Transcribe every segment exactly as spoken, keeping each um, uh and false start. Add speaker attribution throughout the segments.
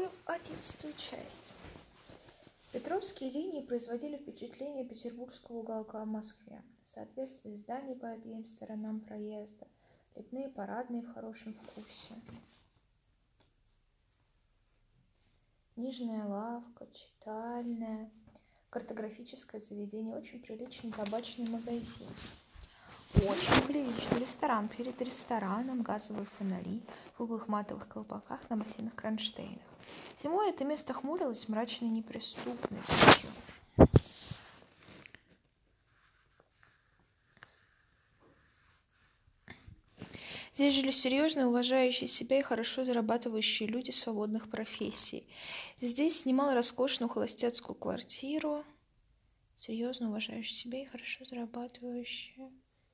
Speaker 1: читаю одиннадцатую часть. Петровские линии производили впечатление петербургского уголка в Москве. Соответствие зданий по обеим сторонам проезда, лепные парадные в хорошем вкусе. Книжная лавка, читальная, картографическое заведение, очень приличный табачный магазин. Очень приличный ресторан. Перед рестораном газовые фонари в круглых матовых колпаках на массивных кронштейнах. Зимой это место хмурилось мрачной неприступностью. Здесь жили серьезные, уважающие себя и хорошо зарабатывающие люди свободных профессий. Здесь снимал роскошную холостяцкую квартиру. Серьезно уважающие себя и хорошо зарабатывающие.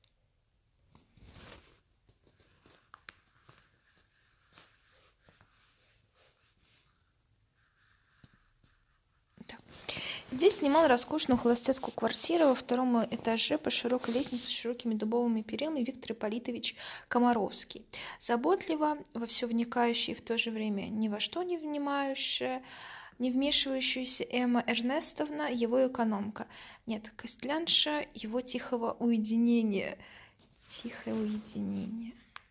Speaker 1: Здесь снимал роскошную холостяцкую квартиру во втором этаже по широкой лестнице с широкими дубовыми перилами Виктор Ипполитович Комаровский. Заботливо, во все вникающая и в то же время ни во что не внимающая, не вмешивающаяся Эмма Эрнестовна, его экономка. Нет, костлянша его тихого уединения. Тихое уединение.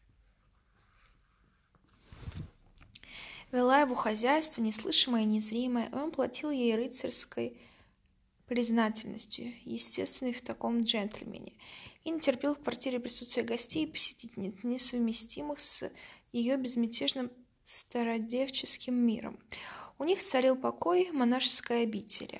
Speaker 1: Вела его хозяйство, неслышимое и незримое, и он платил ей рыцарской признательностью, естественной в таком джентльмене, и не терпел в квартире присутствия гостей и посетителей, несовместимых с ее безмятежным стародевческим миром. У них царил покой монашеской обители.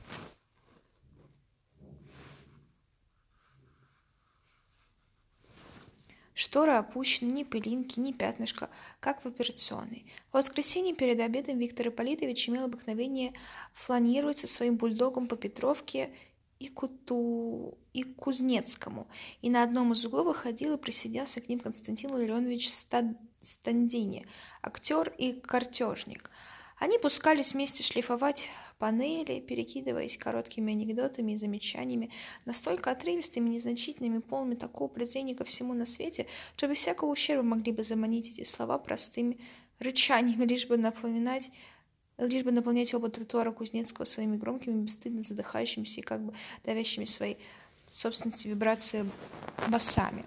Speaker 1: Шторы опущены, ни пылинки, ни пятнышка, как в операционной. В воскресенье перед обедом Виктор Ипполитович имел обыкновение фланировать со своим бульдогом по Петровке и, Куту... и Кузнецкому, и на одном из углов выходил и присоединялся к ним Константин Ларионович Стандини, актер и картежник. Они пускались вместе шлифовать панели, перекидываясь короткими анекдотами и замечаниями, настолько отрывистыми, незначительными, полными такого презрения ко всему на свете, что без всякого ущерба могли бы заманить эти слова простыми рычаниями, лишь бы напоминать, лишь бы наполнять оба тротуара Кузнецкого своими громкими, бесстыдно задыхающимися и как бы давящими своей собственности вибрации басами.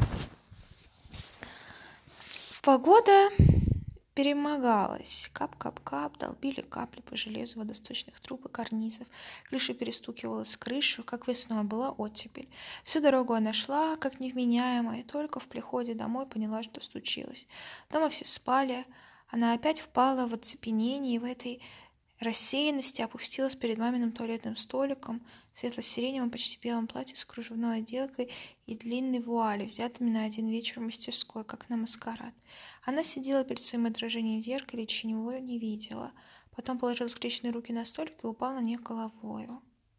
Speaker 1: Погода перемогалась. Кап-кап-кап, долбили капли по железу водосточных труб и карнизов. Крыша перестукивалась с крышу, как весной была оттепель. Всю дорогу она шла, как невменяемая, и только в приходе домой поняла, что случилось. Дома все спали. Она опять впала в оцепенение и в этой рассеянности опустилась перед маминым туалетным столиком, светло-сиреневом, почти белом платье с кружевной отделкой и длинной вуалью, взятыми на один вечер в мастерской, как на маскарад. Она сидела перед своим отражением в зеркале и ничего не видела. Потом положила скрещенные руки на столик и упала на них головою.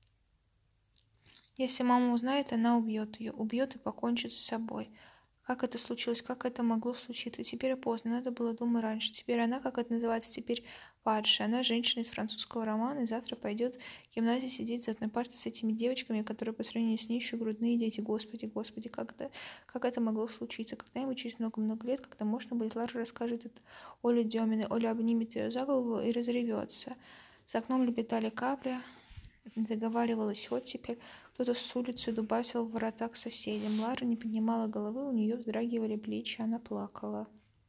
Speaker 1: Если мама узнает, она убьет ее, убьет и покончит с собой. Как это случилось, как это могло случиться? Теперь поздно, надо было думать раньше. Теперь она, как это называется, теперь падшая. Она женщина из французского романа, и завтра пойдет в гимназию сидеть за одной партой с этими девочками, которые по сравнению с ней еще грудные дети. Господи, господи, как это, как это могло случиться? Когда-нибудь через много-много лет, когда можно будет, Лара расскажет это Оле Деминой. Оля обнимет ее за голову и разревется. За окном лепетали капли. Заговаривалась оттепель, кто-то с улицы дубасил в ворота к соседям. Лара не поднимала головы, у нее вздрагивали плечи, она плакала.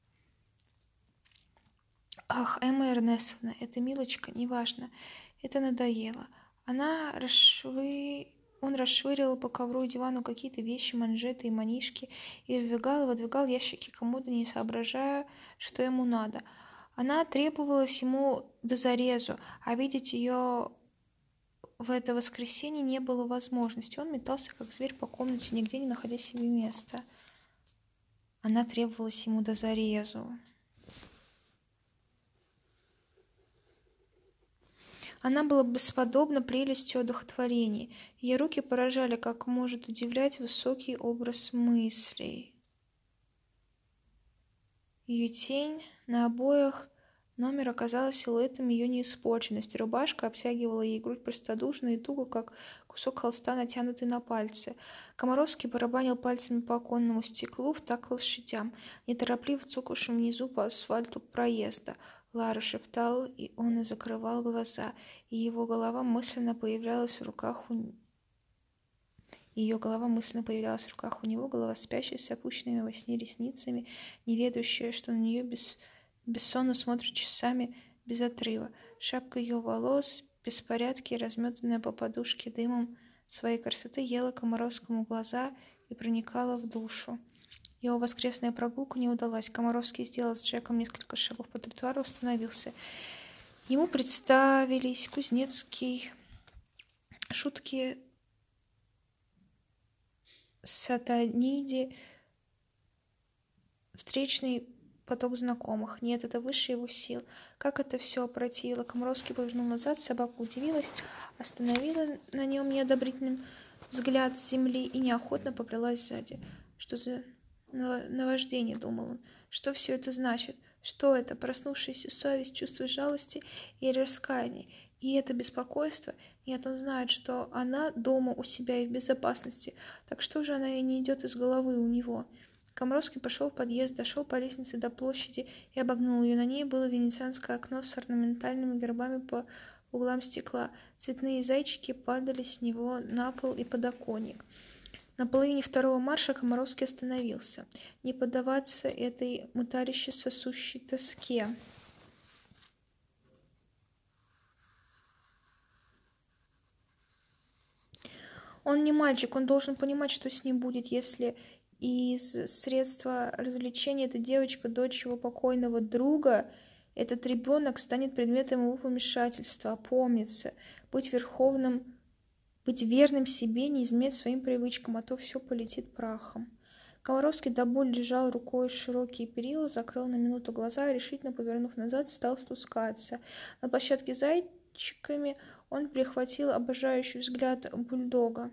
Speaker 1: Ах, Эмма Эрнестовна, это милочка, неважно, это надоело. Она расшвы... Он расшвыривал по ковру и дивану какие-то вещи, манжеты и манишки, и выдвигал и выдвигал ящики комода, не соображая, что ему надо. Она требовалась ему до зарезу, а видеть ее в это воскресенье не было возможности. Он метался, как зверь, по комнате, нигде не находя себе места. Она требовалась ему до зарезу. Она была бесподобна прелестью одухотворения. Ее руки поражали, как может удивлять высокий образ мыслей. Ее тень на обоях Номер оказался силуэтом ее неиспорченности. Рубашка обтягивала ей грудь простодушно и туго, как кусок холста, натянутый на пальцы. Комаровский барабанил пальцами по оконному стеклу в такт лошадям, неторопливо цокавшим внизу по асфальту проезда. Лара шептал, и он и закрывал глаза, и его голова мысленно появлялась в руках у Ее голова мысленно появлялась в руках у него, голова спящая с опущенными во сне ресницами, не ведающая, что на нее без... бессонно смотрит часами без отрыва. Шапка ее волос, в беспорядке, разметанная по подушке дымом своей красоты, ела Комаровскому глаза и проникала в душу. Его воскресная прогулка не удалась. Комаровский сделал с Джеком несколько шагов по тротуару, остановился. Ему представились Кузнецкий, шутки Сатаниди, встречный поток знакомых. Нет, это выше его сил. Как это все опротивило. Комаровский повернул назад, собака удивилась, остановила на нем неодобрительным взгляд с земли и неохотно поплелась сзади. Что за наваждение, думал он. Что все это значит? Что это? Проснувшаяся совесть, чувство жалости и раскаяния. И это беспокойство? Нет, он знает, что она дома у себя и в безопасности. Так что же она и не идет из головы у него? Комаровский пошел в подъезд, дошел по лестнице до площади и обогнул ее. На ней было венецианское окно с орнаментальными гербами по углам стекла. Цветные зайчики падали с него на пол и подоконник. На половине второго марша Комаровский остановился. Не поддаваться этой мытарище сосущей тоске. Он не мальчик, он должен понимать, что с ним будет, если из средства развлечения эта девочка, дочь его покойного друга, этот ребенок станет предметом его помешательства, опомниться, быть верховным, быть верным себе, не изменять своим привычкам, а то все полетит прахом. Комаровский до боли лежал рукой в широкие перила, закрыл на минуту глаза и, решительно повернув назад, стал спускаться. На площадке зайчиками он перехватил обожающий взгляд бульдога.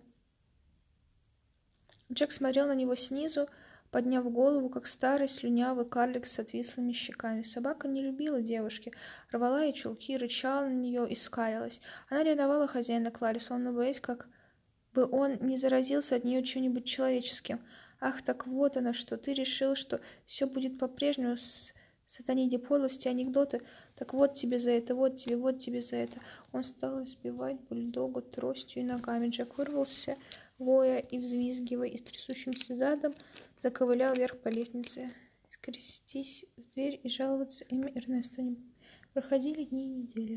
Speaker 1: Джек смотрел на него снизу, подняв голову, как старый слюнявый карлик с отвислыми щеками. Собака не любила девушки, рвала ей чулки, рычала на нее и скалилась. Она ревновала хозяина Клари, словно боясь, как бы он не заразился от нее чем-нибудь человеческим. «Ах, так вот оно что! Ты решил, что все будет по-прежнему с сатаниди подлости, анекдоты? Так вот тебе за это, вот тебе, вот тебе за это!» Он стал избивать бульдога тростью и ногами. Джек вырвался, воя и взвизгивая, и с трясущимся задом заковылял вверх по лестнице. Скрестись в дверь и жаловаться им Эрнесту не проходили дни и недели.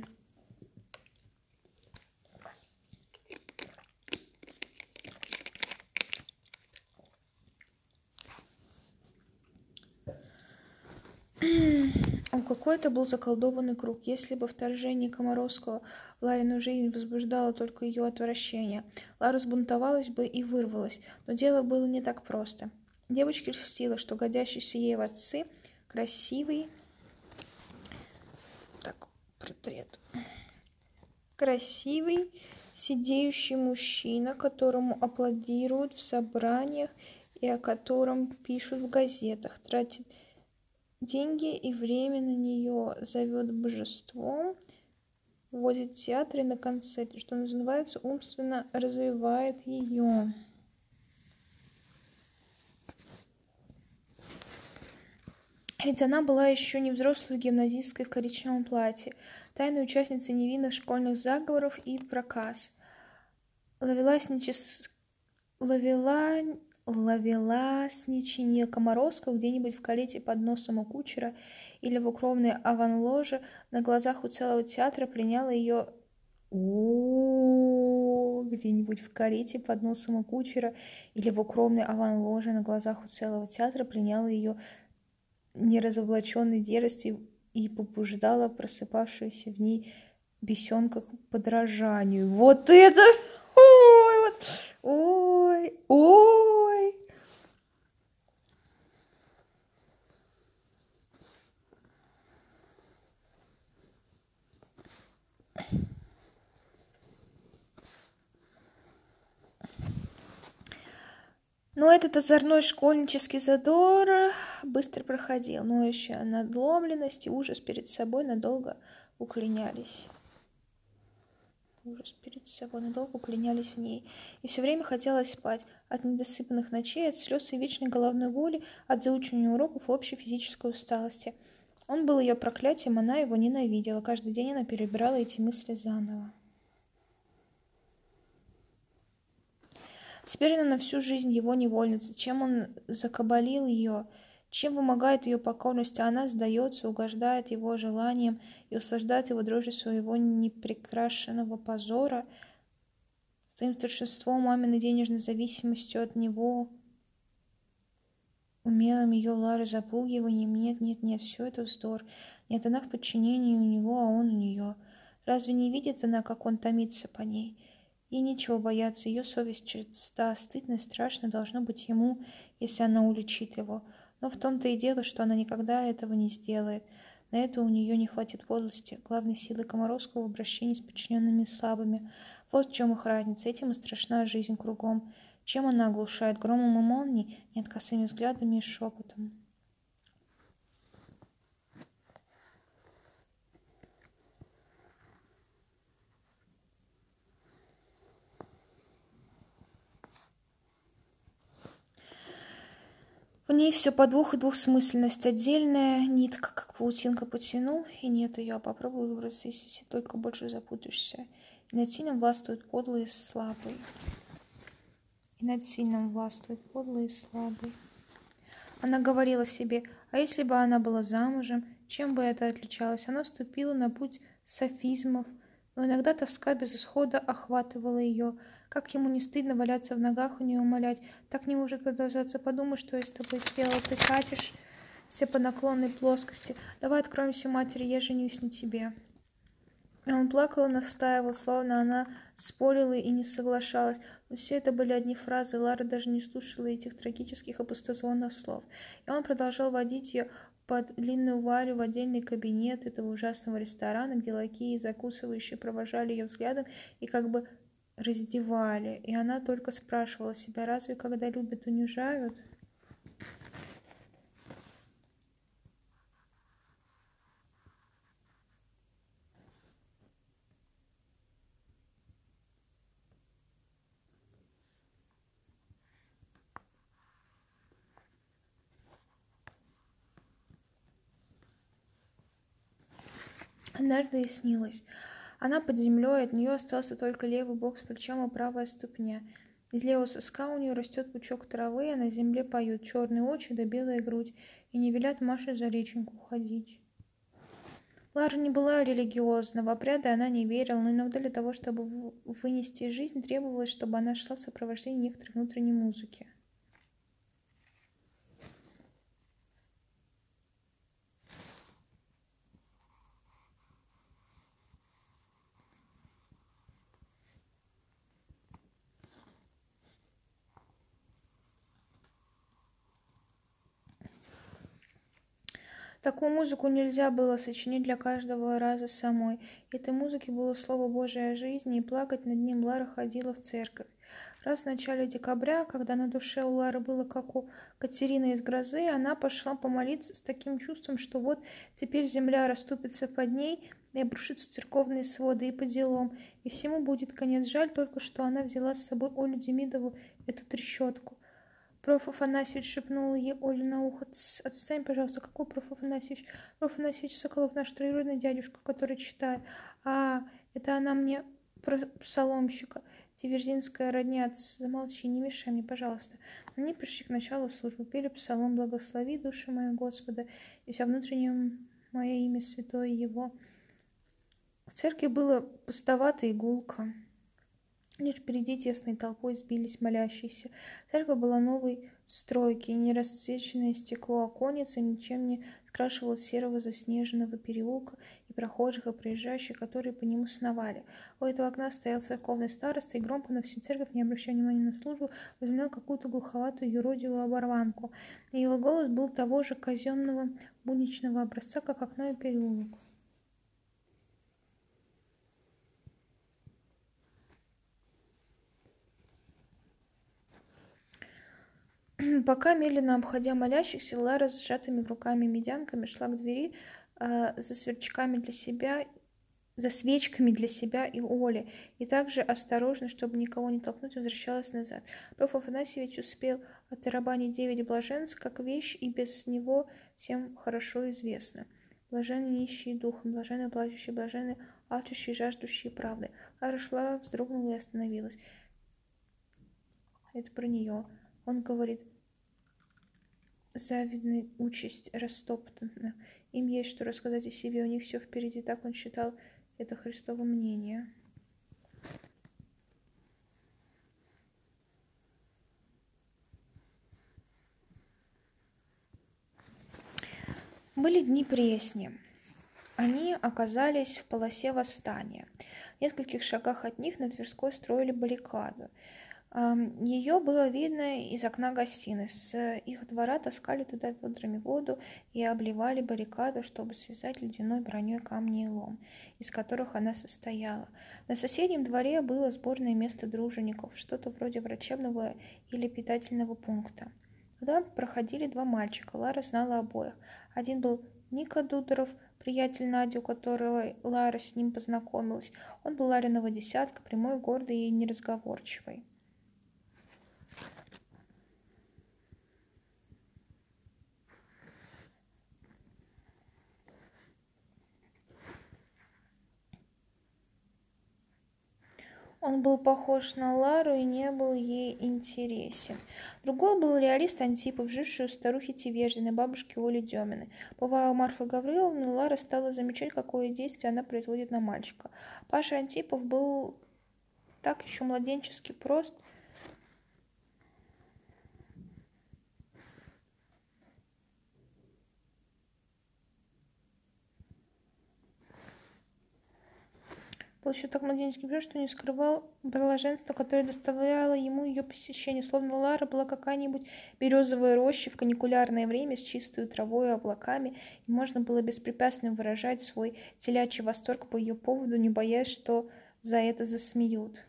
Speaker 1: О, какой это был заколдованный круг! Если бы вторжение Комаровского в Ларину жизнь возбуждало только ее отвращение, Лара сбунтовалась бы и вырвалась. Но дело было не так просто. Девочке льстило, что годящийся ей в отцы, красивый... Так, портрет. Красивый, сидеющий мужчина, которому аплодируют в собраниях и о котором пишут в газетах, тратит деньги и время на нее, зовет божеством, водит в театры на концерты, что называется, умственно развивает ее. Ведь она была еще не взрослой гимназисткой в коричневом платье, тайной участницей невинных школьных заговоров и проказ. Ловеласничес... Ловела... Ловеласничанье Комаровского где-нибудь в карете под носом у кучера или в укромной аванложе на глазах у целого театра пленяло ее... О, где-нибудь в карете под носом у кучера или в укромной аванложе на глазах у целого театра пленяло ее неразоблаченной дерзостью и побуждала просыпавшуюся в ней бесенка к подражанию. Вот это! Ой, вот, ой, ой! Но этот озорной школьнический задор быстро проходил, ноющая надломленность и ужас перед собой надолго уклонялись. Ужас перед собой надолго уклонялись в ней. И все время хотелось спать от недосыпанных ночей, от слез и вечной головной боли, от заучивания уроков и общей физической усталости. Он был ее проклятием, она его ненавидела. Каждый день она перебирала эти мысли заново. Теперь она на всю жизнь его невольница. Чем он закабалил ее, чем вымогает ее покорность, а она сдается, угождает его желаниям и услаждает его дрожью своего непрекрашенного позора, своим старшинством, маминой денежной зависимостью от него, умелым ее Лары запугиванием. Нет, нет, нет, все это вздор. Нет, она в подчинении у него, а он у нее. Разве не видит она, как он томится по ней? Ей нечего бояться, ее совесть чиста, стыдно и страшно должно быть ему, если она уличит его. Но в том-то и дело, что она никогда этого не сделает. На это у нее не хватит подлости, главной силы Комаровского в обращении с подчиненными и слабыми. Вот в чем их разница, этим и страшна жизнь кругом. Чем она оглушает, громом и молнией, нет, косыми взглядами и шепотом. В ней все подвох и двухсмысленность, отдельная нитка, как паутинка, потянул, и нет ее, а попробуй выбраться, если только больше запутаешься. И над сильным властвуют подлые и слабые. И над сильным властвует подлый и слабый. Она говорила себе, а если бы она была замужем, чем бы это отличалось? Она вступила на путь софизмов, но иногда тоска без исхода охватывала ее. Как ему не стыдно валяться в ногах у нее умолять, так не может продолжаться. Подумай, что я с тобой сделала, ты катишься по наклонной плоскости. Давай откроемся матери, я женюсь на тебе. И он плакал и настаивал, словно она спорила и не соглашалась. Но все это были одни фразы, Лара даже не слушала этих трагических и пустозвонных слов. И он продолжал водить ее под длинную Варю в отдельный кабинет этого ужасного ресторана, где лакеи, закусывающие, провожали ее взглядом и как бы раздевали. И она только спрашивала себя, разве когда любят, унижают? Однажды и снилось. Она под землей, от нее остался только левый бок с плечом и правая ступня. Из левого соска у нее растет пучок травы, а на земле поют черные очи да белая грудь, и не велят Маше за реченьку уходить. Лара не была религиозна, в обряды она не верила, но иногда для того, чтобы вынести жизнь, требовалось, чтобы она шла в сопровождении некоторой внутренней музыки. Такую музыку нельзя было сочинить для каждого раза самой. Этой музыке было слово Божие о жизни, и плакать над ним Лара ходила в церковь. Раз в начале декабря, когда на душе у Лары было как у Катерины из грозы, она пошла помолиться с таким чувством, что вот теперь земля расступится под ней и обрушится церковные своды, и по делам, и всему будет конец. Жаль только, что она взяла с собой Олю Демидову, эту трещотку. Проф. Афанасьевич шепнул ей Оле на ухо. Отстань, пожалуйста, какой проф. Афанасьевич? Проф. Афанасьевич Соколов, наш троюродный дядюшка, который читает. А, это она мне про псаломщика. Тиверзинская родня. Замолчи, не мешай мне, пожалуйста. Они пришли к началу службы, пели псалом «Благослови, душа моя Господа, и вся внутренняя мое имя святое его». В церкви было пустовато и гулко. Лишь впереди тесной толпой сбились молящиеся. Церковь была новой стройки, и нерасцвеченное стекло оконницы ничем не скрашивало серого заснеженного переулка и прохожих, и проезжающих, которые по нему сновали. У этого окна стоял церковный староста и громко на всю церковь, не обращая внимания на службу, возымел какую-то глуховатую юродивую оборванку. И его голос был того же казенного будничного образца, как окно и переулок. Пока, медленно обходя молящихся, Лара с сжатыми в руками медянками шла к двери э, за сверчками для себя, за свечками для себя и Оли, и также осторожно, чтобы никого не толкнуть, возвращалась назад. Проф. Афанасьевич успел оттарабанить девять блаженств, как вещь, и без него всем хорошо известно. Блаженны нищие духом, блаженны плачущие, блаженны алчущие, жаждущие правды. Лара шла, вздрогнула и остановилась. Это про нее. Он говорит: завидная участь растоптана. Им есть что рассказать о себе, у них все впереди. Так он считал, это Христово мнение. Были дни пресни. Они оказались в полосе восстания. В нескольких шагах от них на Тверской строили баррикаду. Ее было видно из окна гостиной. С их двора таскали туда ведрами воду и обливали баррикаду, чтобы связать ледяной броней камни и лом, из которых она состояла. На соседнем дворе было сборное место дружинников, что-то вроде врачебного или питательного пункта. Туда проходили два мальчика, Лара знала обоих. Один был Ника Дудоров, приятель Нади, у которого Лара с ним познакомилась. Он был Лариного десятка, прямой, гордый и неразговорчивый. Он был похож на Лару и не был ей интересен. Другой был реалист Антипов, живший у старухи Тевеждиной, бабушки Оли Деминой. Бывая у Марфы Гавриловны, Лара стала замечать, какое действие она производит на мальчика. Паша Антипов был так еще младенчески прост. Был еще так младенческий прост, что не скрывал блаженства, которое доставляло ему ее посещение, словно Лара была какая-нибудь березовая роща в каникулярное время с чистой травой и облаками, и можно было беспрепятственно выражать свой телячий восторг по ее поводу, не боясь, что за это засмеют.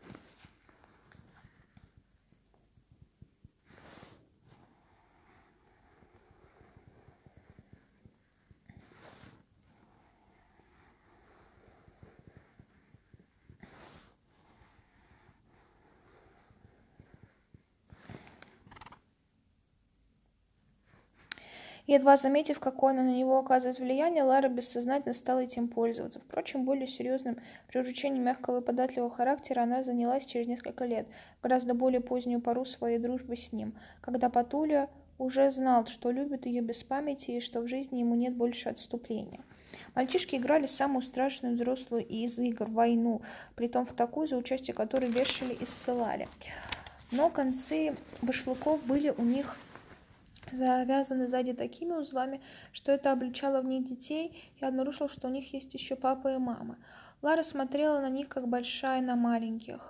Speaker 1: Едва заметив, какое она на него оказывает влияние, Лара бессознательно стала этим пользоваться. Впрочем, более серьезным приручением мягкого и податливого характера она занялась через несколько лет, в гораздо более позднюю пору своей дружбы с ним, когда Патуля уже знал, что любит ее без памяти и что в жизни ему нет больше отступления. Мальчишки играли самую страшную взрослую из игр — войну, притом в такую, за участие которой вешали и ссылали. Но концы башлыков были у них завязаны сзади такими узлами, что это обличало в них детей, и обнаружил, что у них есть еще папа и мама. Лара смотрела на них, как большая на маленьких.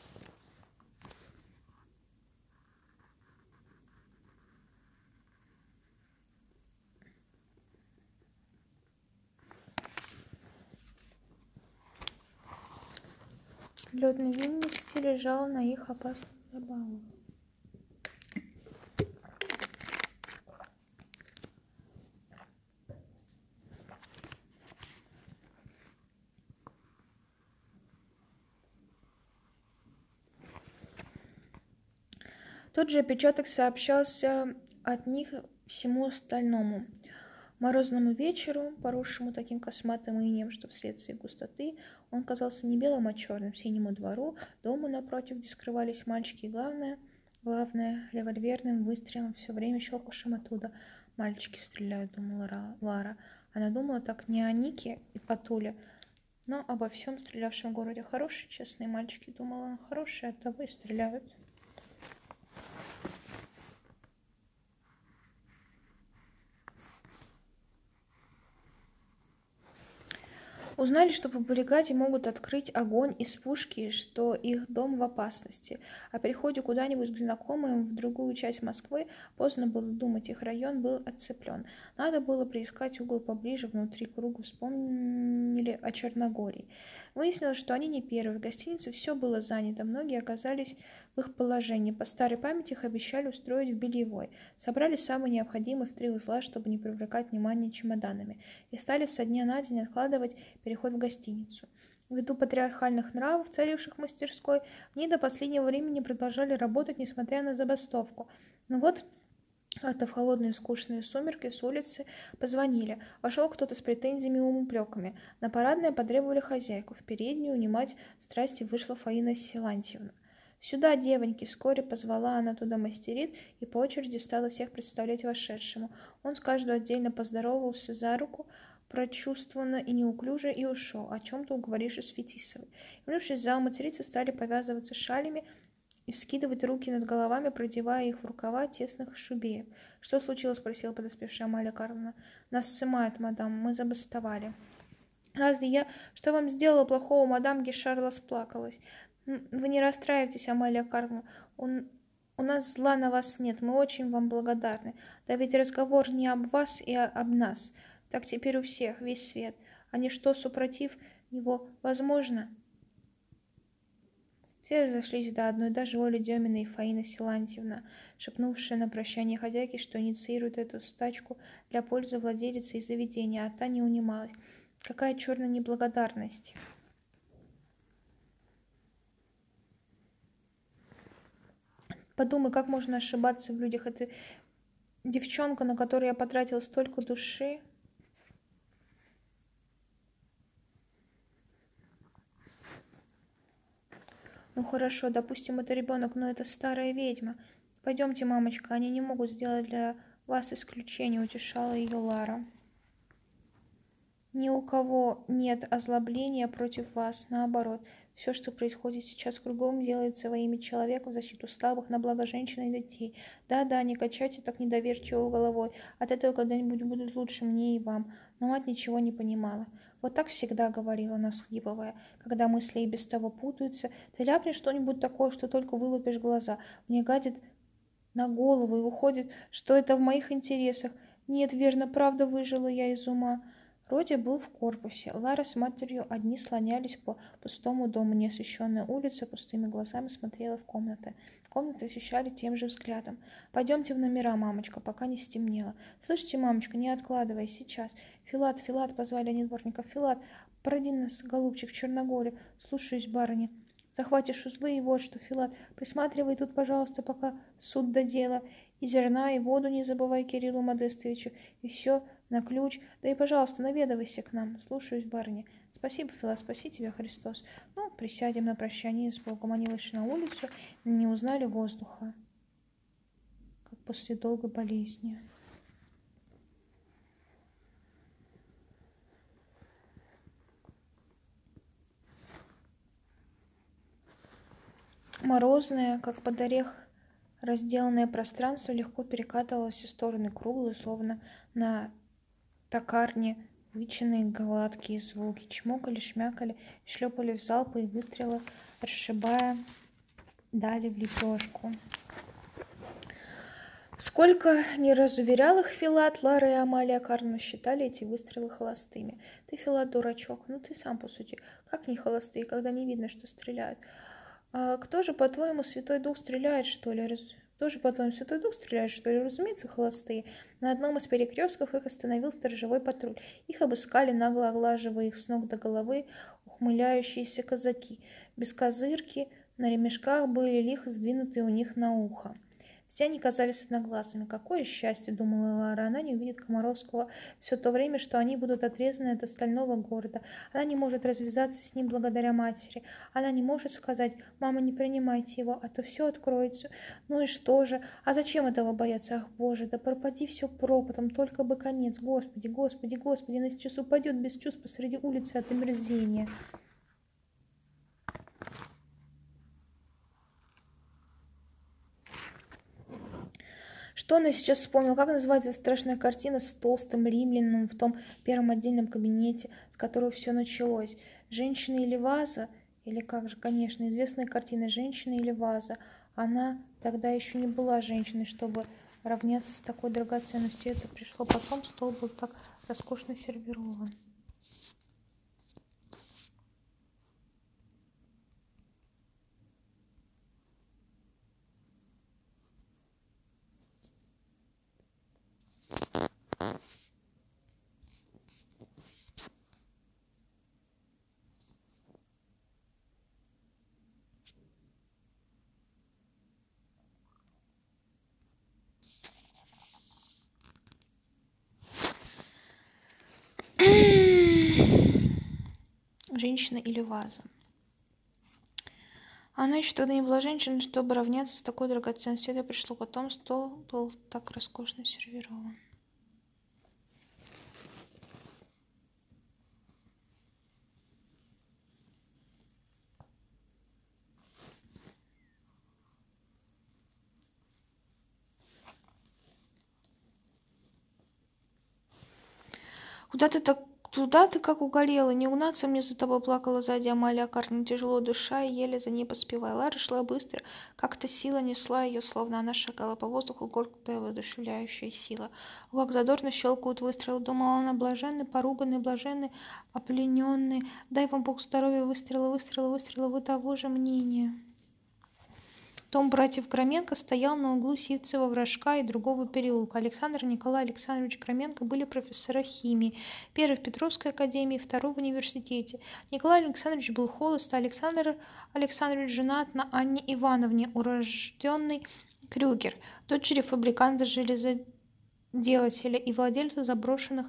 Speaker 1: Лед невинности лежал на их опасных забавах. Тот же опечаток сообщался от них всему остальному. Морозному вечеру, поросшему таким косматым инеем, что вследствие густоты он казался не белым, а черным, синему двору, дому напротив, где скрывались мальчики, и главное, главное, револьверным выстрелом, все время щелкавшим оттуда. «Мальчики стреляют», — думала Лара. Она думала так не о Нике и Патуле, но обо всем стрелявшем в городе. Хорошие, честные мальчики, думала она, хорошие, оттого и стреляют. У Узнали, что по бригаде могут открыть огонь из пушки, что их дом в опасности. О переходе куда-нибудь к знакомым в другую часть Москвы поздно было думать, их район был отцеплен. Надо было приискать угол поближе внутри круга, вспомнили о Черногории. Выяснилось, что они не первые. В гостинице все было занято, многие оказались в их положении. По старой памяти их обещали устроить в Бельевой. Собрали самые необходимые в три узла, чтобы не привлекать внимание чемоданами. И стали со дня на день откладывать переход в гостиницу. Ввиду патриархальных нравов, царивших в мастерской, в ней до последнего времени продолжали работать, несмотря на забастовку. Но вот как-то в холодные скучные сумерки с улицы позвонили. Вошел кто-то с претензиями и упреками. На парадное потребовали хозяйку. В переднюю унимать страсти вышла Фаина Силантьевна. «Сюда, девоньки!» — вскоре позвала она туда мастерит и по очереди стала всех представлять вошедшему. Он с каждой отдельно поздоровался за руку, прочувствованно и неуклюже, и ушел, о чем-то уговорившись с Фетисовой. Вернувшись в зал, материцы стали повязываться шалями и вскидывать руки над головами, продевая их в рукава тесных шубеев. «Что случилось?» — спросила подоспевшая Амалия Карловна. «Нас сымают, мадам, мы забастовали». «Разве я... Что вам сделала плохого?» — мадам Гишар расплакалась. «Вы не расстраивайтесь, Амалия Карловна. Он... У нас зла на вас нет, мы очень вам благодарны. Да ведь разговор не об вас и об нас. Так теперь у всех, весь свет. А ничто супротив него возможно». Все разошлись до одной, даже Оля Демина и Фаина Силантьевна, шепнувшая на прощание хозяйке, что инициирует эту стачку для пользы владелицы и заведения, а та не унималась. Какая черная неблагодарность! Подумай, как можно ошибаться в людях. Это девчонка, на которую я потратила столько души. Ну хорошо, допустим, это ребенок, но это старая ведьма. Пойдемте, мамочка, они не могут сделать для вас исключение, утешала ее Лара. Ни у кого нет озлобления против вас, наоборот. Все, что происходит сейчас кругом, делается во имя человека в защиту слабых, на благо женщин и детей. Да-да, не качайте так недоверчиво головой. От этого когда-нибудь будет лучше мне и вам. Но мать ничего не понимала. Вот так всегда говорила она, всхлипывая. Когда мысли и без того путаются, ты ляпнешь что-нибудь такое, что только вылупишь глаза. Мне гадит на голову и уходит, что это в моих интересах. Нет, верно, правда, выжила я из ума. Родя был в корпусе. Лара с матерью одни слонялись по пустому дому. Неосвещенная улица пустыми глазами смотрела в комнаты. Комнаты освещали тем же взглядом. «Пойдемте в номера, мамочка, пока не стемнело». «Слышите, мамочка, не откладывай, сейчас». «Филат, Филат», — позвали они дворников. «Филат, проводи нас, голубчик, в Черногорию». «Слушаюсь, барыня». «Захватишь узлы и вот что, Филат, присматривай тут, пожалуйста, пока суд до дела. И зерна, и воду не забывай Кириллу Модестовичу. И все на ключ. Да и, пожалуйста, наведывайся к нам. Слушаюсь, барыня». «Спасибо, Филат, спаси тебя, Христос». «Ну, присядем на прощание с Богом». Они вышли на улицу и не узнали воздуха, как после долгой болезни. Морозное, как под орех, разделанное пространство легко перекатывалось из стороны круглые, словно на токарне вычинные гладкие звуки. Чмокали, шмякали, шлепали в залпы и выстрелы, расшибая дали в лепешку. Сколько не разуверял их Филат, Лара и Амалия Карловна считали эти выстрелы холостыми. «Ты, Филат, дурачок, ну ты сам посуди. Как не холостые, когда не видно, что стреляют? А кто же, по-твоему, Святой Дух стреляет, что ли? Раз... Кто же, по-твоему, Святой Дух стреляет, что ли? Разумеется, холостые». На одном из перекрестков их остановил сторожевой патруль. Их обыскали, нагло оглаживая их с ног до головы, ухмыляющиеся казаки. Без козырки на ремешках были лихо сдвинутые у них на ухо. Все они казались одноглазыми. Какое счастье, думала Лара, она не увидит Комаровского все то время, что они будут отрезаны от остального города. Она не может развязаться с ним благодаря матери. Она не может сказать: «Мама, не принимайте его, а то все откроется». Ну и что же? А зачем этого бояться? Ах, Боже, да пропади все пропотом, только бы конец. Господи, Господи, Господи, на сейчас упадет без чувств посреди улицы от омерзения. Что она сейчас вспомнила? Как называется страшная картина с толстым римлянином в том первом отдельном кабинете, с которого все началось? «Женщина или ваза?» Или как же, конечно, известная картина «Женщина или ваза». Она тогда еще не была женщиной, чтобы равняться с такой драгоценностью. Это пришло потом, стол был так роскошно сервирован. Женщина или ваза? Она еще тогда не была женщиной, чтобы равняться с такой драгоценностью. Это пришло потом, стол был так роскошно сервирован. Куда ты так, туда ты как угорела, не угнаться мне за тобой, плакала сзади Амалия Карна, тяжело дыша и еле за ней поспевая. Лара шла быстро, как-то сила несла ее, словно она шагала по воздуху, горькая воодушевляющая сила. О, как задорно щелкают выстрелы, думала она, блаженный, поруганный, блаженный, оплененный. Дай вам Бог здоровья, выстрелы, выстрелы, выстрелы, вы того же мнения. Дом братьев Громенко стоял на углу Сивцева-Вражка и другого переулка. Александр и Николай Александрович Громенко были профессора химии, первый в Петровской академии, второй в университете. Николай Александрович был холост, а Александр Александрович женат на Анне Ивановне, урожденной Крюгер, дочери фабриканта-железоделателя и владельца заброшенных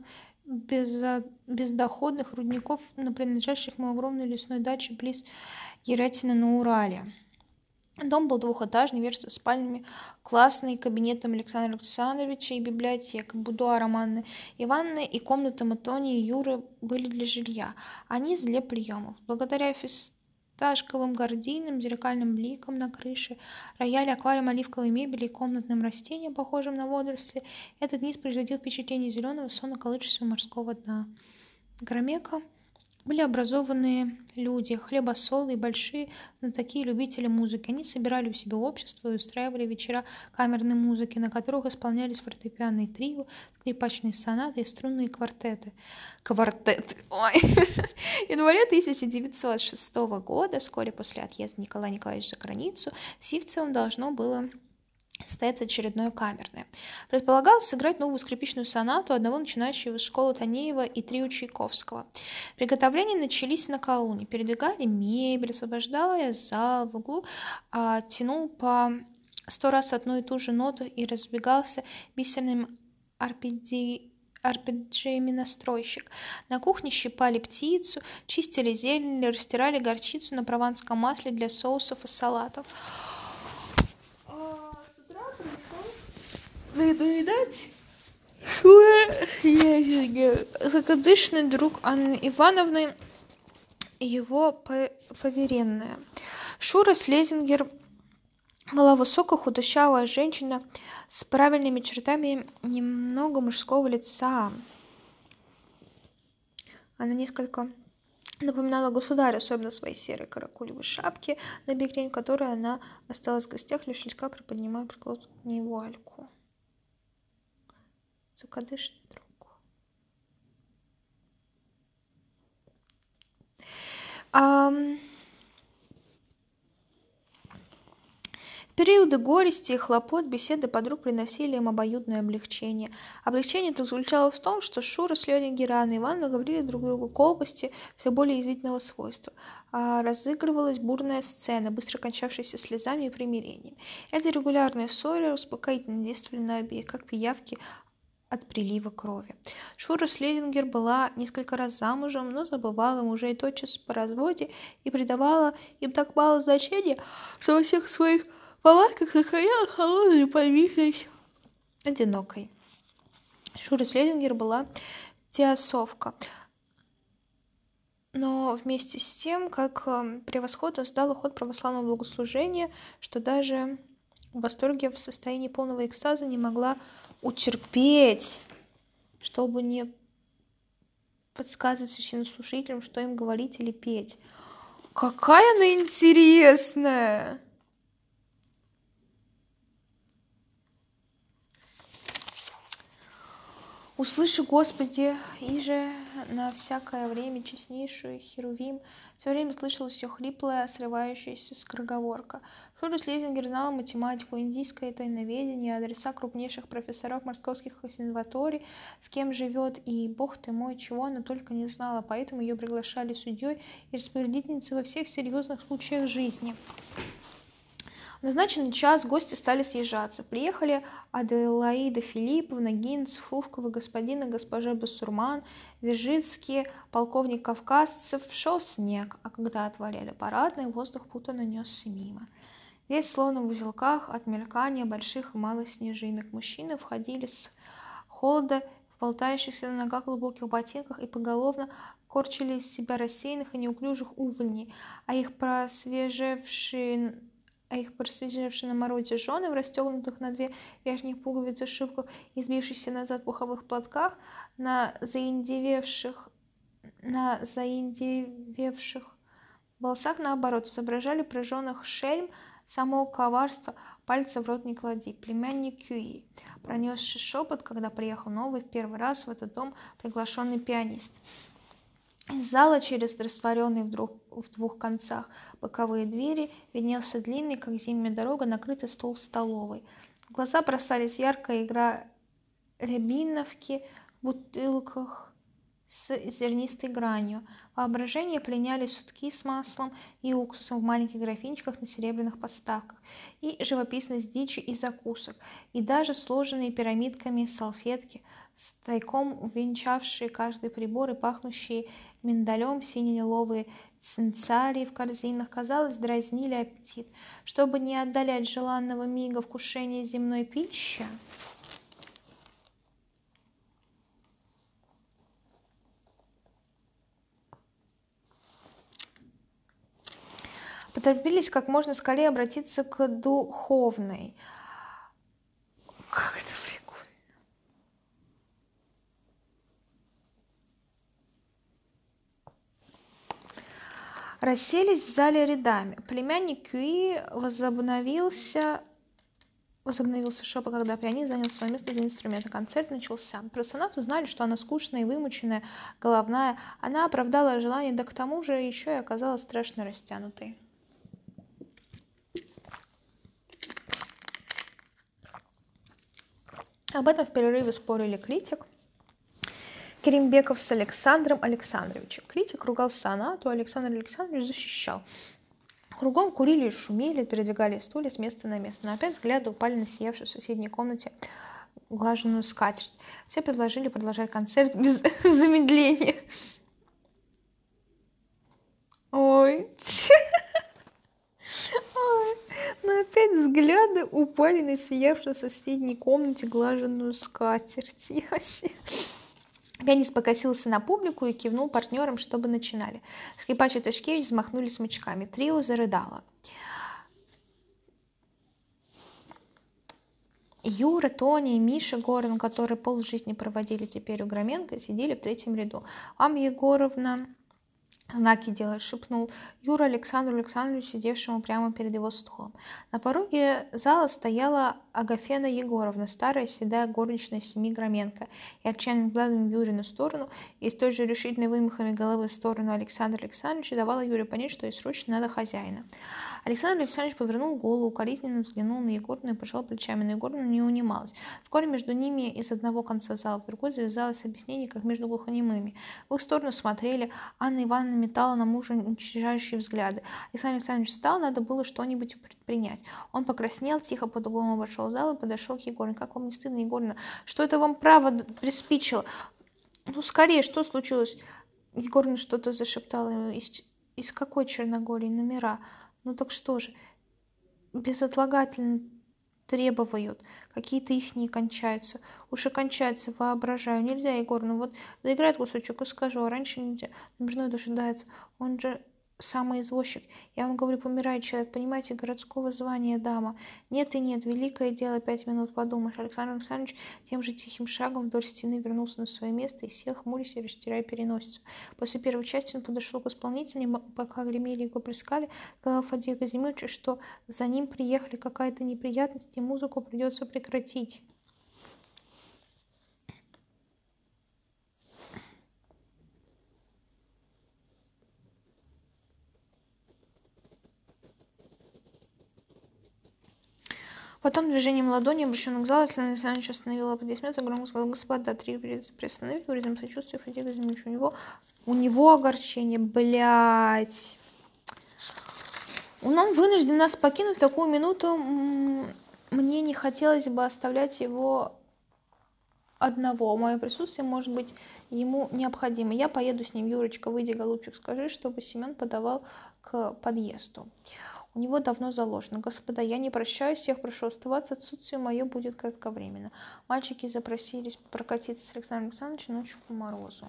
Speaker 1: бездоходных рудников на принадлежащих ему огромной лесной даче близ Еретина на Урале. Дом был двухэтажный, верст с спальнями, классный, кабинетом Александра Александровича и библиотека, будуаром Анны Ивановны и комнатам Антонии и Юры были для жилья, а низ для приемов. Благодаря фисташковым гардинам, зеркальным бликам на крыше, роялю, аквариум, оливковой мебели и комнатным растениям, похожим на водоросли, этот низ производил впечатление зеленого, сонно колышущего морского дна. Громека были образованные люди, хлебосолы и большие знатоки и любители музыки. Они собирали у себя общество и устраивали вечера камерной музыки, на которых исполнялись фортепианные трио, скрипачные сонаты и струнные квартеты. Квартеты! Ой! В январе тысяча девятьсот шестого года, вскоре после отъезда Николая Николаевича за границу, в Сивцевом должно было состоится очередное камерное. Предполагалось сыграть новую скрипичную сонату одного начинающего из школы Танеева и трио Чайковского. Приготовления начались накануне. Передвигали мебель, освобождая зал в углу, а, тянул по сто раз одну и ту же ноту и разбегался бисерным арпеджи... арпеджиями настройщик. На кухне щипали птицу, чистили зелень, растирали горчицу на прованском масле для соусов и салатов. Надоедать? Закадычный друг Анны Ивановны и его поверенная. Шура Слезингер была высокая худощавая женщина с правильными чертами немного мужского лица. Она несколько напоминала государя, особенно своей серой каракулевой шапки на бекрень, в которой она осталась в гостях, лишь слегка приподнимая приклад к ней вуальку. Закадычный друг. А... В периоды горести и хлопот беседы подруг приносили им обоюдное облегчение. Облегчение это заключалось в том, что Шура, Слезингер и Анна Ивановна говорили друг другу колкости все более язвительного свойства. А разыгрывалась бурная сцена, быстро кончавшаяся слезами и примирением. Эти регулярные ссоры успокоительно действовали на обеих, как пиявки от прилива крови. Шура Слезингер была несколько раз замужем, но забывала мужа и тотчас по разводе и придавала им так мало значения, что во всех своих палатках сохраняла холодную неподвижность одинокой. Шура Слезингер была теософка, но вместе с тем, как превосходно сдала ход православного богослужения, что даже В восторге, в состоянии полного экстаза не могла утерпеть, чтобы не подсказывать священнослужителям, что им говорить или петь. Какая она интересная! Услыши, Господи, иже на всякое время честнейшую Херувим. Все время слышалась ее хриплая, срывающаяся скороговорка. Шуру Слезингер знала математику, индийское тайноведение, адреса крупнейших профессоров московских консерваторий, с кем живет, и, бог ты мой, чего она только не знала, поэтому ее приглашали судьей и распорядительницей во всех серьезных случаях жизни. В назначенный час гости стали съезжаться. Приехали Аделаида Филипповна, Гинц, Фувкова, господин и госпожа Басурман, Вержицкий, полковник Кавказцев. Шел снег, а когда отворяли парадный, воздух путанно несся мимо. Весь словно в узелках от мелькания больших и малых снежинок. Мужчины входили с холода в болтающихся на ногах глубоких ботинках и поголовно корчили из себя рассеянных и неуклюжих увольней, а их просвежевшие а их просвежевшие на морозе жены в расстегнутых на две верхних пуговицы шубках и сбившихся назад пуховых платках, на заиндевевших, на заиндевевших волосах, наоборот, изображали прожженных шельм, само коварство, пальца в рот не клади. Племянник Кюи, пронесший шепот, когда приехал новый в первый раз в этот дом приглашенный пианист. Из зала через растворенные в, друг, в двух концах боковые двери виднелся длинный, как зимняя дорога, накрытый стол в столовой. В глаза бросались яркая игра рябиновки в бутылках с зернистой гранью. Воображение пленяли сутки с маслом и уксусом в маленьких графинчиках на серебряных подставках, и живописность дичи и закусок, и даже сложенные пирамидками салфетки, с тайком увенчавшие каждый прибор и пахнущие миндалем сине-лиловые цинцарии в корзинах, казалось, дразнили аппетит. Чтобы не отдалять желанного мига вкушения земной пищи, поторопились как можно скорее обратиться к духовной. Как это прикольно. Расселись в зале рядами. Племянник Кюи возобновился... Возобновился шепот, когда пианист занял свое место за инструментом. Концерт начался. Про сонату знали, что она скучная и вымученная, головная. Она оправдала желание, да к тому же еще и оказалась страшно растянутой. Об этом в перерыве спорили критик Керимбеков с Александром Александровичем. Критик ругал сонату, а Александр Александрович защищал. Кругом курили и шумели, передвигали стулья с места на место. Но опять взгляды упали на сиявшую в соседней комнате глаженную скатерть. Все предложили продолжать концерт без замедления. Ой. Но опять взгляды упали на сиявшую в соседней комнате глаженную скатерть. Я вообще... Пианист покосился на публику и кивнул партнерам, чтобы начинали. Скрипач и Ташкевич взмахнули смычками. Трио зарыдало. Юра, Тоня и Миша Горин, которые полжизни проводили теперь у Громенко, сидели в третьем ряду. «Вам, Егоровна...» знаки делать, шепнул Юра Александру Александровичу, сидевшему прямо перед его столом. На пороге зала стояла Агафена Егоровна, старая седая горничная семьи Громенко, и отчаянным глазом в Юрину сторону и с той же решительной вымахами головы в сторону Александра Александровича давала Юре понять, что ей срочно надо хозяина. Александр Александрович повернул голову, укоризненно взглянул на Егорну и пожал плечами, но Егорна не унималась. Вскоре между ними из одного конца зала в другой завязалось объяснение, как между глухонемыми. В их сторону смотрели. Анна Ивановна метала на мужа уничтожающие взгляды. Александр Александрович встал, надо было что-нибудь предпринять. Он покраснел, тихо под углом обошел зал и подошел к Егорне. «Как вам не стыдно, Егорна? Что это вам право приспичило? Ну, скорее, что случилось?» Егорна что-то зашептала. «Из, из какой Черногории? Номера? Ну так что же? Безотлагательно требуют. Какие-то их не кончаются. Уж и кончаются, воображаю. Нельзя, Егор, ну вот заиграет кусочек и скажу, а раньше нельзя. Номерной дожидается. Он же самый извозчик. Я вам говорю, помирает человек, понимаете, городского звания дама. Нет и нет, великое дело, пять минут подумаешь. Александр Александрович тем же тихим шагом вдоль стены вернулся на свое место и сел, хмурясь и растирая переносицу. После первой части он подошел к исполнителям, пока гремели и плескали, сказал Фадею Казимировичу, что за ним приехали какая-то неприятность, и музыку придется прекратить. Потом движением ладони, обращенным к залу, Александр Александрович остановил аплодисменты, громко сказал: «Господа, три приостановить, выразим сочувствие Фадею Казимировичу. У него, у него огорчение, блядь. Он вынужден нас покинуть в такую минуту. Мне не хотелось бы оставлять его одного. Мое присутствие может быть ему необходимо. Я поеду с ним. Юрочка, выйди, голубчик, скажи, чтобы Семен подавал к подъезду. У него давно заложено. Господа, я не прощаюсь, всех прошу оставаться, отсутствие мое будет кратковременно». Мальчики запросились прокатиться с Александром Александровичем ночью по морозу.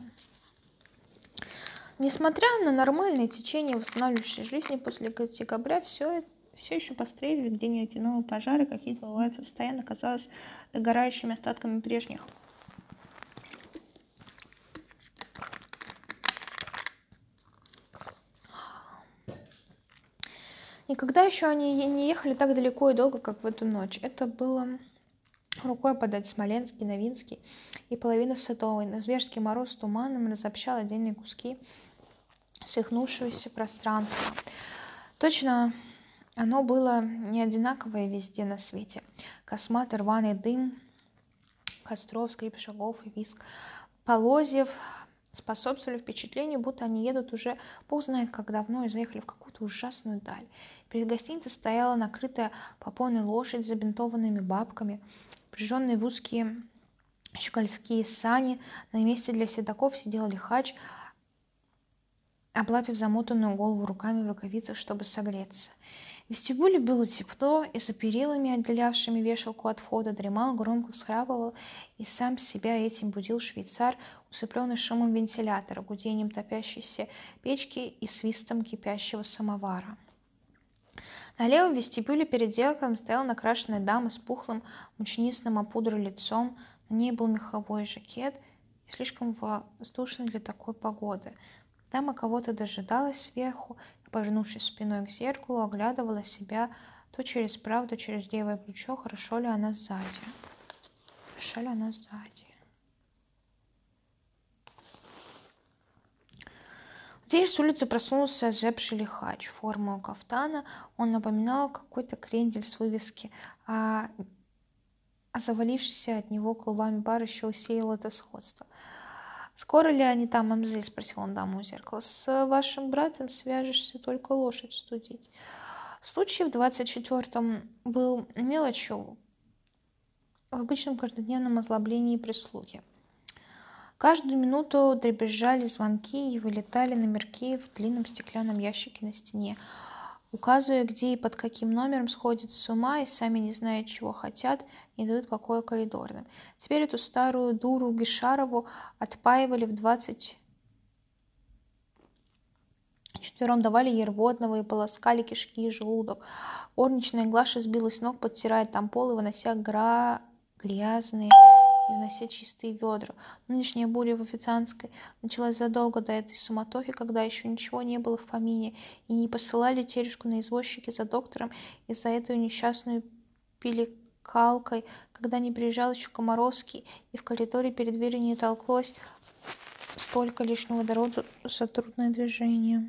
Speaker 1: Несмотря на нормальное течение восстанавливающей жизни после декабря, все, все еще постреливали, где не тянуло пожары, какие-то бывают постоянно, казалось, догорающими остатками прежних. Никогда еще они не ехали так далеко и долго, как в эту ночь. Это было рукой подать Смоленский, Новинский и половина Садовой. Но зверский мороз с туманом разобщал отдельные куски свихнувшегося пространства. Точно оно было не одинаковое везде на свете. Косматый рваный дым костров, скрип шагов и визг полозьев способствовали впечатлению, будто они едут уже бог знает как давно и заехали в какую-то ужасную даль. Перед гостиницей стояла накрытая попойной лошадь с забинтованными бабками, впряженные в узкие щегольские сани. На месте для седаков сидел лихач, облапив замотанную голову руками в рукавицах, чтобы согреться. В вестибюле было тепло, и за перилами, отделявшими вешалку от входа, дремал, громко всхрапывал, и сам себя этим будил швейцар, усыпленный шумом вентилятора, гудением топящейся печки и свистом кипящего самовара. На левом вестибюле перед зеркалом стояла накрашенная дама с пухлым, мучнистым опудрой лицом. На ней был меховой жакет и слишком воздушный для такой погоды. Дама кого-то дожидалась сверху и, повернувшись спиной к зеркалу, оглядывала себя то через правое, то через левое плечо, хорошо ли она сзади. Хорошо ли она сзади. В дверь с улицы просунулся озябший лихач. Форма у кафтана он напоминал какой-то крендель с вывески, а, а завалившийся от него клубами пар еще усеял это сходство. «Скоро ли они там, мамзель?» — спросил он даму у зеркала. «С вашим братом свяжешься, только лошадь студить». Случай в двадцать четвертом был мелочью в обычном каждодневном озлоблении прислуги. Каждую минуту дребезжали звонки и вылетали номерки в длинном стеклянном ящике на стене, указывая, где и под каким номером сходят с ума и, сами не зная, чего хотят, не дают покоя коридорным. Теперь эту старую дуру Гишарову отпаивали в двадцать четвером, давали ей рвотного и полоскали кишки и желудок. Горничная Глаша сбилась с ног, подтирая там пол и вынося гра... грязные и внося чистые ведра. Нынешняя буря в официантской началась задолго до этой суматохи, когда еще ничего не было в помине, и не посылали Терюшку на извозчике за доктором и за эту несчастную пиликалкой, когда не приезжал еще Комаровский, и в коридоре перед дверью не толклось столько лишнего народу за трудное движение.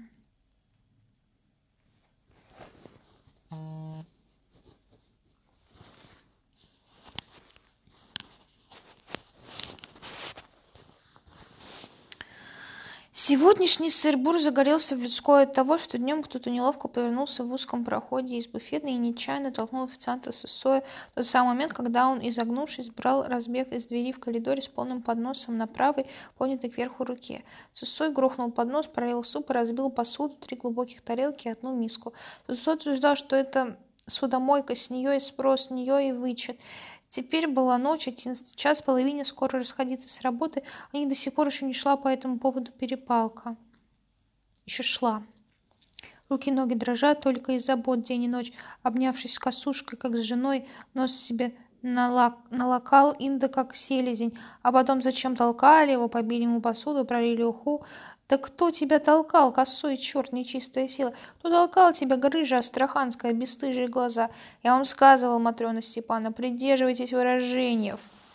Speaker 1: Сегодняшний сыр-бур загорелся в людской от того, что днем кто-то неловко повернулся в узком проходе из буфетной и нечаянно толкнул официанта с Иссоя в тот самый момент, когда он, изогнувшись, брал разбег из двери в коридоре с полным подносом на правой, поднятой кверху руке. Сысой грохнул поднос, пролил суп и разбил посуду, три глубоких тарелки и одну миску. Сысой утверждал, что это судомойка, с нее и спрос, с нее и вычет. Теперь была ночь, одиннадцатый час, половине скоро расходиться с работы, а у них до сих пор еще не шла по этому поводу перепалка. Еще шла. Руки-ноги дрожат только из забот день и ночь. Обнявшись с косушкой, как с женой, нос себе налак... налакал Инда, как селезень. А потом зачем толкали его, побили ему посуду, пролили уху. Да кто тебя толкал, косой черт, нечистая сила? Кто толкал тебя, грыжа астраханская, бесстыжие глаза? Я вам сказывал, Матрена Степана, придерживайтесь выражений.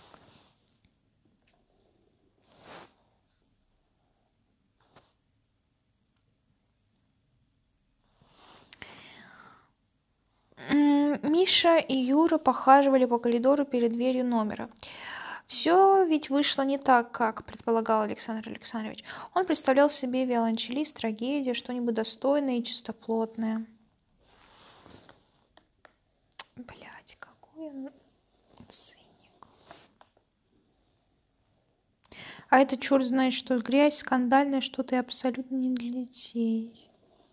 Speaker 1: Миша и Юра похаживали по коридору перед дверью номера. Все ведь вышло не так, как предполагал Александр Александрович. Он представлял себе виолончелист, трагедию, что-нибудь достойное и чистоплотное. Блять, какой он циник. А это черт знает, что грязь, скандальное что-то и абсолютно не для детей.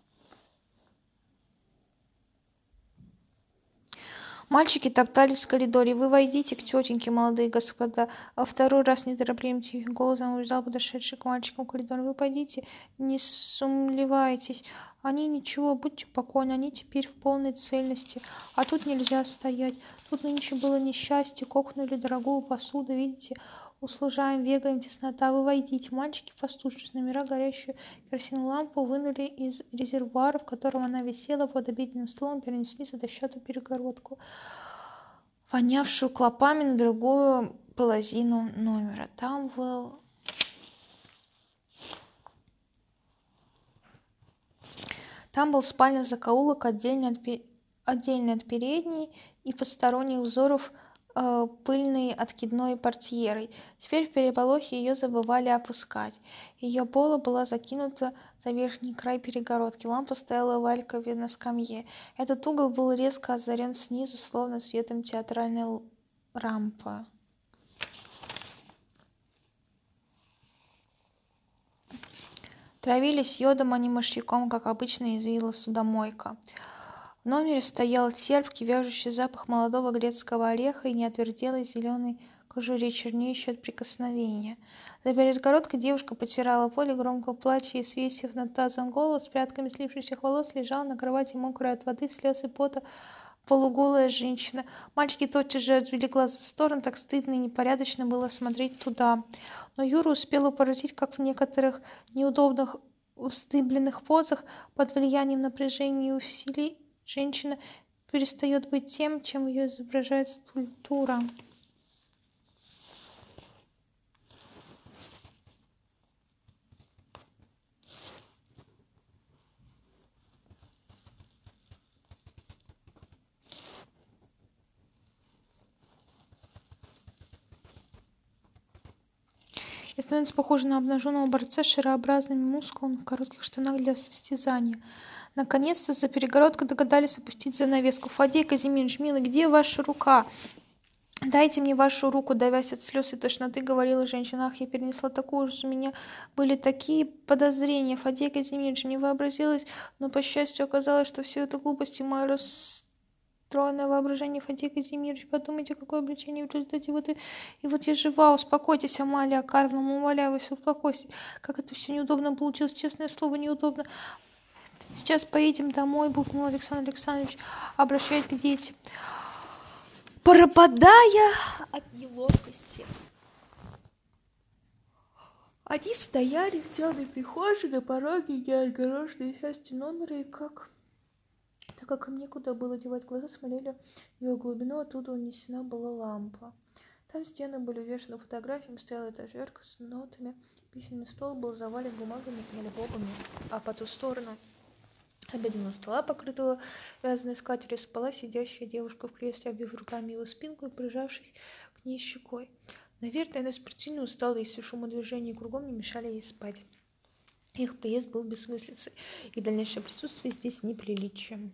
Speaker 1: Мальчики топтались в коридоре. «Вы войдите к тетеньке, молодые господа!» Во второй раз неторопливым тихим голосом убеждал подошедший к мальчикам в коридор. «Вы пойдите, не сумлевайтесь. Они ничего, будьте покойны, они теперь в полной цельности. А тут нельзя стоять. Тут нынче было несчастье, кокнули дорогую посуду, видите?» Услужаем, бегаем, теснота. Вы войдите. Мальчики, постучившись в номера, горящую керосиновую лампу вынули из резервуара, в котором она висела под обеденным столом, перенесли за дощатую перегородку, вонявшую клопами, на другую половину номера. Там был... Там был спальный закоулок, отдельный от, пе... отдельный от передней и посторонних взоров, пыльной откидной портьерой. Теперь в переполохе ее забывали опускать. Ее пола была закинута за верхний край перегородки. Лампа стояла в алькове на скамье. Этот угол был резко озарен снизу, словно светом театральной рампы. Травились йодом, а не мышьяком, как обычно извила судомойка. В номере стоял терпкий, вяжущий запах молодого грецкого ореха и неотверделой зеленой кожури, чернеющей от прикосновения. За перегородкой девушка потирала поле, громко плача и, свесив над тазом голову, с прядками слипшихся волос, лежала на кровати, мокрая от воды, слез и пота, полуголая женщина. Мальчики тотчас же отвели глаза в сторону, так стыдно и непорядочно было смотреть туда. Но Юра успела поразить, как в некоторых неудобных вздыбленных позах под влиянием напряжения и усилий женщина перестает быть тем, чем ее изображает скульптура. И становится похожа на обнаженного борца с шарообразными мускулами в коротких штанах для состязания. Наконец-то за перегородкой догадались опустить занавеску. «Фадей Казимирович, милый, где ваша рука?» «Дайте мне вашу руку», давясь от слез и тошноты, говорила женщина. «Ах, я перенесла такую ужас, у меня были такие подозрения. Фадей Казимирович, мне вообразилось, но, по счастью, оказалось, что все это глупости, мое расстроенное воображение. Фадей Казимирович, подумайте, какое облегчение в результате. Вот и, и вот я жива. Успокойтесь, Амалия Карловна, умоляю вас, успокойтесь. Как это все неудобно получилось, честное слово, неудобно. Сейчас поедем домой», буркнул Александр Александрович, обращаясь к детям, пропадая от неловкости. Они стояли в темной прихожей на пороге, не отгороженной частью номера, и как... так как им некуда было девать глаза, смотрели в его глубину, оттуда унесена была лампа. Там стены были увешаны фотографиями, стояла этажерка с нотами, письменный стол был завален бумагами и альбомами, а по ту сторону обеденного стола, покрытого вязаной скатертью, спала сидящая девушка в кресле, обвив руками его спинку и прижавшись к ней щекой. Наверное, она смертельно устала, если шумодвижения кругом не мешали ей спать. Их приезд был бессмыслицей, и дальнейшее присутствие здесь неприличием.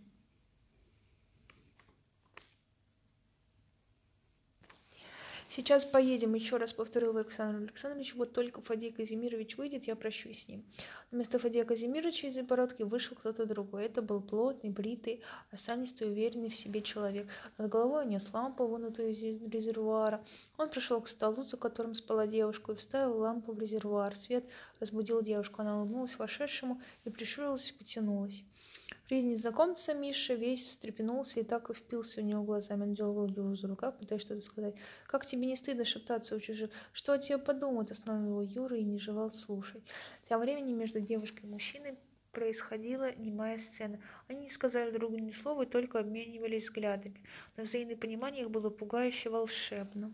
Speaker 1: «Сейчас поедем», — еще раз повторил Александр Александрович. «Вот только Фадей Казимирович выйдет, я прощусь с ним». Вместо Фадея Казимировича из перегородки вышел кто-то другой. Это был плотный, бритый, осанистый, уверенный в себе человек. Над головой нес лампу, вынутую из резервуара. Он пришел к столу, за которым спала девушка, и вставил лампу в резервуар. Свет разбудил девушку. Она улыбнулась вошедшему и прищурилась и потянулась. При виде незнакомца Миша весь встрепенулся и так и впился в него глазами. Он делал голову в руках, пытаясь что-то сказать. «Как тебе не стыдно шептаться у чужих? Что о тебе подумают?» — остановил его Юра и не желал слушать. Тем временем между девушкой и мужчиной происходила немая сцена. Они не сказали друг другу ни слова и только обменивались взглядами. Но взаимное понимание их было пугающе волшебно.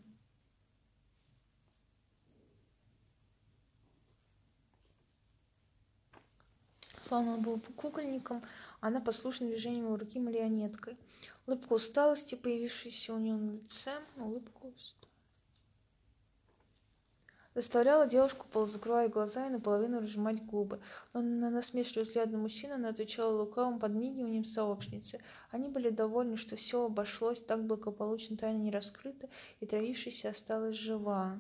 Speaker 1: Словно он был кукольником, она послушным движением руки марионеткой. Улыбка усталости, появившаяся у нее на лице, улыбка усталости, заставляла девушку полузакрывать глаза и наполовину разжимать губы. Но на насмешливый взгляд на мужчину она отвечала лукавым подмигиванием сообщницы. Они были довольны, что все обошлось так благополучно, тайна не раскрыта, и травившаяся осталась жива.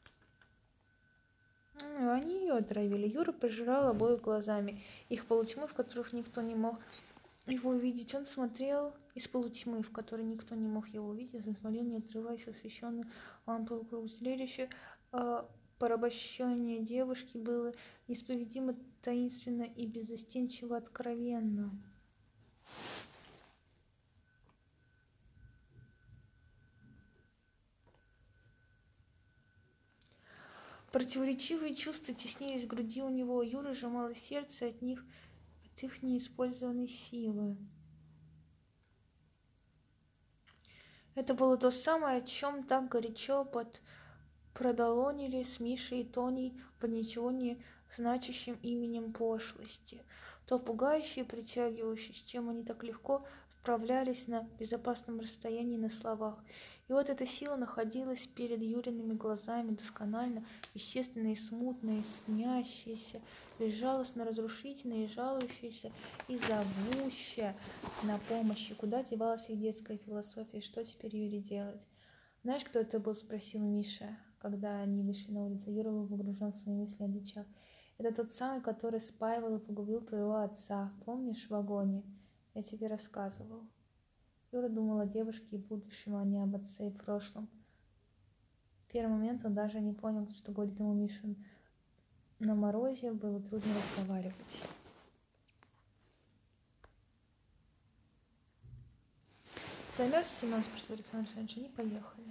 Speaker 1: Они ее отравили. Юра пожирал обоих глазами. Их полутьмы, в которых никто не мог его увидеть. Он смотрел из полутьмы, в которой никто не мог его увидеть. Он смотрел, не отрываясь, освещенный лампой вокруг. Зрелище а, порабощения девушки было неисповедимо таинственно и беззастенчиво откровенно. Противоречивые чувства теснились в груди у него. Юра сжимало сердце от них, от их неиспользованной силы. Это было то самое, о чем так горячо под продолонили с Мишей и Тоней под ничего не значащим именем пошлости. То пугающее и притягивающее, с чем они так легко справлялись на безопасном расстоянии на словах. И вот эта сила находилась перед Юриными глазами досконально, естественная и смутная, и снящаяся, безжалостно разрушительная, и жалующаяся, и зовущая на помощь. И куда девалась их детская философия, что теперь Юре делать? «Знаешь, кто это был?» — спросил Миша, когда они вышли на улицу. Юра был погружен в свои мысли, отвечал: «Это тот самый, который спаивал и погубил твоего отца. Помнишь, в вагоне? Я тебе рассказывал». Юра думал о девушке и будущем, а не об отце и прошлом. В первый момент он даже не понял, что говорит ему Миша. На морозе было трудно разговаривать. «Замерз, Семен?» — спросил Александр Александрович. Они поехали.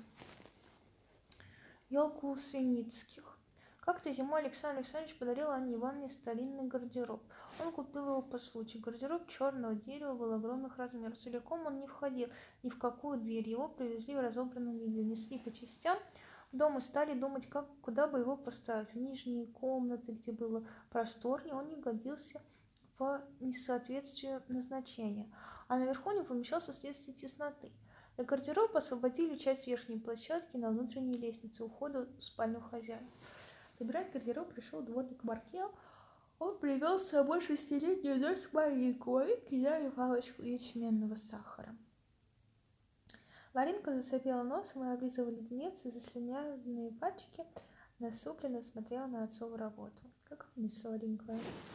Speaker 1: Елку у Синицких. Как-то зимой Александр Александрович подарил Анне Ивановне старинный гардероб. Он купил его по случаю. Гардероб черного дерева был огромных размеров. Целиком он не входил ни в какую дверь. Его привезли в разобранном виде, несли по частям в дом и стали думать, как, куда бы его поставить. В нижние комнаты, где было просторнее, он не годился по несоответствию назначения, а наверху не помещался вследствие тесноты. Для гардероба освободили часть верхней площадки на внутренней лестнице ухода в спальню хозяина. Собирать гардероб пришел дворник Маркел. Он привел с собой шестилетнюю дочь Маринку, а Маринке дали палочку ячменного сахара. Маринка засопела носом и облизывала леденец, и заслюнявленные пальчики насупленно смотрела на отцову работу. Какая не соленькая.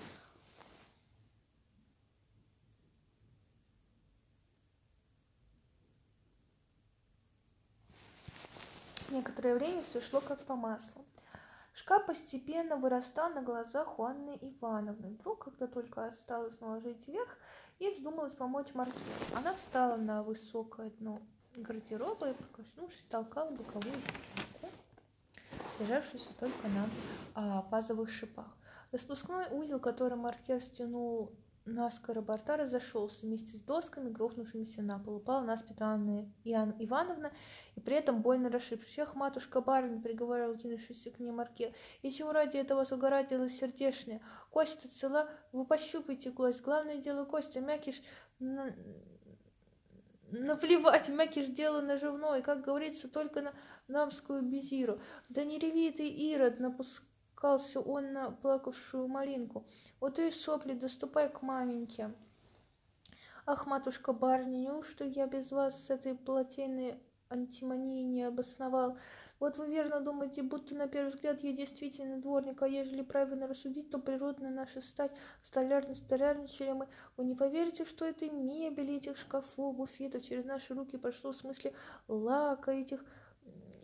Speaker 1: Некоторое время все шло как по маслу. Шкаф постепенно вырастал на глазах у Анны Ивановны. Вдруг, когда только осталось наложить вверх, ей вздумалось помочь Маркелу. Она встала на высокое дно гардероба и, покачнувшись, толкала боковую стенку, державшуюся только на а, пазовых шипах. Распускной узел, который Маркел стянул наскоро борта, разошелся вместе с досками, грохнувшимися на пол. Упала наспех Анна Ивановна и при этом больно расшибшись. «Эх, матушка барыня!» — приговорил кинувшийся к ней Маркел. «И чего ради этого загорадилась сердечная? Кость-то цела, вы пощупайте кость. Главное дело кость, а мякиш... На... Наплевать, мякиш дело наживное, как говорится, только на дамскую безиру. Да не реви ты, Ирод!» — напускался он на плакавшую Маринку. «Вот и сопли, доступай к маменьке». «Ах, матушка барыня, неужто я без вас с этой плотейной антимонией не обосновал? Вот вы верно думаете, будто на первый взгляд я действительно дворник, а ежели правильно рассудить, то природная наша стать, столярность, столярничали мы. Вы не поверите, что этой мебели, этих шкафов, буфетов через наши руки прошло в смысле лака, этих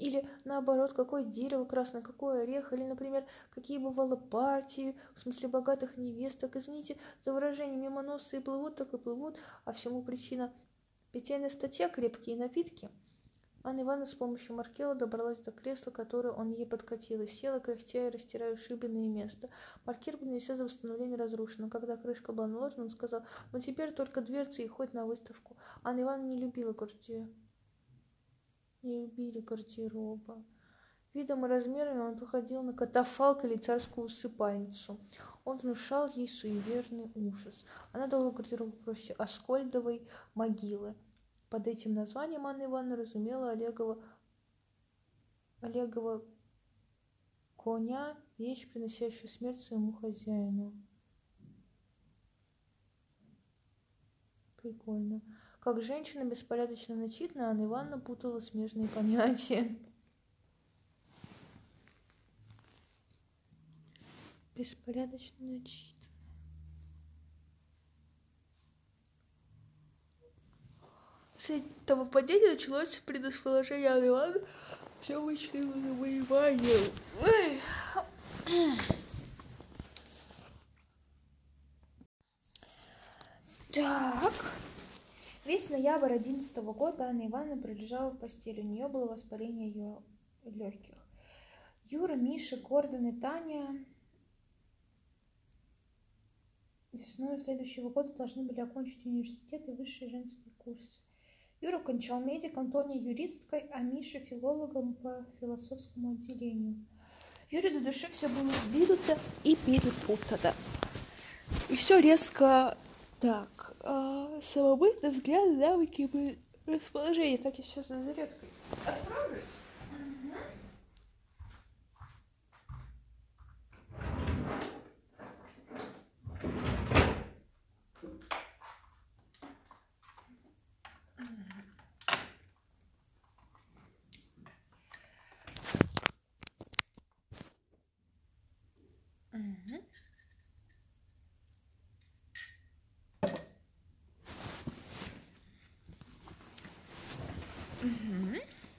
Speaker 1: Или наоборот, какое дерево красное, какой орех, или, например, какие бывало партии, в смысле богатых невесток. Извините за выражение, мимо носа и плывут, так и плывут, а всему причина питейная статья «Крепкие напитки». Анна Ивановна с помощью Маркела добралась до кресла, которое он ей подкатил, и села, кряхтя и растирая ушибленное место. Маркер принялся за восстановление разрушенного. Когда крышка была наложена, он сказал: «Ну теперь только дверцы и хоть на выставку». Анна Ивановна не любила гардероба. Не любили гардероба. Видом и размерами он походил на катафалк или царскую усыпальницу. Он внушал ей суеверный ужас. Она дала гардероб проще Аскольдовой могилы. Под этим названием Анна Ивановна разумела Олегова, Олегова коня, вещь, приносящую смерть своему хозяину. Прикольно. Как женщина беспорядочно начитана, Анна Ивановна путала смежные понятия. Беспорядочно начитана. С этого падения началось предосположение Анны Ивановны всеобщего заболевания. Так. Весь ноябрь одиннадцатого года Анна Ивановна пролежала в постели. У нее было воспаление ее легких. Юра, Миша, Гордон и Таня весной следующего года должны были окончить университет и высшие женские курсы. Юра кончал медик, Антония юристкой, а Миша филологом по философскому отделению. Юре до души все было сдвинуто и перепутано. И все резко так. А, самобытный взгляд, навыки и расположение. Так, я сейчас за зарядкой отправлюсь. Угу. Угу.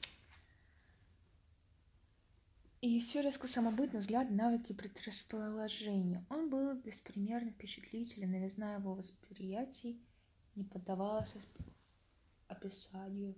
Speaker 1: И все резко самобытно, взгляд, навыки предрасположения. Он был беспримерно впечатлителен, новизна его восприятий не поддавалась описанию.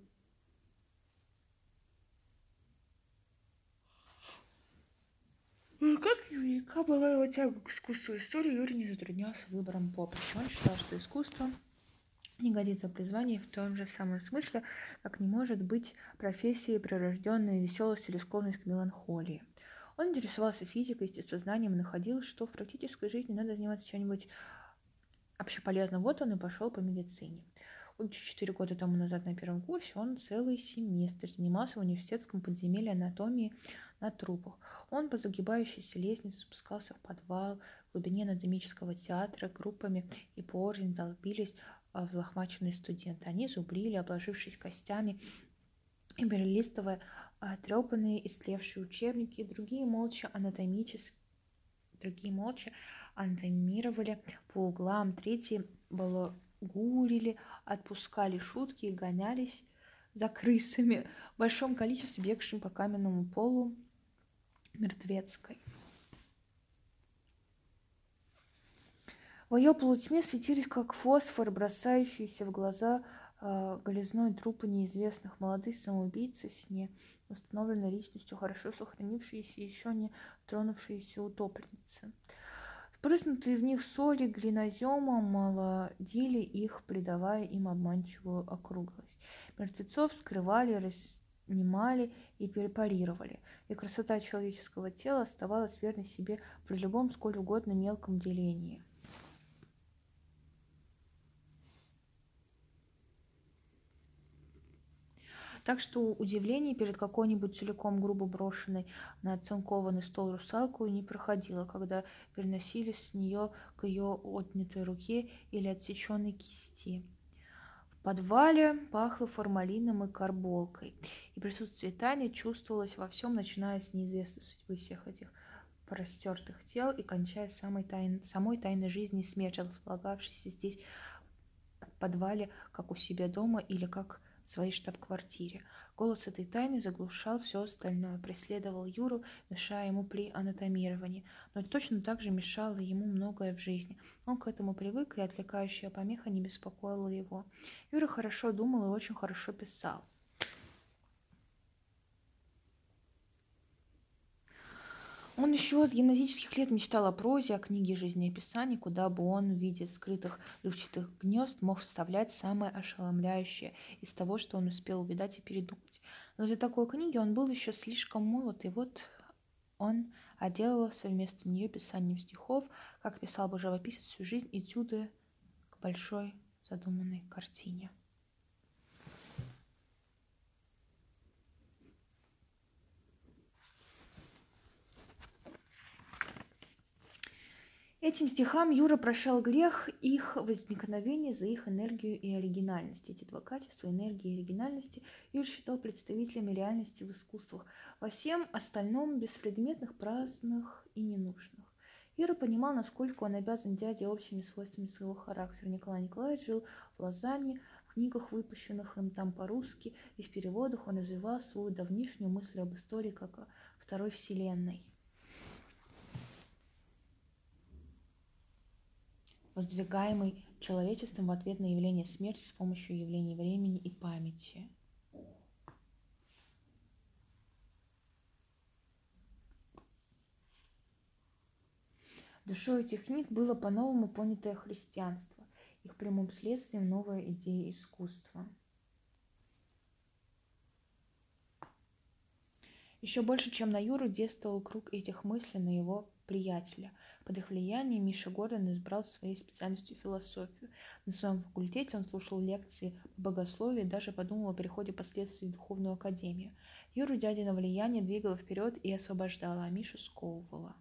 Speaker 1: Как велика была его тяга к искусству истории, Юрий не затруднялся выбором поприща. Он считал, что искусство не годится в призвании в том же самом смысле, как не может быть профессией, прирожденной веселостью или склонность к меланхолии. Он интересовался физикой, естествознанием и находил, что в практической жизни надо заниматься чем-нибудь общеполезным. Вот он и пошел по медицине. Четыре года тому назад на первом курсе он целый семестр занимался в университетском подземелье анатомии на трупах. Он по загибающейся лестнице спускался в подвал. В глубине анатомического театра группами и порознь толпились взлохмаченные студенты. Они зубрили, обложившись костями и перелистывая отрёпанные, истлевшие учебники. Другие молча анатомически, другие молча анатомировали по углам. Третьи балагурили, отпускали шутки и гонялись за крысами в большом количестве, бегшим по каменному полу мертвецкой. В ее полутьме светились, как фосфор, бросающиеся в глаза э, голизной трупы неизвестных молодых самоубийц с неустановленной личностью, хорошо сохранившиеся, еще не тронувшиеся утопленницы. Впрыснутые в них соли глинозема молодили их, придавая им обманчивую округлость. Мертвецов скрывали, разнимали и препарировали, и красота человеческого тела оставалась верной себе при любом сколь угодно мелком делении. Так что удивление перед какой-нибудь целиком грубо брошенной на оцинкованный стол русалку не проходило, когда переносились с нее к ее отнятой руке или отсеченной кисти. В подвале пахло формалином и карболкой, и присутствие Тани чувствовалось во всем, начиная с неизвестной судьбы всех этих простертых тел и кончая самой, тайн... самой тайной жизни и смерти, располагавшейся здесь в подвале, как у себя дома или как
Speaker 2: в своей штаб-квартире. Голос этой тайны заглушал все остальное, преследовал Юру, мешая ему при анатомировании, но точно так же мешало ему многое в жизни. Он к этому привык, и отвлекающая помеха не беспокоила его. Юра хорошо думал и очень хорошо писал. Он еще с гимназических лет мечтал о прозе, о книге жизнеописаний, куда бы он в виде скрытых рывчатых гнезд мог вставлять самое ошеломляющее из того, что он успел увидать и передумать. Но для такой книги он был еще слишком молод, и вот он отделывался вместо нее писанием стихов, как писал бы живописец всю жизнь, этюды к большой задуманной картине. Этим стихам Юра прощал грех их возникновения за их энергию и оригинальность. Эти два качества, энергии и оригинальности, Юра считал представителями реальности в искусствах, во всем остальном беспредметных, праздных и ненужных. Юра понимал, насколько он обязан дяде общими свойствами своего характера. Николай Николаевич жил в Лозанне, в книгах, выпущенных им там по-русски, и в переводах он развивал свою давнишнюю мысль об истории как о второй вселенной, воздвигаемый человечеством в ответ на явление смерти с помощью явлений времени и памяти. Душой этих книг было по-новому понятое христианство, их прямым следствием новая идея искусства. Еще больше, чем на Юру, действовал круг этих мыслей на его приятеля. Под их влиянием Миша Гордон избрал своей специальностью философию. На своем факультете он слушал лекции по богословию и даже подумал о переходе впоследствии в духовную академию. Юру дядино влияние двигало вперед и освобождало, а Мишу сковывало.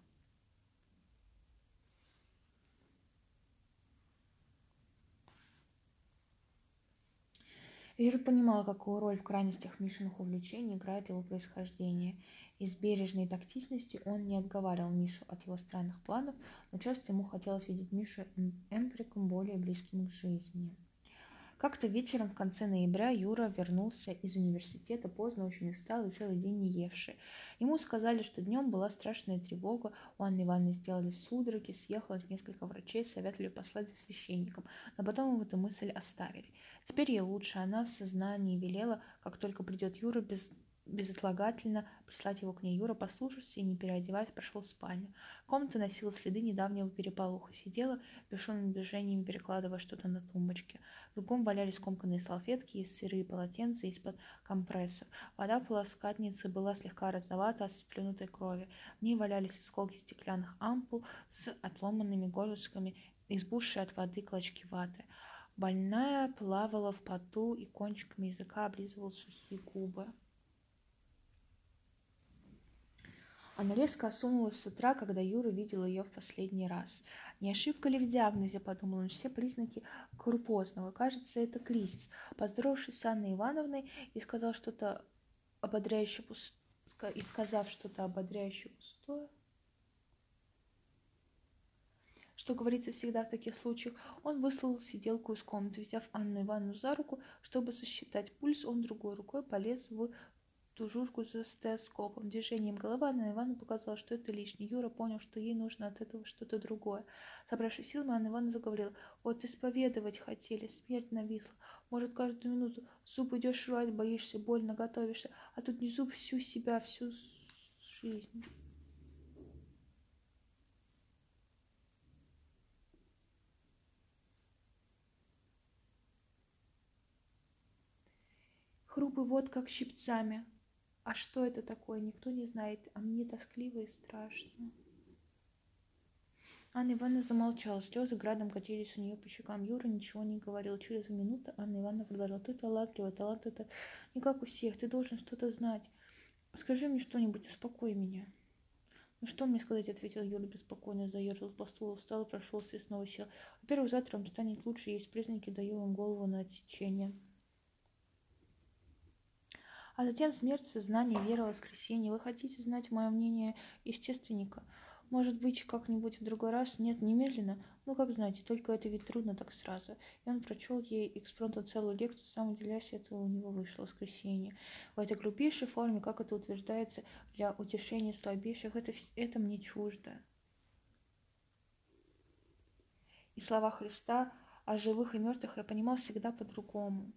Speaker 2: Юра понимал, какую роль в крайностях Мишиных увлечений играет его происхождение. Из бережной тактичности он не отговаривал Мишу от его странных планов, но часто ему хотелось видеть Мишу эмприком, более близким к жизни. Как-то вечером в конце ноября Юра вернулся из университета поздно, очень устал и целый день не евший. Ему сказали, что днем была страшная тревога, у Анны Ивановны сделали судороги, съехалось несколько врачей, советовали послать за священником, но потом его эту мысль оставили. Теперь ей лучше, она в сознании велела, как только придет Юра, без безотлагательно прислать его к ней. Юра послушался и, не переодеваясь, прошел в спальню. Комната носила следы недавнего переполоха. Сидела, бесшумными движениями перекладывая что-то на тумбочке. Кругом валялись скомканные салфетки и сырые полотенца из-под компрессов. Вода в полоскательнице была слегка розовата от сплюнутой крови. В ней валялись осколки стеклянных ампул с отломанными горлышками, избухшие от воды клочки ваты. Больная плавала в поту и кончиками языка облизывала сухие губы. Она резко осунулась с утра, когда Юра видел ее в последний раз. Не ошибка ли в диагнозе, подумал он, все признаки крупозного. Кажется, это кризис. Поздоровавшись с Анной Ивановной и сказал что-то ободряющее пуст... и сказав что-то ободряющее пустое, что говорится всегда в таких случаях, он выслал сиделку из комнаты. Взяв Анну Ивановну за руку, чтобы сосчитать пульс, он другой рукой полез в тужурку за стетоскопом. Движением головы Анна Ивановна показала, что это лишнее. Юра понял, что ей нужно от этого что-то другое. Собравшись силами, Анна Ивановна заговорила: «Вот исповедовать хотели, смерть нависла. Может, каждую минуту зуб идешь рвать, боишься, больно готовишься, а тут не зуб, всю себя, всю жизнь». Хрупы вот как щипцами. А что это такое, никто не знает, а мне тоскливо и страшно. Анна Ивановна замолчала, слезы градом катились у нее по щекам. Юра ничего не говорил. Через минуту Анна Ивановна продолжала: «Ты талантливая, талант это не как у всех, ты должен что-то знать. Скажи мне что-нибудь, успокой меня». «Ну что мне сказать?» — ответил Юра беспокойно, заерзал по стулу, встал и прошелся и снова сел. «Во-первых, завтра он станет лучше, есть признаки, даю вам голову на отсечение. А затем смерть, сознание, вера, воскресенье. Вы хотите знать мое мнение естественника? Может быть, как-нибудь в другой раз? Нет, немедленно? Ну, как знаете, только это ведь трудно так сразу. И он прочел ей экспромтом целую лекцию, сам удивляясь, этого у него вышло воскресенье. В этой глупейшей форме, как это утверждается, для утешения слабейших, это, это мне чуждо. И слова Христа о живых и мертвых я понимал всегда по-другому.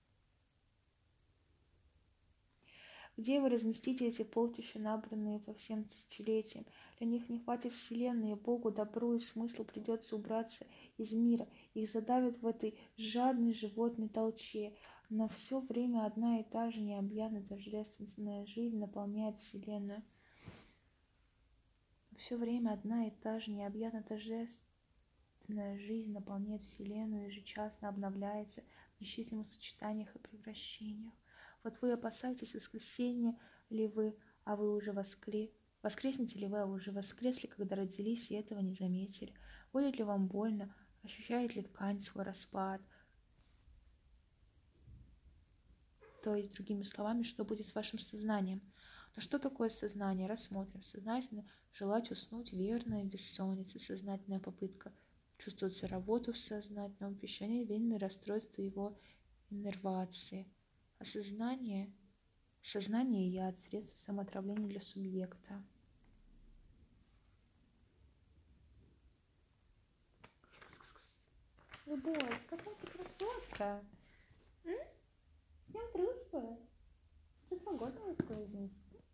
Speaker 2: Где вы разместите эти полчища, набранные по всем тысячелетиям? Для них не хватит вселенной, и Богу, добру и смыслу придется убраться из мира. Их задавят в этой жадной животной толче. Но все время одна и та же необъятная торжественная жизнь наполняет вселенную. Все время одна и та же необъятная торжественная жизнь наполняет вселенную, ежечасно обновляется в бесчисленных сочетаниях и превращениях. Вот вы опасаетесь, воскресенья ли вы, а вы уже воскре... Воскреснете ли вы, а вы уже воскресли, когда родились и этого не заметили? Будет ли вам больно? Ощущает ли ткань свой распад? То есть, другими словами, что будет с вашим сознанием? Но что такое сознание? Рассмотрим. Сознательно желать уснуть, верная бессонница, сознательная попытка чувствовать работу в сознательном пищеварении, венные расстройства его иннервации. Осознание, сознание – яд, средство самоотравления для субъекта. Любовь, какая ты красотка! М? С днем дружбы! Число года воскресенье.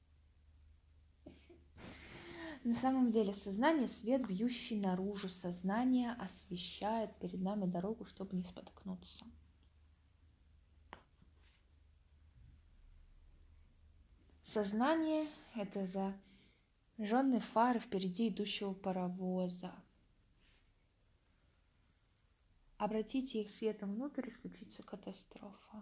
Speaker 2: На самом деле сознание – свет, бьющий наружу. Сознание освещает перед нами дорогу, чтобы не споткнуться. Сознание – это зажженные фары впереди идущего паровоза. Обратите их светом внутрь, и случится катастрофа.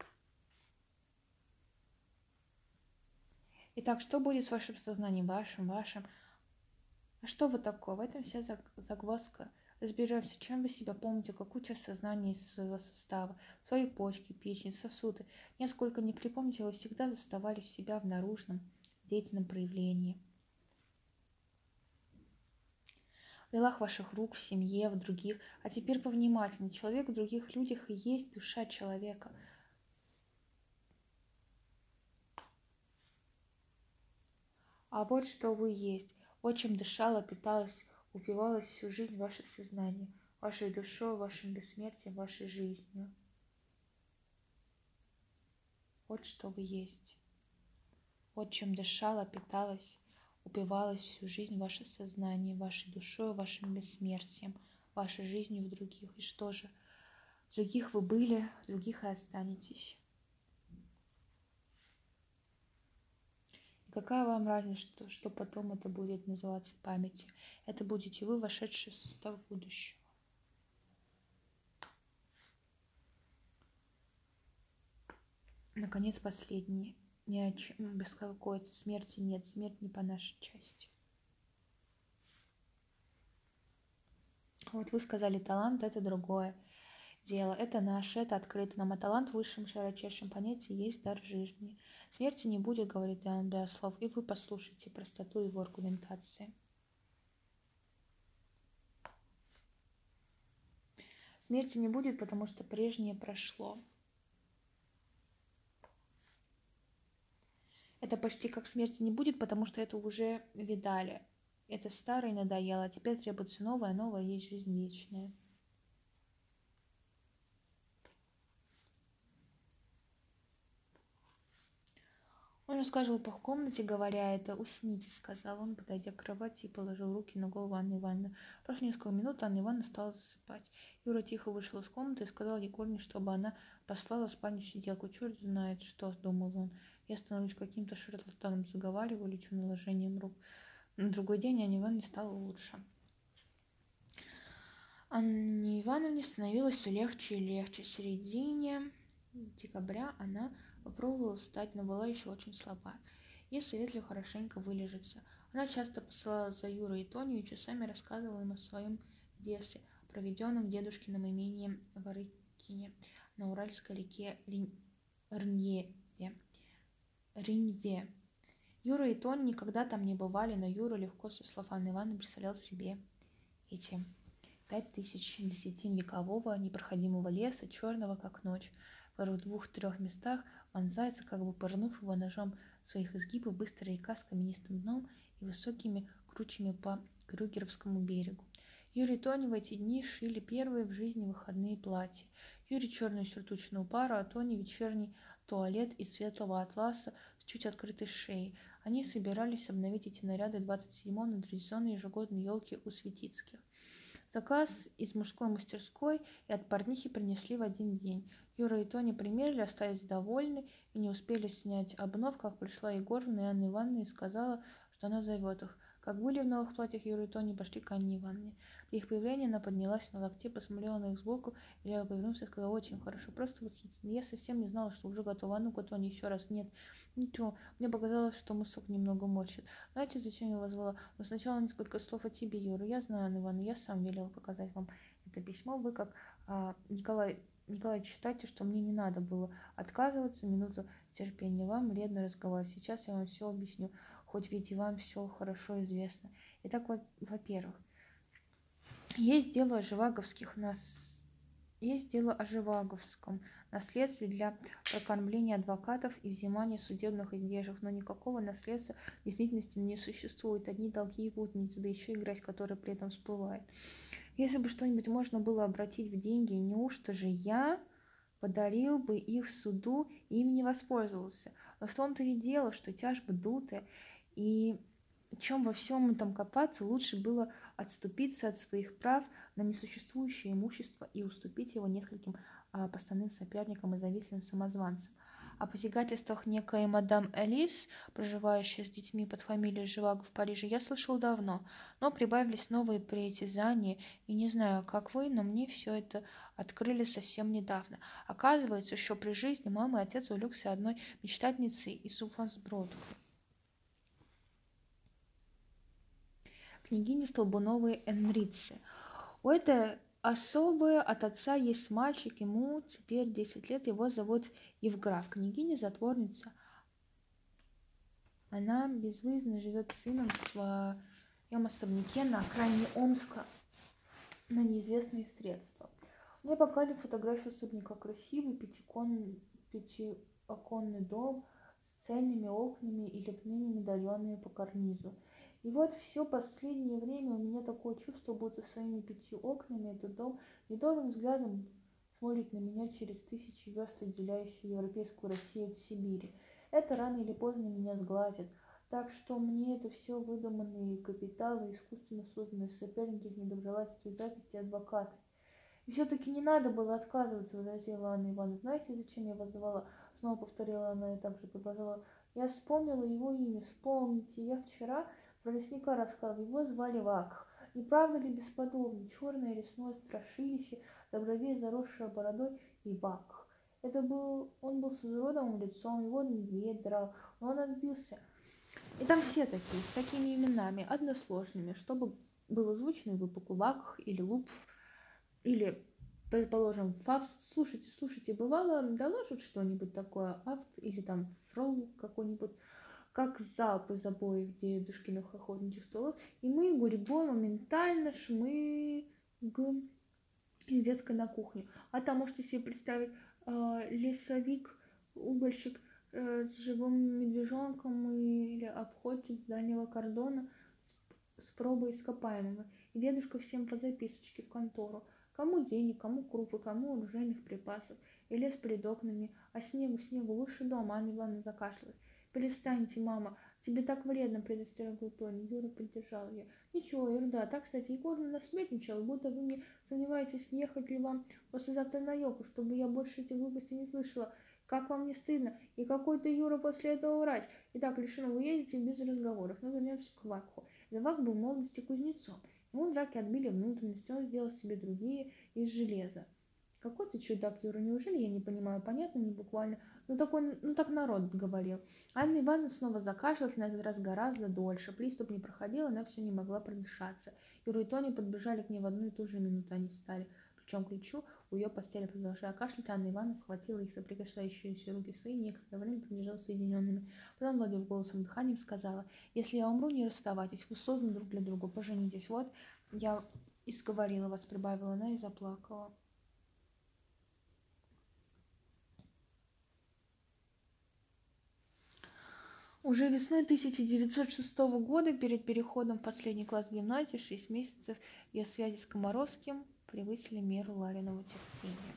Speaker 2: Итак, что будет с вашим сознанием? Вашим, вашим. А что вы такое? В этом вся загвоздка. Разберемся, чем вы себя помните, какую часть сознания из своего состава, свои почки, печень, сосуды. Несколько не припомните, вы всегда заставали себя в наружном, деятельном проявлении. В делах ваших рук, в семье, в других. А теперь повнимательнее. Человек в других людях и есть душа человека. А вот что вы есть. Вот чем дышало, питалось, упивалось всю жизнь ваше сознание, вашей душой, вашим бессмертием, вашей жизнью. Вот что вы есть. Вот чем дышало, питалось, упивалось всю жизнь ваше сознание, вашей душой, вашим бессмертием, вашей жизнью в других. И что же? В других вы были, в других и останетесь. И какая вам разница, что, что потом это будет называться памятью? Это будете вы, вошедшие в состав будущего. Наконец, последний. Ни о чем, без какой-то смерти нет. Смерть не по нашей части. Вот вы сказали, талант – это другое дело. Это наше, это открыто нам. А талант в высшем, широчайшем понятии есть дар жизни. Смерти не будет, говорит Иоанн Богослов. И вы послушайте простоту его аргументации. Смерти не будет, потому что прежнее прошло. Это почти как смерти не будет, потому что это уже видали. Это старое надоело, а теперь требуется новое, новое есть жизнь вечная. Он рассказывал по комнате, говоря это. «Усните», — сказал он, подойдя к кровати и положил руки на голову Анны Ивановны. Прошло несколько минут, Анна Ивановна стала засыпать. Юра тихо вышел из комнаты и сказал Егорне, чтобы она послала в спальню сиделку. Черт знает что, думал он. Я становлюсь каким-то шарлатаном, заговариваю, лечу наложением рук. На другой день Анне Ивановне стало лучше. Анне Ивановне становилось все легче и легче. В середине декабря она попробовала встать, но была еще очень слаба. Ей советовали хорошенько вылежаться. Она часто посылала за Юрой и Тоню и часами рассказывала им о своем детстве, проведенном в дедушкином имении в Арыкине на Уральской реке Рыньеве. Рыньве. Юра и Тон никогда там не бывали, но Юра легко, со слов Анны Ивановны, представлял себе эти пять тысяч десятин векового непроходимого леса, черного как ночь. В двух-трех местах вонзается, как бы пырнув его ножом своих изгибов, быстрая река с каменистым дном и высокими кручами по Крюгеровскому берегу. Юрий и Тони в эти дни шили первые в жизни выходные платья. Юрий черную сюртучную пару, а Тони вечерний туалет из светлого атласа с чуть открытой шеей. Они собирались обновить эти наряды двадцать седьмого на традиционной ежегодной елке у Светицких. Заказ из мужской мастерской и от портнихи принесли в один день. Юра и Тоня примерили, остались довольны и не успели снять обнов, как пришла Егоровна и Анна Ивановна и сказала, что она зовет их. Как были в новых платьях, Юра и Тоня пошли к Анне Ивановне. При их появлении она поднялась на локте, посмотрела на их сбоку, Илья повернулся и сказал: очень хорошо, просто восхитительно. Я совсем не знала, что уже готова. А ну-ка, Тоня, еще раз. Нет, ничего, мне показалось, что мысок немного морщит. Знаете, зачем я вас звала? Но сначала несколько слов о тебе, Юра. Я знаю, Анна Ивановна, я сам велел показать вам это письмо. Вы, как а, Николай Николай, считайте, что мне не надо было отказываться. Минуту терпения, вам вредно разговаривать. Сейчас я вам все объясню, хоть ведь и вам все хорошо известно. Итак, вот, во-первых, есть дело о Живаговских нас... Есть дело о Живаговском наследстве для прокормления адвокатов и взимания судебных издержек, но никакого наследства в действительности не существует. Одни долги и путаницы, да еще и грязь, которая при этом всплывает. Если бы что-нибудь можно было обратить в деньги, неужто же я подарил бы их суду и ими не воспользовался? Но в том-то и дело, что тяжба дутая, и чем во всем этом копаться, лучше было отступиться от своих прав на несуществующее имущество и уступить его нескольким а, постоянным соперникам и завистливым самозванцам. О посягательствах некой мадам Элис, проживающей с детьми под фамилией Живаго в Париже, я слышал давно, но прибавились новые притязания, и не знаю, как вы, но мне все это открыли совсем недавно. Оказывается, еще при жизни мама и отец увлекся одной мечтательницей из Уффенсброда, княгини Столбуновой Энрицы. У этой особы от отца есть мальчик, ему теперь десять лет, его зовут Евграф. Княгиня-затворница. Она безвыездно живет с сыном в своем особняке на окраине Омска на неизвестные средства. Мне показали фотографию особняка. Красивый пятиконный, пятиоконный дом с цельными окнами и лепными медальонами по карнизу. И вот все последнее время у меня такое чувство, будто своими пятью окнами этот дом недобрым взглядом смотрит на меня через тысячи верст, отделяющие европейскую Россию от Сибири. Это рано или поздно меня сглазит. Так что мне это все выдуманные капиталы, искусственно созданные соперники, недоброжелательства и зависти адвокаты. И все-таки не надо было отказываться, возразила Анна Ивановна. Знаете, зачем я вас звала? Снова повторила она и также продолжала. Я вспомнила его имя. Вспомните, я вчера про лесника рассказывал. Его звали Вакх. Не правда ли бесподобно? Черное лесное страшилище, до бровей заросшее бородой, и Вакх. Это был, он был с изуродованным лицом, его медведь драл, но он отбился. И там все такие, с такими именами, односложными, чтобы было звучно в букву Вакх или Лупф, или, предположим, Фавст. Слушайте, слушайте, бывало, доложат что-нибудь такое, Афт или там Фрол какой-нибудь, как залп из обоих дедушкиных охотничьих стволов, и мы гурьбой моментально шмыг из детской на кухню. А там можете себе представить э, лесовик, угольщик э, с живым медвежонком или обходчик с дальнего кордона с, с пробой ископаемого. И дедушка всем по записочке в контору. Кому денег, кому крупы, кому оружейных припасов. И лес перед окнами. А снегу, снегу, выше дома. Анна Ивановна закашлялась. Перестаньте, мама, тебе так вредно, предостерегла Тоня. Юра поддержал ее. Ничего, ерунда. Так, кстати, Егоровна насметничала, будто вы мне сомневаетесь, ехать ли вам послезавтра на елку, чтобы я больше этих глупостей не слышала. Как вам не стыдно? И какой-то Юра после этого врач. Итак, решено, вы едете без разговоров. Но вернемся к Вакху. Вак был в молодости кузнецом. Ему драки отбили внутренности, он сделал себе другие из железа. Какой ты чудак, Юра, неужели я не понимаю? Понятно, не буквально. Ну, такой, ну так народ говорил. Анна Ивановна снова закашлялась, на этот раз гораздо дольше. Приступ не проходил, она все не могла продышаться. Юра и Тоня подбежали к ней в одну и ту же минуту. Они встали. плечом к плечу у ее постели. Продолжая кашлять, Анна Ивановна схватила их соприкасающиеся руки в свои, некоторое время приближала соединенными. Потом, владев голосом и дыханием, сказала: «Если я умру, не расставайтесь, вы созданы друг для друга, поженитесь. Вот я и сговорила вас», — прибавила она и заплакала. Уже весной тысяча девятьсот шестого года, перед переходом в последний класс гимназии, шесть месяцев ее связи с Комаровским превысили меру Лариного терпения.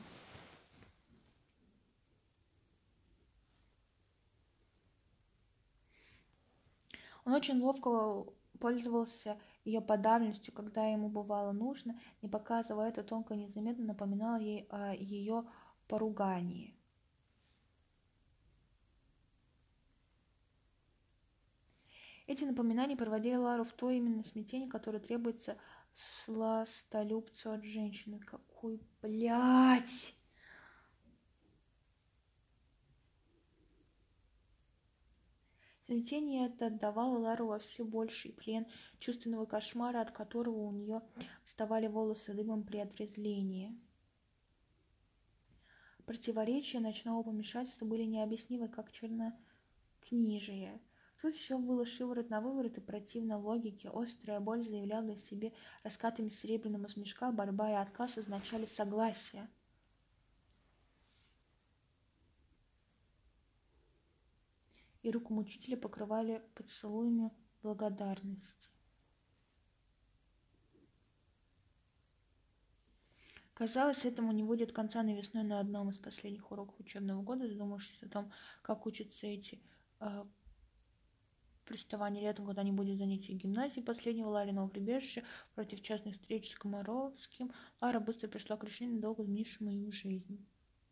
Speaker 2: Он очень ловко пользовался ее подавленностью, когда ему бывало нужно, не показывая это, тонко и незаметно напоминал ей о ее поругании. Эти напоминания приводили Лару в то именно смятение, которое требуется сластолюбцу от женщины. Какой, блядь! Смятение это отдавало Лару во все больший плен чувственного кошмара, от которого у нее вставали волосы дыбом при отрезвлении. Противоречия ночного помешательства были необъяснимы, как чернокнижие. Тут все было шиворот на выворот и противно логике. Острая боль заявляла о себе раскатами серебряного смешка, борьба и отказ означали согласие. И руку мучителя покрывали поцелуями благодарности. Казалось, этому не будет конца, но весной на одном из последних уроков учебного года, задумавшись о том, как учатся эти э, приставания летом, когда не будет занятий в гимназии последнего Лариного прибежища против частных встреч с Комаровским, Лара быстро пришла к решению, долго изменившему ее жизнь.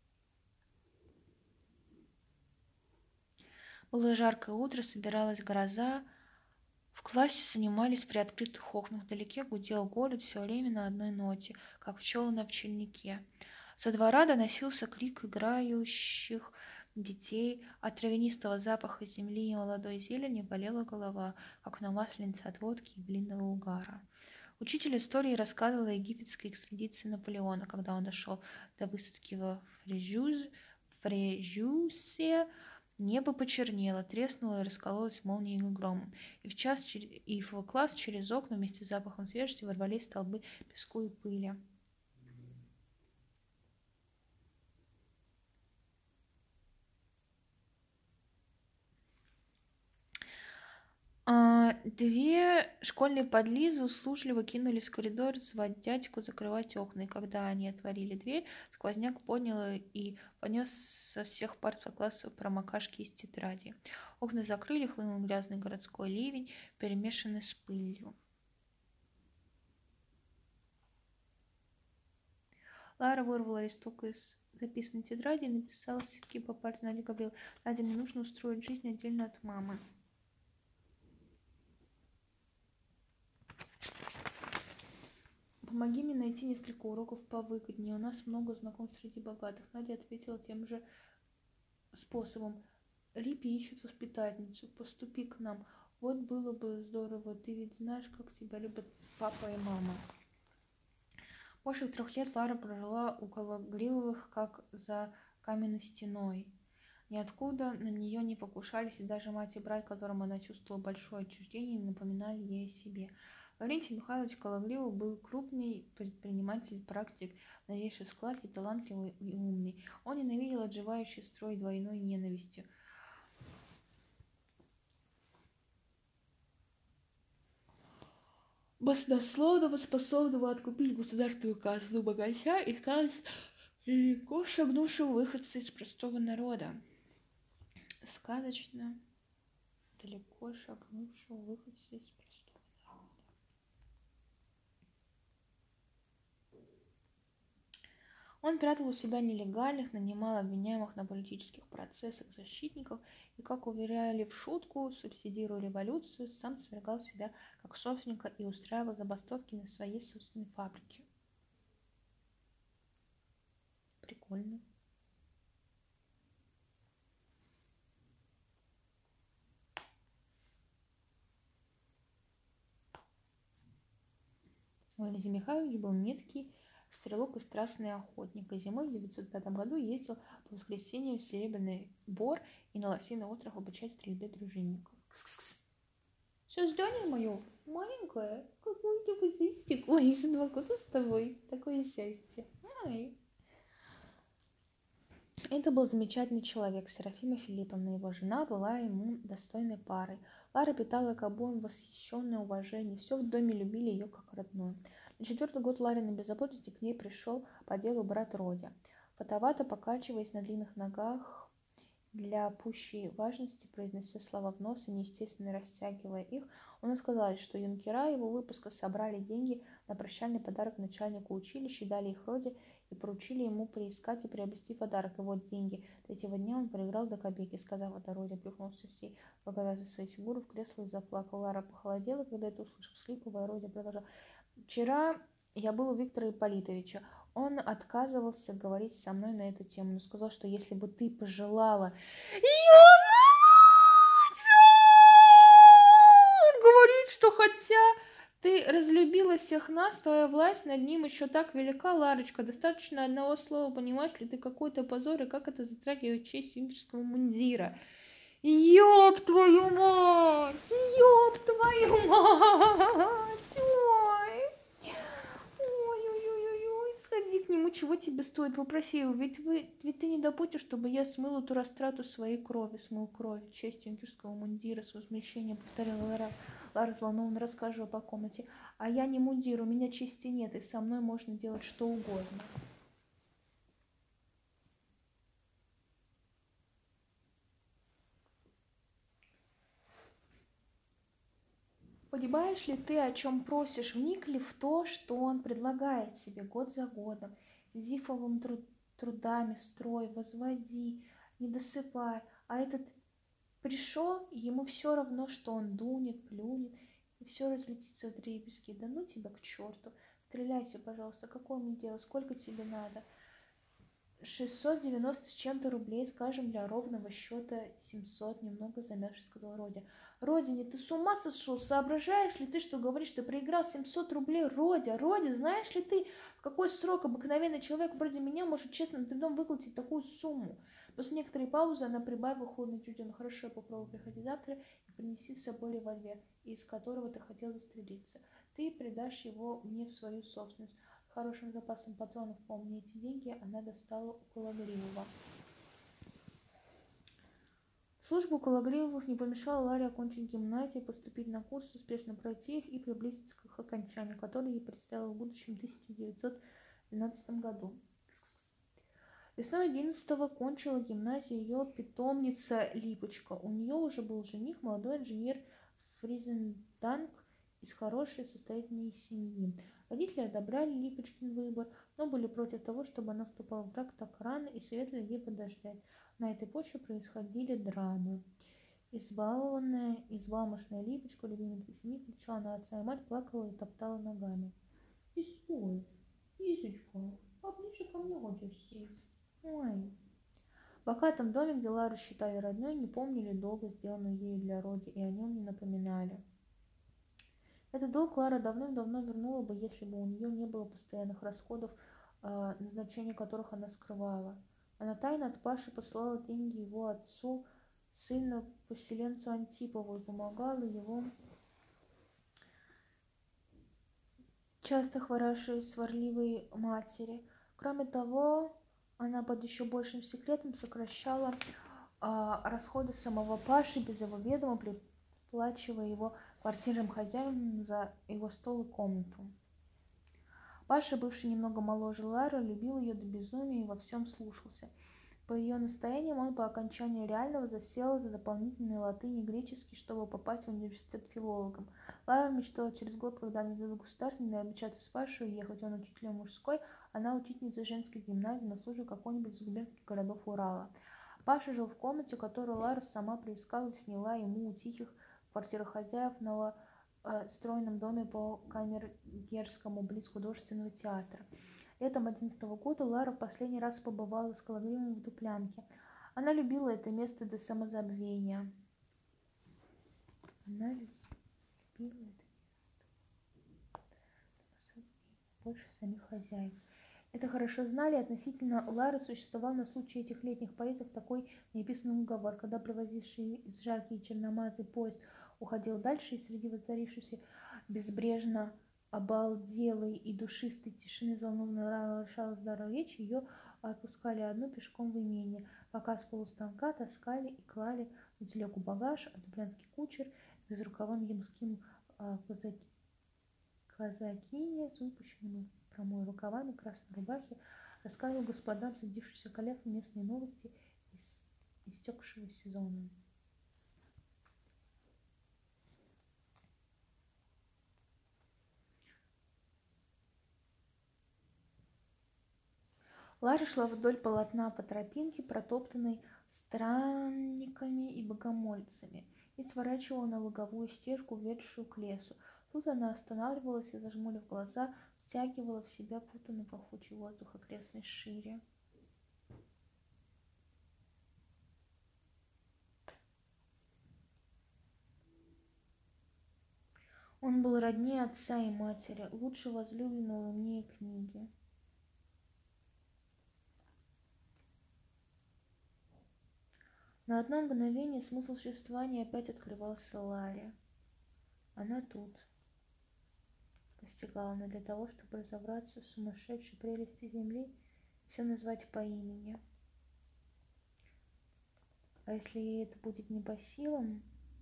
Speaker 2: Было жаркое утро, собиралась гроза. В классе занимались в приоткрытых окнах. Вдалеке гудел город все время на одной ноте, как пчелы на пчельнике. Со двора доносился крик играющих детей. От травянистого запаха земли и молодой зелени болела голова, как на масленице от водки и блинного угара. Учитель истории рассказывал о египетской экспедиции Наполеона, когда он дошел до высадки во Фрежюзе. Небо почернело, треснуло и раскололось молнией и громом, и в, час, и в класс через окна вместе с запахом свежести ворвались столбы песку и пыли. Две школьные подлизы услужливо кинулись в коридор звать дядьку закрывать окна, и когда они отворили дверь, сквозняк поднял и понес со всех пар класса промокашки из тетради. Окна закрыли, хлынул грязный городской ливень, перемешанный с пылью. Лара вырвала листок из записанной тетради и написала стихи по парте Наде Гавриловой. «Надя, мне нужно устроить жизнь отдельно от мамы. Помоги мне найти несколько уроков повыгоднее. У нас много знакомств среди богатых». Надя ответила тем же способом. «Липи ищут воспитательницу. Поступи к нам. Вот было бы здорово. Ты ведь знаешь, как тебя любят папа и мама». Больше трех лет Лара прожила у Кологривых, как за каменной стеной. Ниоткуда на нее не покушались, и даже мать и брат, которым она чувствовала большое отчуждение, напоминали ей о себе. Лаврентий Михайлович Кологривов был крупный предприниматель, практик, новейший склад и талантливый и умный. Он ненавидел отживающий строй двойной ненавистью. Баснословного, способного откупить государственную казну богача и стать легко шагнувшего выходца из простого народа. Сказочно далеко шагнувшего выходца из простого народа. Он прятал у себя нелегальных, нанимал обвиняемых на политических процессах защитников и, как уверяли в шутку, субсидируя революцию, сам свергал себя как собственника и устраивал забастовки на своей собственной фабрике. Прикольно. Валентин Михайлович был меткий, стрелок и страстный охотник, и зимой в девятьсот пятом году ездил по воскресеньям в Серебряный Бор и на Лосиный остров обучать стрельбе дружинников. Кс-кс-кс. Создание мое маленькое, какое-то пузырик, ой, уже два года с тобой, такое счастье. Ай. Это был замечательный человек, Серафима Филипповна, его жена была ему достойной парой. Лара питала к обоим восхищенное уважение, все в доме любили ее как родную. На четвертый год Лариной беззаботности к ней пришел по делу брат Родя. Фотовато покачиваясь на длинных ногах, для пущей важности, произнося слова в нос и неестественно растягивая их, он сказал, что юнкера его выпуска собрали деньги на прощальный подарок начальнику училища, дали их Роде и поручили ему приискать и приобрести подарок. И вот деньги. Третьего дня он проиграл до копейки, сказав это, Родя плюхнулся всей благовязой своей фигуры в кресло и заплакал. Лара похолодела, когда это услышал, всхлипывая. Родя продолжал. Вчера я был у Виктора Ипполитовича. Он отказывался говорить со мной на эту тему, но сказал, что если бы ты пожелала... Он говорит, что хотя ты разлюбила всех нас, твоя власть над ним еще так велика, Ларочка. Достаточно одного слова, понимаешь ли ты, какой-то позор, и как это затрагивает честь юнкерского мундира. Ёб твою мать! Ёб твою мать! Ой! Ой-ой-ой-ой! Сходи к нему, чего тебе стоит, попроси его. Ведь, вы, ведь ты не допустишь, чтобы я смыл эту растрату своей крови, смыл кровь, честь юнкерского мундира с возмущением, повторяла Лара. Лара взволнованно рассказывала по комнате. А я не мундир, у меня чести нет, и со мной можно делать что угодно. Понимаешь ли ты, о чем просишь? Вникли в то, что он предлагает себе год за годом, зифовым труд, трудами строй, возводи, не досыпай. А этот пришел, ему все равно, что он дунет, плюнет, и все разлетится в дребезги. Да ну тебя к черту. Стреляйте, пожалуйста, какое мне дело, сколько тебе надо? шестьсот девяносто с чем-то рублей, скажем, для ровного счета семьсот, немного замявшись, сказал Родя. Родине, ты с ума сошел? Соображаешь ли ты, что говоришь? Ты проиграл семьсот рублей, Родя. Родя, знаешь ли ты, в какой срок обыкновенный человек вроде меня может честным трудом выплатить такую сумму? После некоторой паузы она прибавила холодно чуть. Ну хорошо, я попробую приходить завтра и принеси с собой револьвер, из которого ты хотел застрелиться. Ты придашь его мне в свою собственность. Хорошим запасом патронов, помни эти деньги, она достала у Кологривова. Служба у Кологривовых не помешала Ларе окончить гимназию, поступить на курс, успешно пройти их и приблизиться к их окончанию, которое ей предстояло в будущем тысяча девятьсот двенадцатом году. Весной одиннадцатого кончила гимназию ее питомница Липочка. У нее уже был жених, молодой инженер Фризенданг из хорошей состоятельной семьи. Родители одобряли Липочкин выбор, но были против того, чтобы она вступала в брак так рано, и советовали ей подождать. На этой почве происходили драмы. Избалованная, избалмошная Липочка, любимица семьи, кричала на отца и мать, плакала и топтала ногами. — И стой, Лизочка, поближе ко мне хочешь сесть. Ой. В богатом доме, где Лару считали родной, не помнили долго сделанную ею для Роди, и о нем не напоминали. Этот долг Лара давным-давно вернула бы, если бы у нее не было постоянных расходов, э, назначение которых она скрывала. Она тайно от Паши посылала деньги его отцу, сыну поселенцу Антипову, и помогала его часто хворавшей сварливой матери. Кроме того, она под еще большим секретом сокращала э, расходы самого Паши без его ведома, приплачивая его квартирным хозяевам за его стол и комнату. Паша, бывший немного моложе Лары, любил ее до безумия и во всем слушался. По ее настояниям он по окончанию реального засел за дополнительные латынь и греческий, чтобы попасть в университет филологом. Лара мечтала через год, когда они сдадут государственный, обучаться с Пашей и уехать. Он учителем мужской, она учительница женской гимназии на службе какой-нибудь из губернских городов Урала. Паша жил в комнате, которую Лара сама приискала и сняла ему у тихих квартирах хозяев на э, стройном доме по Камергерскому, близ художественного театра. Летом одиннадцатого года Лара в последний раз побывала с Кологривым в Дуплянке. Она любила это место до самозабвения. Она любила это место больше самих хозяев. это хорошо знали. Относительно Лары существовал на случай этих летних поездок такой неописанный уговор. Когда привозивший из жаркий черномазый поезд уходил дальше, и среди воцарившейся безбрежно обалделой и душистой тишины взволнованно нарушалась дара речи, ее отпускали одну пешком в имение, пока с полустанка таскали и клали на телегу багаж, а дублянский кучер без рукава ямским а, казакине с выпущенными промой рукавами красной рубахи рассказывал господам, садившимся колесом, местные новости из истекшего сезона. Лара шла вдоль полотна по тропинке, протоптанной странниками и богомольцами, и сворачивала на луговую стежку, ведшую к лесу. Тут она останавливалась и, зажмурив глаза, втягивала в себя путанный пахучий воздух окрестной шире. Он был роднее отца и матери, лучше возлюбленного, умнее книги. На одно мгновение смысл существования опять открывался Ларе. Она тут. Постигала она для того, чтобы разобраться в сумасшедшей прелести земли, все назвать по имени. А если ей это будет не по силам,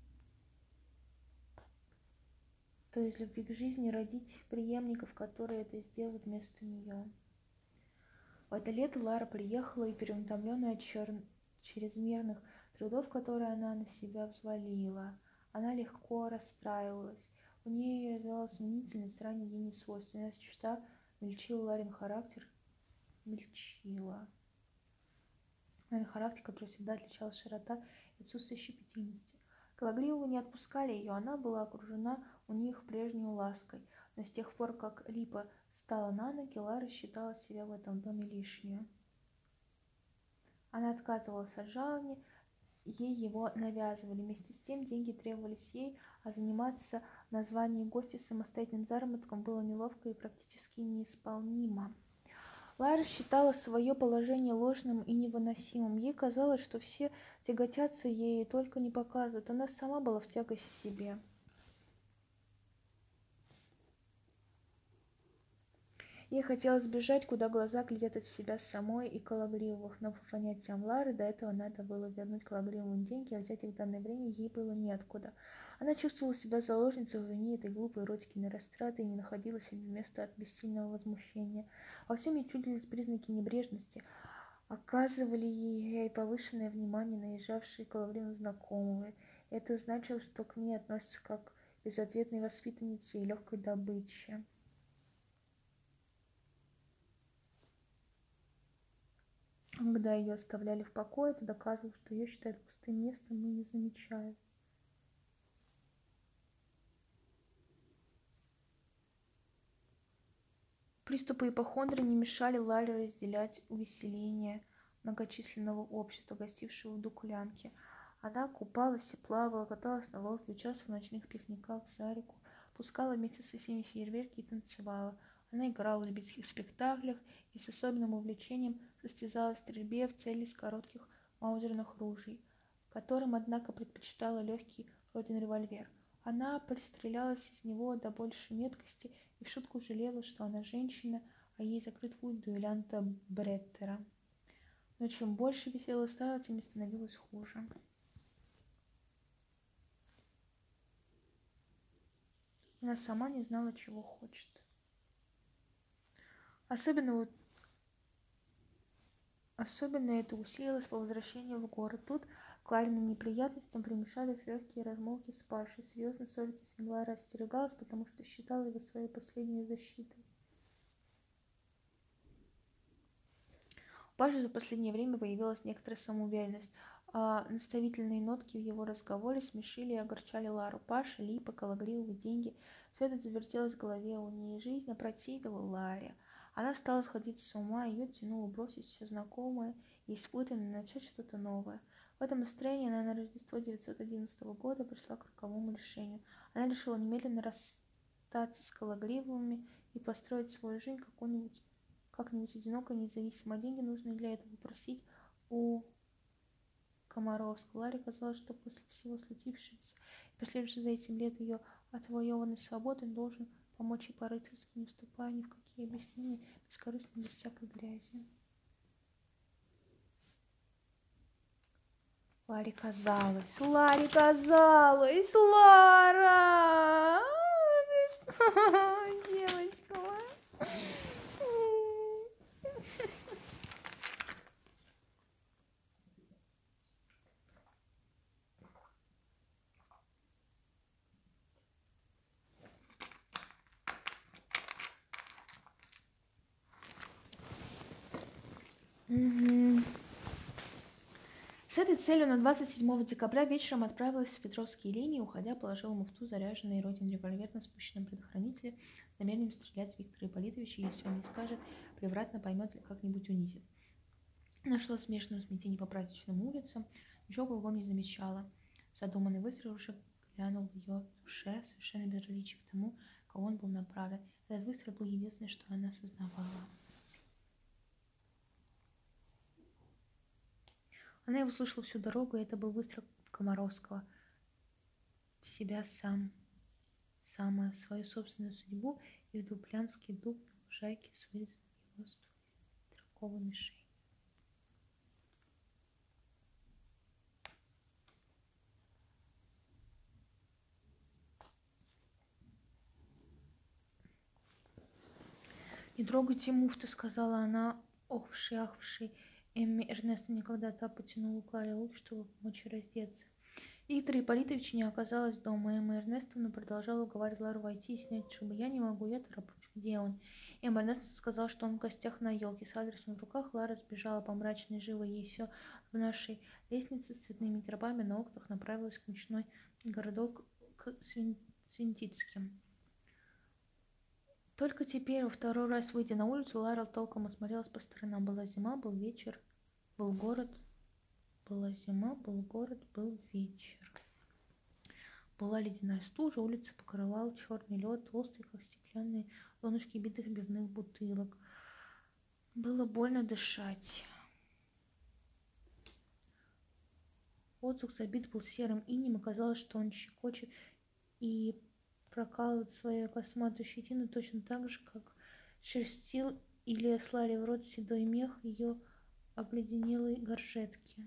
Speaker 2: то из любви к жизни родить преемников, которые это сделают вместо нее. В это лето Лара приехала и, переутомленная от чер... чрезмерных трудов, которые она на себя взвалила, она легко расстраивалась. У нее развивалась мнительность, ранее ей не свойственная черта, мельчила Ларин характер, мельчила. Ларин характер, который всегда отличалась широта и отсутствие щепетильности. Кологриву не отпускали ее, она была окружена у них прежней лаской, но с тех пор, как Липа стала на ноги, Лара считала себя в этом доме лишнюю. Она отказывалась от жалования, ей его навязывали. Вместе с тем деньги требовались ей, а заниматься на звании гостя самостоятельным заработком было неловко и практически неисполнимо. Лара считала свое положение ложным и невыносимым. Ей казалось, что все тяготятся ей и только не показывают. Она сама была в тягости себе. Ей хотелось бежать, куда глаза глядят от себя самой и Кологривых, но по понятиям Лары до этого надо было вернуть Кологривым деньги, а взять их в данное время ей было неоткуда. Она чувствовала себя заложницей в вине этой глупой Родькиной растраты и не находила себе места от бессильного возмущения. Во всем ей чудились признаки небрежности, оказывали ей повышенное внимание наезжавшие Кологривым знакомые. Это значило, что к ней относятся как к безответной воспитаннице и легкой добыче. Когда ее оставляли в покое, это доказывало, что ее считают пустым местом и не замечают. Приступы ипохондрии не мешали Ларе разделять увеселение многочисленного общества, гостившего в Дукулянке. Она купалась и плавала, каталась на лодке, участвовала в ночных пикниках за реку, пускала вместе со всеми фейерверки и танцевала. Она играла в любительских спектаклях и с особенным увлечением состязалась в стрельбе в цели из коротких маузерных ружей, которым, однако, предпочитала легкий Роден-револьвер. Она пристрелялась из него до большей меткости и в шутку жалела, что она женщина, а ей закрыт путь дуэлянта Бреттера. Но чем больше весела стала, тем и становилось хуже. Она сама не знала, чего хочет. Особенно, Особенно это усилилось по возвращению в город. Тут к Лариным неприятностям примешались легкие размолвки с Пашей. Серьезно ссориться с ним Лара остерегалась, потому что считала его своей последней защитой. У Паши за последнее время появилась некоторая самоуверенность, а наставительные нотки в его разговоре смешили и огорчали Лару. Паша, Липа, Кологривы, деньги — все это завертелось в голове у нее. Жизнь опротивила Ларе. Она стала сходить с ума, ее тянуло бросить все знакомое и испытанное, начать что-то новое. В этом настроении она на Рождество девятьсот одиннадцатого года пришла к роковому решению. Она решила немедленно расстаться с Кологривыми и построить свою жизнь какую-нибудь как-нибудь одиноко и независимо. Деньги нужно для этого просить у Комаровского. Ларе казалось, что после всего случившегося и последующего за этим лет ее отвоеванной свободы он должен помочь ей по-рыцарски, не вступая ни в какие объяснения, бескорыстно, без всякой грязи. Ларе казалось, Ларе казалось, Лара! Ты что, девочка моя? Угу. С этой целью на двадцать седьмого декабря вечером отправилась в Петровские линии, уходя, положила муфту, заряженный Родин револьвер на спущенном предохранителе, с намерением стрелять в Виктора Ипполитовича, если он не скажет, превратно поймет или как-нибудь унизит. Нашла смешанное смятение по праздничным улицам, ничего кругом не замечала. Задуманный выстрел уже глянул в ее душе, совершенно безразличий к тому, кого он был направлен. Этот выстрел был единственное, что она осознавала. Она его слышала всю дорогу, и это был выстрел Комаровского. Себя сам, самую свою собственную судьбу и в дуплянский дуб на лужайке с вырезанным его стрелковой мишенью. «Не трогайте муфты», — сказала она, охвшей, ахвшей. Эмми Эрнеста никогда та потянула к Ларе руки, чтобы помочь раздеться. Виктора Ипполитовича не оказалось дома. Эмма Эрнестовна продолжала уговаривать Лару войти и снять шубу. «Я не могу, я тороплюсь. Где он?» Эмма Эрнестовна сказала, что он в гостях на елке. С адресом в руках Лара сбежала по мрачной, живой ей все в нашей лестнице с цветными гербами на окнах, направилась к ночной городок к Свин... Свинтицким. Только теперь, во второй раз выйдя на улицу, Лара толком осмотрелась по сторонам. Была зима, был вечер, был город. Была зима, был город, был вечер. Была ледяная стужа, улица покрывал черный лед, толстый, как стеклянные донышки битых пивных бутылок. Было больно дышать. Воздух забит был серым инеем, оказалось, что он щекочет и прокалывает свою косматую щетину точно так же, как шерстил или слали в рот седой мех ее обледенелой горжетки.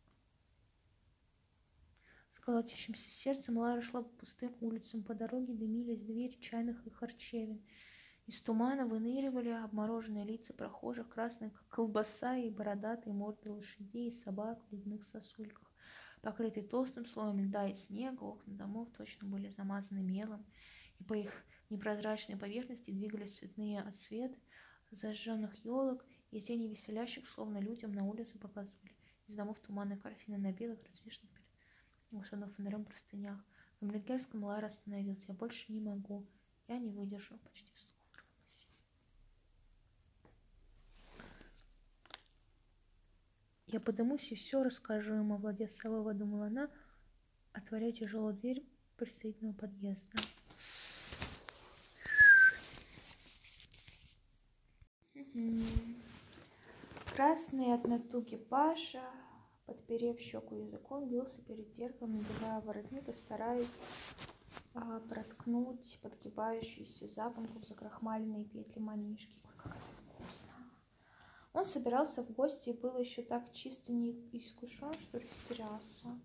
Speaker 2: С колотящимся сердцем Лара шла по пустым улицам. По дороге дымились двери чайных и харчевин. Из тумана выныривали обмороженные лица прохожих, красные, как колбаса, и бородатые морды лошадей и собак в ледяных сосульках. Покрытые толстым слоем льда и снега, окна домов точно были замазаны мелом, и по их непрозрачной поверхности двигались цветные отсветы зажженных елок, и тени веселящих, словно людям на улице показывали из домов туманные картины на белых, развешанных перед волшебным фонарем простынях. На Млинкерском Лара остановился. «Я больше не могу. Я не выдержу», — почти вслух вырвалась. «Я подымусь и все расскажу ему», — овладев собой, думала она, отворяя тяжелую дверь пристроительного подъезда. Красный от натуги Паша, подперев щеку языком, бился перед зеркалом, надевая воротник и стараясь а, проткнуть подгибающуюся запонку в закрахмаленные петли манишки. Ой, как это вкусно! Он собирался в гости и был еще так чисто не искушен, что растерялся.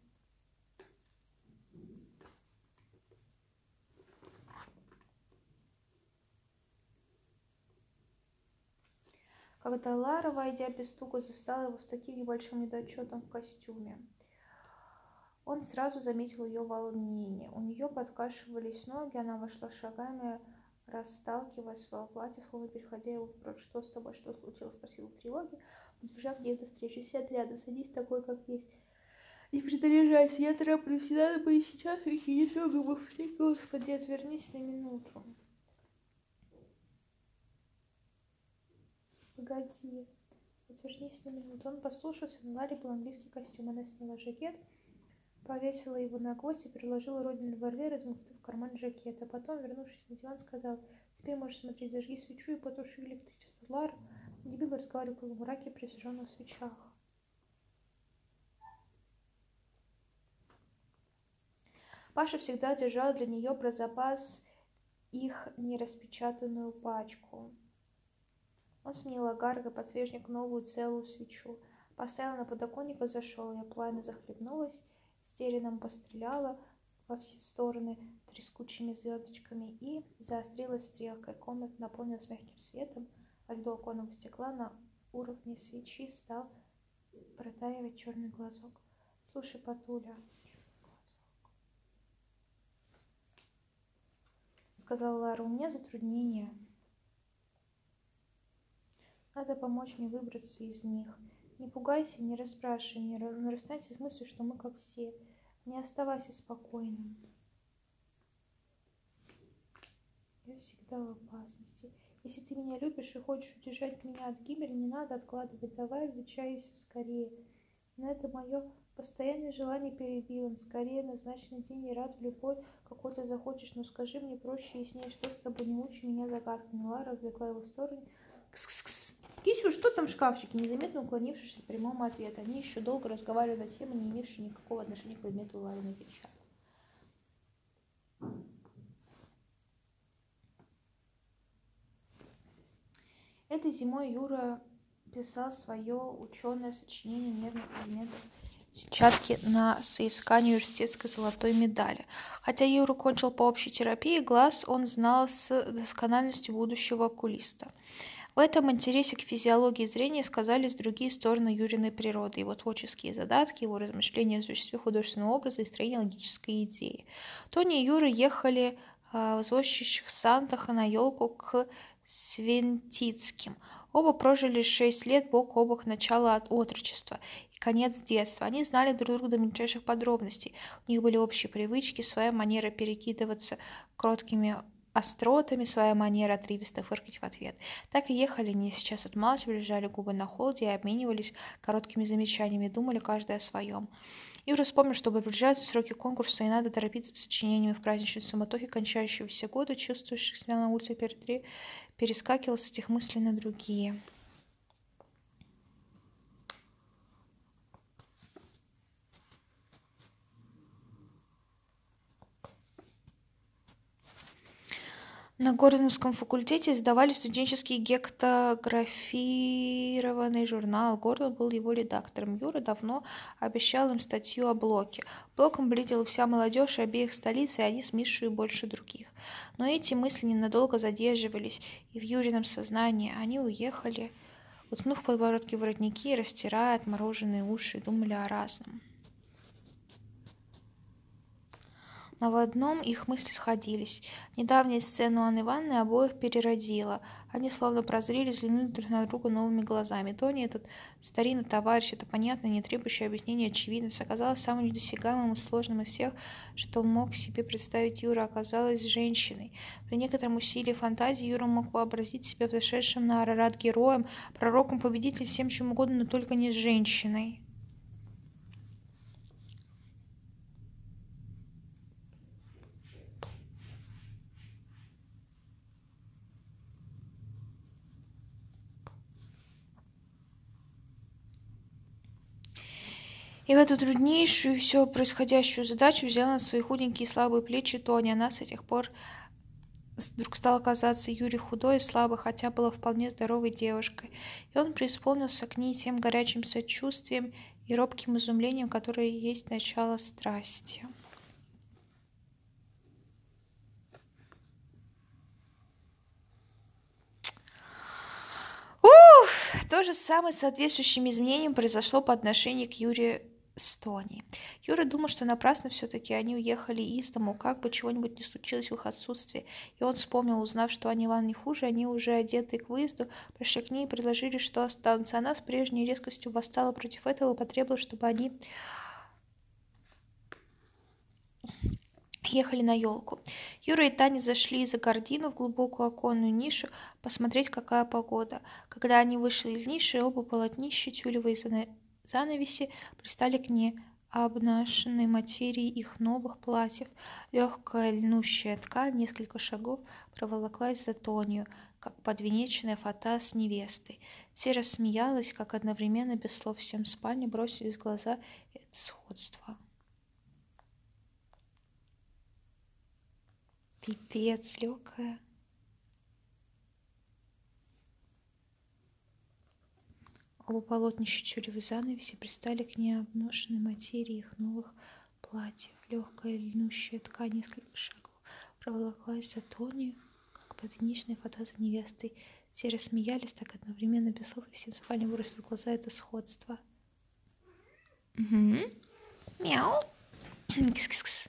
Speaker 2: Когда Лара, войдя без стука, застала его с таким небольшим недочетом в костюме, он сразу заметил ее волнение. У нее подкашивались ноги, она вошла шагами, расталкивая свое платье, словно переходя его впрочь. «Что с тобой? Что случилось?» — спросила в тревоге, подбежав к ней навстречу. «Сядь рядом, садись такой, как есть. Не приближайся, я тороплюсь, и надо бы и сейчас уйти, не трогай муфты. Господи, отвернись на минуту». «Погоди, отвернись на минуту». Он послушался, на Ларе был английский костюм. Она сняла жакет, повесила его на гвоздь и переложила Родин револьвер из муфты в карман жакета. Потом, вернувшись на диван, сказала: «Теперь можешь смотреть, зажги свечу и потуши электричество». Лара
Speaker 1: Дебилы разговаривали в полумраке при зажженных свечах. Паша всегда держал для нее про запас их нераспечатанную пачку. Он сменил огарок и подсвечник новую целую свечу. Поставил на подоконник и зашел. Я пламя захлебнулась, стереном постреляла во все стороны трескучими звездочками и заострилась стрелкой. Комната наполнилась мягким светом, а льду оконного стекла на уровне свечи стал протаивать черный глазок. Слушай, Патуля, сказала Лара, у меня затруднения. Надо помочь мне выбраться из них. Не пугайся, не расспрашивай, не расстанься с мыслью, что мы как все. Не оставайся спокойным. Я всегда в опасности. Если ты меня любишь и хочешь удержать меня от гибели, не надо откладывать. Давай отвечайся скорее. Но это мое постоянное желание, перебил он. Скорее назначенный день и рад в любой, какой ты захочешь. Но скажи мне проще и яснее, что с тобой, не мучай меня загадками. Лара развлекла его в сторону. Кс-кс-кс. Кисю, что там в шкафчике? Незаметно уклонившись от прямого ответа. Они еще долго разговаривали на темы, не имевшие никакого отношения к предмету Лариной печали. Этой зимой Юра писал свое ученое сочинение нервных элементов сетчатки на соискание университетской золотой медали. Хотя Юра кончил по общей терапии, глаз он знал с доскональностью будущего окулиста. В этом интересе к физиологии зрения сказались другие стороны Юриной природы, его творческие задатки, его размышления о существе художественного образа и строения логической идеи. Тони и Юра ехали э, в извозчичьих сантах на елку к Свентицким. Оба прожили шесть лет бок о бок начала от отрочества и конец детства. Они знали друг друга до мельчайших подробностей. У них были общие привычки, своя манера перекидываться кроткими остротами, своя манера отрывисто фыркать в ответ. Так и ехали они сейчас отмалчивали, сжали губы на холоде и обменивались короткими замечаниями, думали каждый о своем. Юра вспомнил, что приближаются сроки конкурса, и надо торопиться с сочинениями в праздничной суматохе кончающегося года, чувствующихся на улице перед перескакивал с этих мыслей на другие. На Гордоновском факультете издавали студенческий гектографированный журнал. Гордон был его редактором. Юра давно обещал им статью о Блоке. Блоком бредила вся молодежь обеих столиц, и они с Мишей больше других. Но эти мысли ненадолго задерживались, и в Юрином сознании они уехали, уткнув подбородки в воротники, растирая отмороженные уши, думали о разном. Но в одном их мысли сходились. Недавняя сцена у Анны Ивановны обоих переродила. Они словно прозрели, взглянули друг на друга новыми глазами. Тони, этот старинный товарищ, это понятно, не требующее объяснения очевидность, оказалась самым недосягаемым и сложным из всех, что мог себе представить Юра, оказалась женщиной. При некотором усилии фантазии Юра мог вообразить себя взошедшим на Арарат героем, пророком, победителем, всем чем угодно, но только не с женщиной. И в эту труднейшую все происходящую задачу взяла на свои худенькие и слабые плечи Тони. Она с тех пор вдруг стала казаться Юре худой и слабой, хотя была вполне здоровой девушкой. И он преисполнился к ней тем горячим сочувствием и робким изумлением, которое есть начало страсти. Ух! То же самое с соответствующим изменением произошло по отношению к Юре с Тони. Юра думал, что напрасно все-таки они уехали из дому, как бы чего-нибудь не случилось в их отсутствии. И он вспомнил, узнав, что Анне Ивановне не хуже, они уже одеты к выезду, пришли к ней и предложили, что останутся. Она с прежней резкостью восстала против этого и потребовала, чтобы они ехали на елку. Юра и Таня зашли за гардину в глубокую оконную нишу посмотреть, какая погода. Когда они вышли из ниши, оба полотнища тюлевые занавеси пристали к обнаженной материи их новых платьев. Легкая льнущая ткань несколько шагов проволоклась за Тонью, как подвенечная фата с невестой. Все рассмеялась, как одновременно, без слов всем в спальне бросились в глаза это сходство. Пипец, легкая. Оба полотнища тюлевой занавеси пристали к необношенной материи их новых платьев. Легкая льнущая ткань несколько шагов проволоклась за Тонью, как подвенечная фата за невестой. Все рассмеялись так одновременно, без слов, и всем в спальне бросились в глаза это сходство. Угу. Мяу. Кис-кис-кис.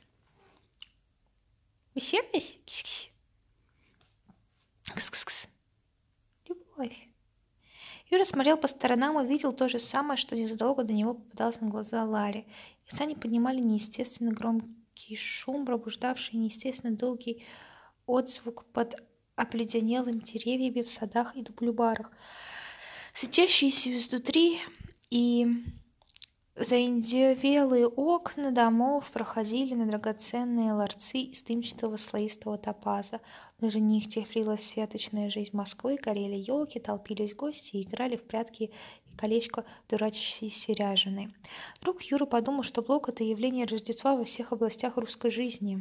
Speaker 1: Уселись? Кис-кис. Кис-кис-кис. Любовь. Юра смотрел по сторонам и видел то же самое, что незадолго до него попадалось на глаза Ларе. Их сани поднимали неестественно громкий шум, пробуждавший неестественно долгий отзвук под обледенелыми деревьями в садах и дублюбарах. Светящиеся изнутри и заиндевелые окна домов проходили на драгоценные ларцы из дымчатого слоистого топаза. Внутри них теплилась светочная жизнь Москвы, горели елки, толпились гости и играли в прятки и колечко дурачащиеся ряженые. Вдруг Юра подумал, что блок — это явление Рождества во всех областях русской жизни.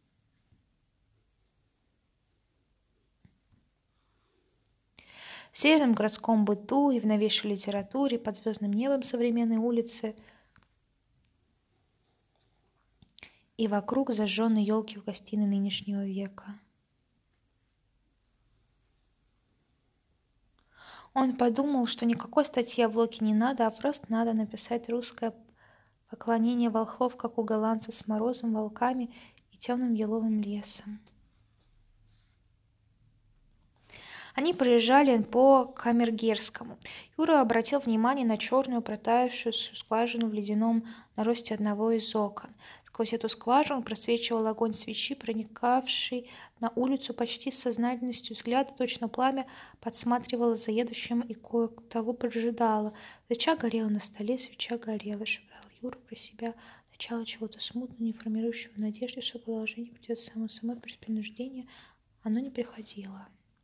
Speaker 1: В северном городском быту и в новейшей литературе, под звездным небом современной улицы и вокруг зажженной елки в гостиной нынешнего века. Он подумал, что никакой статьи о блоке не надо, а просто надо написать русское поклонение волхвов, как у голландцев, с морозом, волками и темным еловым лесом. Они проезжали по Камергерскому. Юра обратил внимание на черную протаявшую скважину в ледяном наросте одного из окон. Сквозь эту скважину просвечивал огонь свечи, проникавший на улицу почти с сознательностью взгляда, точно пламя подсматривало за едущим и кое-того поджидало. Свеча горела на столе, свеча горела, шептал Юра про себя. Начало чего-то смутного, не формирующего надежды, что положение придет само собой без принуждения, оно не приходило.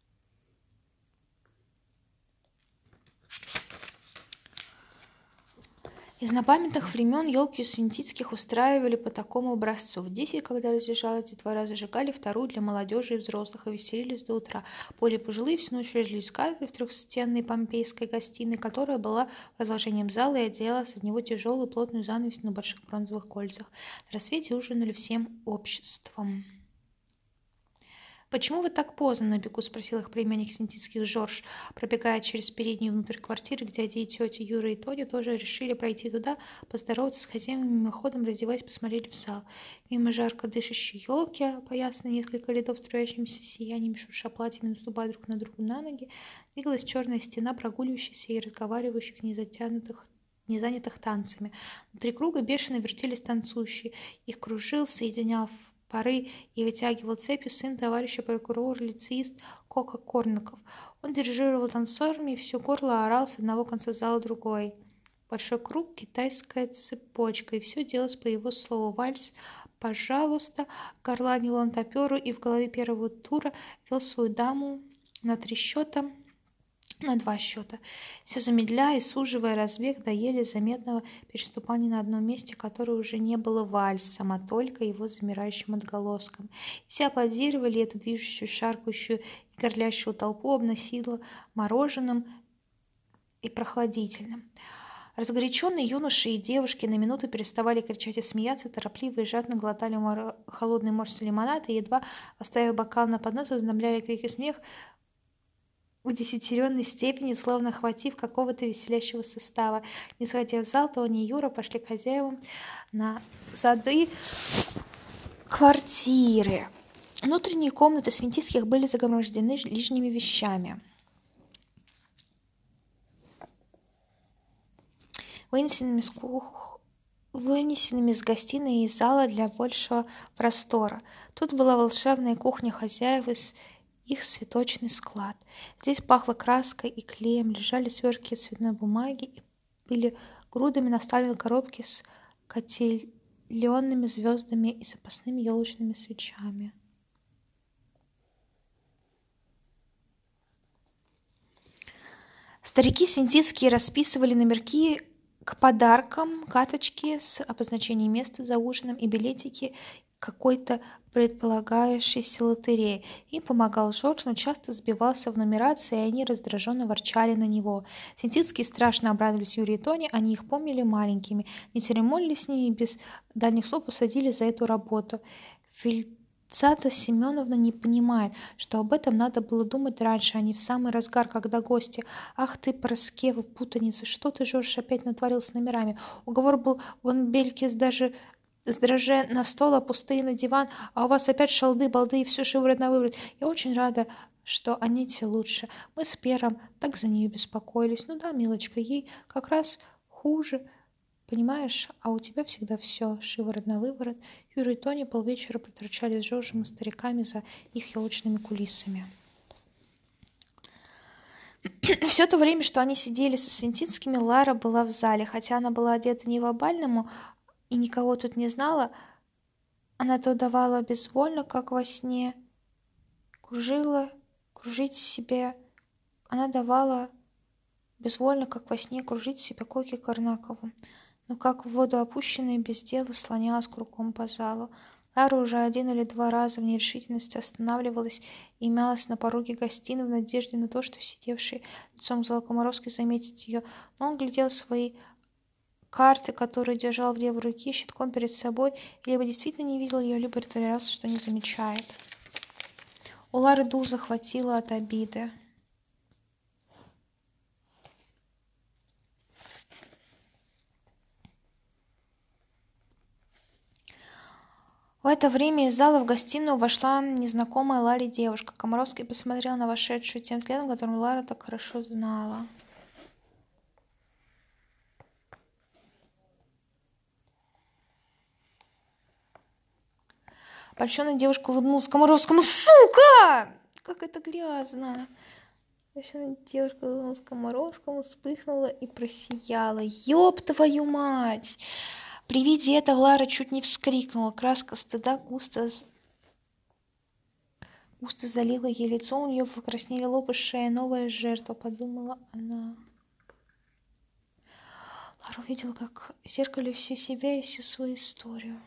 Speaker 1: Из напамятных времен елки у Свинтицких устраивали по такому образцу. В десять, когда разъезжалась детвора, зажигали вторую для молодежи и взрослых и веселились до утра. Более пожилые всю ночь лежались в кадре в трехстенной помпейской гостиной, которая была продолжением зала и отделалась от него тяжелую плотную занавесью на больших бронзовых кольцах. На рассвете ужинали всем обществом. «Почему вы так поздно на бегу?» — спросил их племянник Свинтицких Жорж, пробегая через переднюю внутрь квартиры, где дяди и тети Юра и Тоня тоже решили пройти туда, поздороваться с хозяевами, мимоходом раздеваясь, посмотрели в зал. Мимо жарко дышащей елки, опоясанной несколько рядов струящимися сияниями, шурша платьями, наступая друг на другу на ноги, двигалась черная стена прогуливающихся и разговаривающих незатянутых незанятых танцами. Внутри круга бешено вертелись танцующие. Их кружил, соединял пары и вытягивал цепью сын товарища прокурор-лицеист Кока Корнаков. Он дирижировал танцорами и все горло орал с одного конца зала другой. Большой круг, китайская цепочка, и все делалось по его слову. Вальс, пожалуйста, горланил он топеру и в голове первого тура вел свою даму на три счета, на два счета, все замедляя и суживая разбег до еле заметного переступания на одном месте, которое уже не было вальсом, а только его замирающим отголоском. Все аплодировали эту движущую, шаркающую и горлящую толпу, обносило мороженым и прохладительным. Разгоряченные юноши и девушки на минуту переставали кричать и смеяться, торопливо и жадно глотали мор... холодный морс лимонада и, едва оставив бокал на поднос, возобновляли крик и смех в удесятеренной степени, словно охватив какого-то веселящего состава. Не сходя в зал, Тоня и Юра пошли к хозяевам на зады квартиры. Внутренние комнаты Свинтицких были загромождены лишними вещами, вынесенными с кух... вынесенными с гостиной и из зала для большего простора. Тут была волшебная кухня хозяев из их цветочный склад. Здесь пахло краской и клеем, лежали свертки цветной бумаги и были грудами наставлены коробки с котеленными звездами и запасными елочными свечами. Старики Свинтицкие расписывали номерки к подаркам, карточки с обозначением места за ужином и билетики какой-то предполагающейся лотереи. Им помогал Жорж, но часто сбивался в нумерации, и они раздраженно ворчали на него. Свинтицкие страшно обрадовались Юрию и Тоне, они их помнили маленькими, не церемонили с ними и без дальних слов усадили за эту работу. Фельдцата Семеновна не понимает, что об этом надо было думать раньше, а не в самый разгар, когда гости. Ах ты, Параскева, путаница, что ты, Жорж, опять натворил с номерами? Уговор был вон Белькис даже с дрожже на стол, а пустые на диван, а у вас опять шалды-балды и все шиворот на выворот. Я очень рада, что Анете лучше. Мы с Пером так за нее беспокоились. Ну да, милочка, ей как раз хуже. Понимаешь, а у тебя всегда все шиворот на выворот. Юра и Тони полвечера проторчали с Жоржем и стариками за их елочными кулисами. Все то время, что они сидели со Свинтицкими, Лара была в зале. Хотя она была одета не по-бальному и никого тут не знала, она то давала безвольно, как во сне, кружила, кружить себе. Она давала безвольно, как во сне, кружить себе Коке Корнакову. Но как в воду опущенная без дела слонялась кругом по залу. Лара уже один или два раза в нерешительности останавливалась и мялась на пороге гостиной в надежде на то, что сидевший лицом к залу Комаровский заметит ее. Но он глядел свои карты, которые держал в левой руке, щитком перед собой, и либо действительно не видел ее, либо притворялся, что не замечает. У Лары дух захватило от обиды. В это время из зала в гостиную вошла незнакомая Ларе девушка. Комаровский посмотрел на вошедшую тем взглядом, которым Лара так хорошо знала. Польщенная девушка улыбнулась Комаровскому. «Сука! Как это грязно!» Польщенная девушка улыбнулась Комаровскому, вспыхнула и просияла. «Ёб твою мать!» При виде этого Лара чуть не вскрикнула. Краска стыда густо, густо залила ей лицо, у нее покраснели лоб и шея. Новая жертва, подумала она. Лара увидела, как в зеркале всю себя и всю свою историю.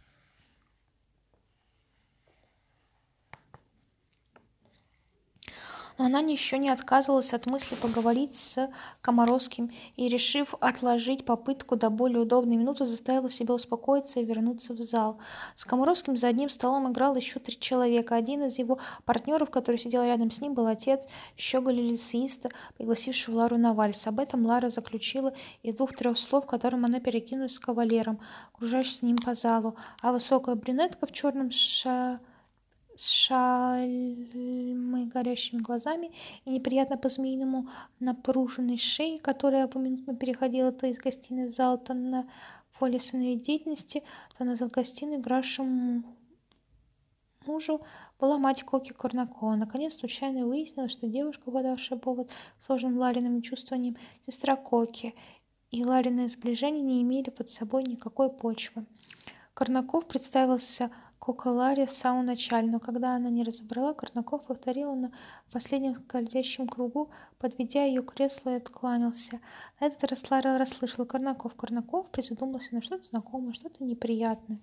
Speaker 1: Но она еще не отказывалась от мысли поговорить с Комаровским и, решив отложить попытку до более удобной минуты, заставила себя успокоиться и вернуться в зал. С Комаровским за одним столом играл еще три человека. Один из его партнеров, который сидел рядом с ним, был отец щеголя-лицеиста, пригласившего Лару на вальс. Об этом Лара заключила из двух-трех слов, которым она перекинулась с кавалером, кружась с ним по залу. А высокая брюнетка в черном ша... с шальмой горящими глазами и неприятно по-змеиному напруженной шеей, которая поминутно переходила то из гостиной в зал, то на поле своей деятельности, то назад гостиной, игравшему мужу, была мать Коки Корнакова. Наконец, случайно выяснилось, что девушка, подавшая повод сложным Лариным чувствованием, сестра Коки, и Ларины сближения не имели под собой никакой почвы. Корнаков представился Кока Ларе в самом начале, но когда она не разобрала, Корнаков повторил на последнем скользящем кругу, подведя ее к креслу, и откланялся. На этот раз Лара расслышала «Корнаков, Корнаков», призадумался на что-то знакомое, что-то неприятное.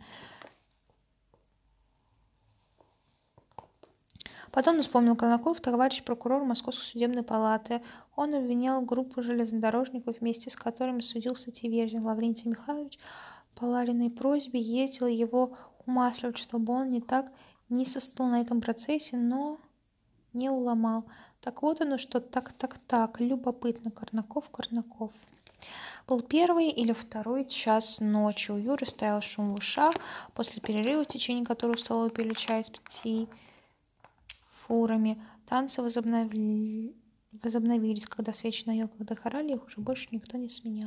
Speaker 1: Потом вспомнил Корнаков, товарищ прокурор Московской судебной палаты. Он обвинял группу железнодорожников, вместе с которыми судился Тиверзин. Лаврентий Михайлович по Лариной просьбе ездил его умасливать, чтобы он не так не состоял на этом процессе, но не уломал. Так вот оно что, так-так-так, любопытно, Корнаков, Корнаков. Был первый или второй час ночи. У Юры стоял шум в ушах. После перерыва, в течение которого в столовой пили чай с пяти фурами, танцы возобновили... возобновились, когда свечи на елках догорали, их уже больше никто не сменял.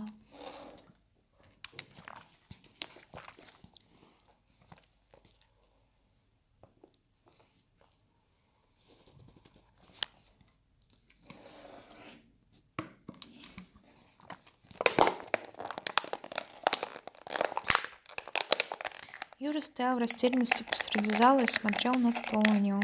Speaker 1: Юра стоял в растерянности посреди зала и смотрел на Тоню,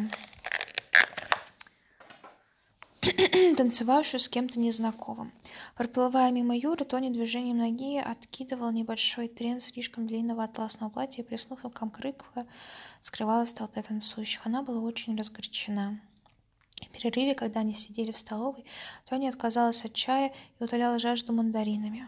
Speaker 1: танцевавшую с кем-то незнакомым. Проплывая мимо Юры, Тоня движением ноги откидывала небольшой трен слишком длинного атласного платья и, приснув к рыкве, скрывалась в толпе танцующих. Она была очень разгорячена. В перерыве, когда они сидели в столовой, Тоня отказалась от чая и утоляла жажду мандаринами,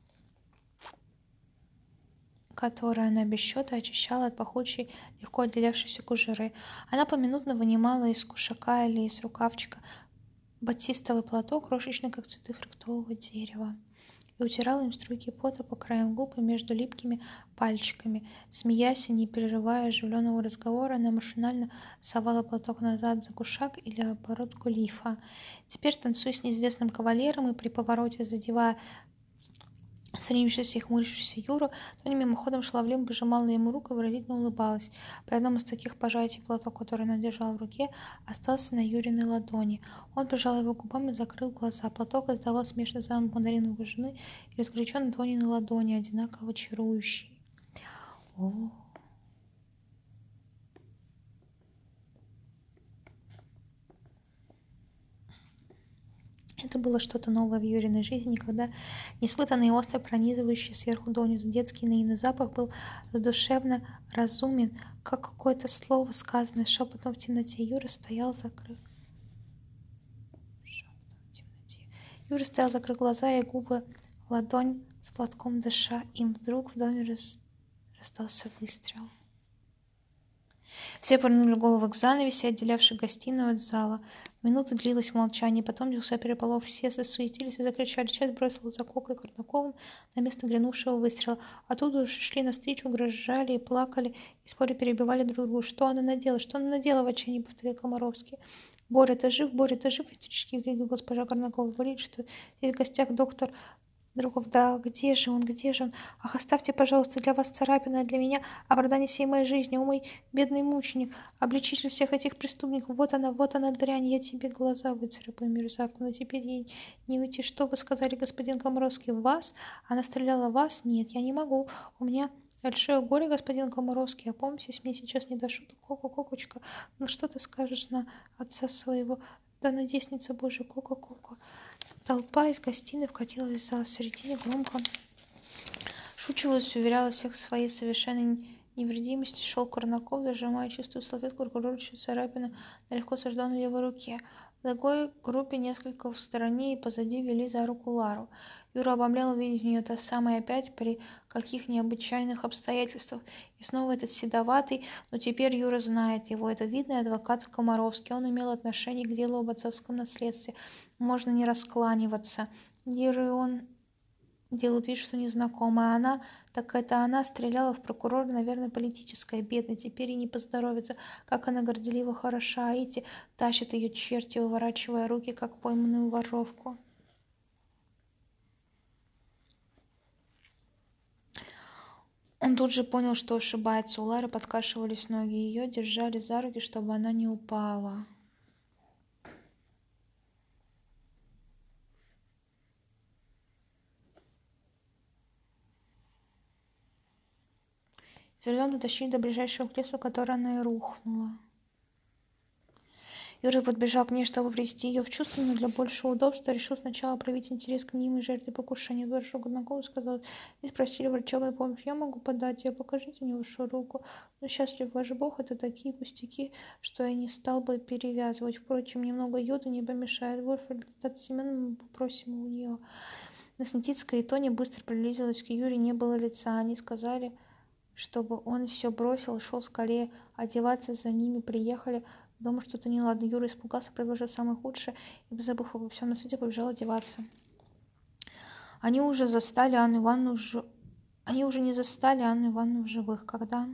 Speaker 1: которые она без счета очищала от пахучей, легко отделявшейся кожуры. Она поминутно вынимала из кушака или из рукавчика батистовый платок, крошечный, как цветы фруктового дерева, и утирала им струйки пота по краям губ и между липкими пальчиками. Смеясь и не прерывая оживленного разговора, она машинально совала платок назад за кушак или оборотку лифа. Теперь, танцуя с неизвестным кавалером и при повороте задевая стремившийся и хмурившийся Юру, Тоня мимоходом шаловливо пожимала ему руку и выразительно улыбалась. При одном из таких пожатий платок, который она держала в руке, остался на Юриной ладони. Он прижал его губами и закрыл глаза. Платок издавал смешный запах мандариновой жены и разгоряченной Тониной ладони, одинаково чарующий. О! Это было что-то новое в Юриной жизни, никогда не испытанный и остро пронизывающий сверху донизу. Детский наивный запах был задушевно разумен, как какое-то слово, сказанное шепотом в темноте. Юра стоял, закрыв... Юра стоял, закрыв глаза и губы, ладонь с платком дыша. Им вдруг в доме раз... раздался выстрел. Все повернули головы к занавеси, отделявшей гостиную от зала. Минуту длилось молчание, потом начался переполох, все засуетились и закричали. Часть бросила за Кокой Корнаковым на место грянувшего выстрела. Оттуда уже шли навстречу, угрожали и плакали, и споря перебивали друг друга. «Что она надела? Что она надела?» — в отчаянии повторил Комаровский. «Боря, ты жив? Боря, ты жив?» — истерически крикнула госпожа Корнакова. «Говорит, что здесь в гостях доктор Другов, да где же он, где же он? Ах, оставьте, пожалуйста, для вас царапина, а для меня оправдание всей моей жизни. О, мой бедный мученик, обличитель всех этих преступников. Вот она, вот она, дрянь, я тебе глаза выцарапаю, мерзавку, но теперь ей не уйти. Что вы сказали, господин Комаровский? Вас? Она стреляла в вас? Нет, я не могу. У меня большое горе, господин Комаровский. Опомнитесь, мне сейчас не до шуток. Кока, Кокочка, ну что ты скажешь на отца своего? Да на десница Божия, Кока, Кока. Толпа из гостиной вкатилась в зал. В середине громко шучивалась, уверяла всех в своей совершенной невредимости. Шел Корнаков, зажимая чистую салфетку, рукорочью царапину на легко сожженной его руке. В другой группе несколько в стороне и позади вели за руку Лару. Юра обомлел увидеть в нее та самая опять при каких необычайных обстоятельствах. И снова этот седоватый, но теперь Юра знает его. Это видный адвокат Комаровский. Он имел отношение к делу об отцовском наследстве. Можно не раскланиваться. Юра и он делают вид, что незнакомая. А она, так это она стреляла в прокурора, наверное, политическая, бедная. Теперь и не поздоровится. Как она горделиво хороша. А эти тащат ее черти, выворачивая руки, как пойманную воровку. Он тут же понял, что ошибается. У Лары подкашивались ноги. Ее держали за руки, чтобы она не упала. С трудом дотащили до ближайшего леса, в который она и рухнула. Юра подбежал к ней, чтобы привести ее в чувство, но для большего удобства решил сначала проявить интерес к мнимой жертве покушения. Доктор Корнаков сказал: «Вы спросили врачебную помощь, я могу подать ее, покажите мне вашу руку. Но счастлив ваш Бог, это такие пустяки, что я не стал бы перевязывать. Впрочем, немного йода не помешает. Вольфа Семеновна, мы попросим у нее». Наснетицкая и Тоня быстро приблизилась к Юре, не было лица. Они сказали, чтобы он все бросил и шел скорее одеваться, за ними приехали. Дома что-то неладно. Юра испугался, предложил самое худшее и, забыв обо всем на свете, побежал одеваться. Они уже застали Анну Ивановну в ж... Они уже не застали Анну Ивановну в живых, когда